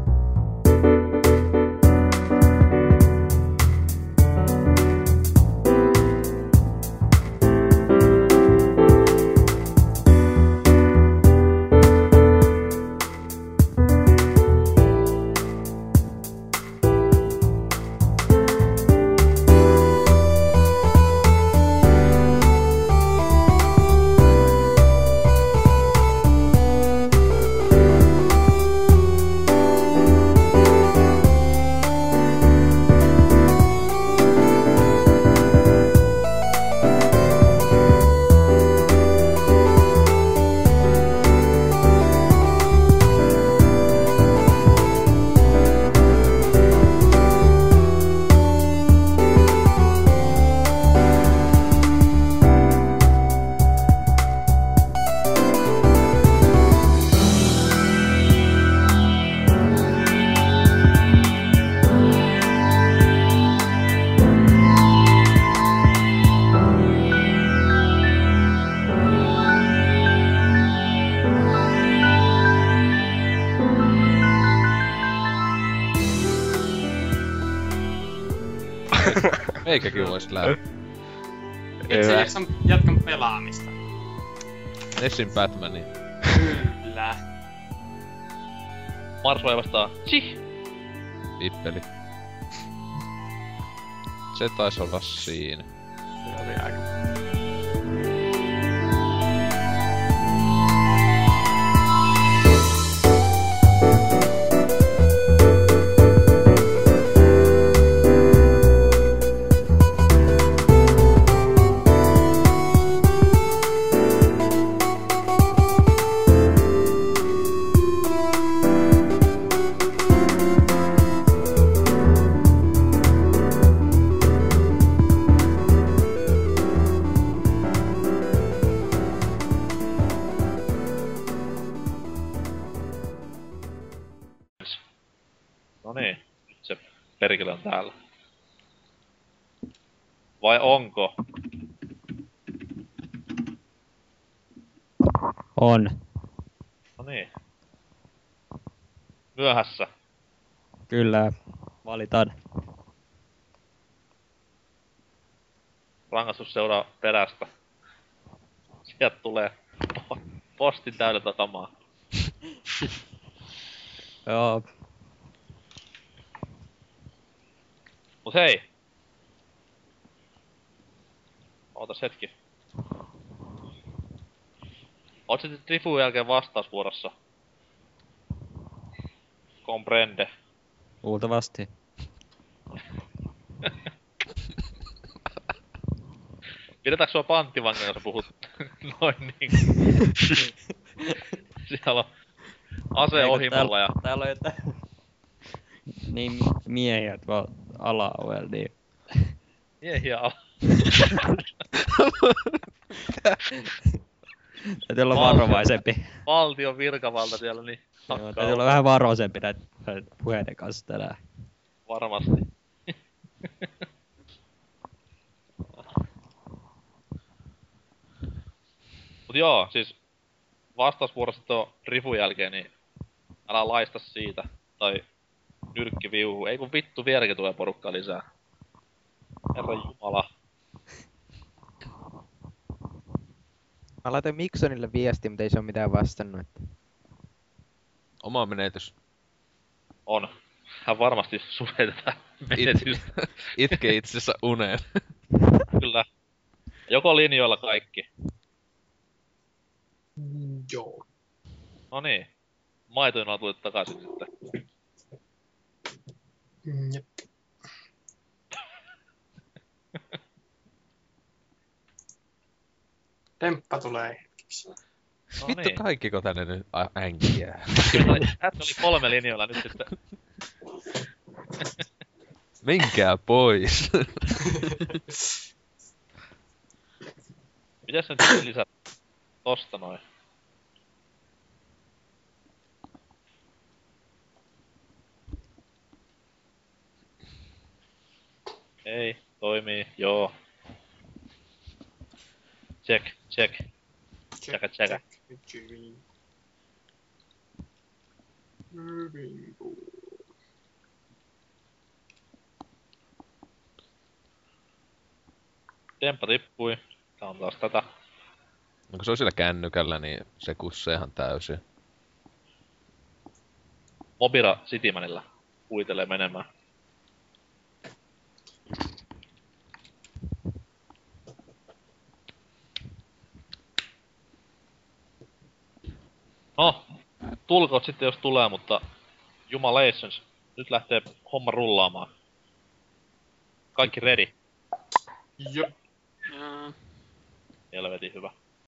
Eikäkin vois lähteä. Itse jatkan pelaamista. Nessin Batmanin. Kyllä. Mars vai vastaa. Chih! Pippeli. Se taisi olla siinä. Se oli aika... No niin, nyt se perkele on täällä. Vai onko? On. No niin. Myöhässä. Kyllä. Valitaan. Rangaistus seuraa perästä. Sieltä tulee postin täydeltä kamaa. Joo. Mut hei! Ootas hetki. Oot sitten Trifun jälkeen vastausvuorossa? Comprende. Luultavasti. Pidetäänkö sua panttivangina, jos sä puhut noin niin? Siellä on ase ohimolla ja... Täällä on jotain... niin miehiä tuolla ala-ovella, niin... Miehiä täytyy olla varovaisempi. Valtion virkavalta siellä, niin... Joo, täytyy olla vähän varovaisempi näitä puheiden kanssa tänään. Varmasti. Mut joo, siis vastausvuorossa tuon Rifun jälkeen, niin älä laista siitä. Tai nyrkki viuhuu. Ei kun vittu, vieläkin tulee porukkaa lisää. Herra jumala. Mä laitoin Miksonille viesti, mutta ei se oo mitään vastannut. Että... Oma menetys. On. Hän varmasti suree tätä menetystä. Itke itsensä uneen. Kyllä. Joko linjoilla kaikki. Joo. No niin. Maitoina on tullut takaisin sitten. Jep. Temppa tulee hetkeksi. No Vittu niin. kaikkiko tänne nyt äänkiä? Tässä oli 3 linjoilla nyt sitten. Menkää pois. Mitäs nyt lisää tosta noin? Ei, toimii, joo. Check, check. Tsäkä, tsäkä. Temppa tippui. Tää on taas tätä. No kun se on sillä kännykällä, niin se kussee ihan täysin. Mobira Citymanilla huitelee menemään. No, tulkoot sitten jos tulee, mutta jumalations, nyt lähtee homma rullaamaan. Kaikki ready. Jop. Joo. Helvetin hyvä.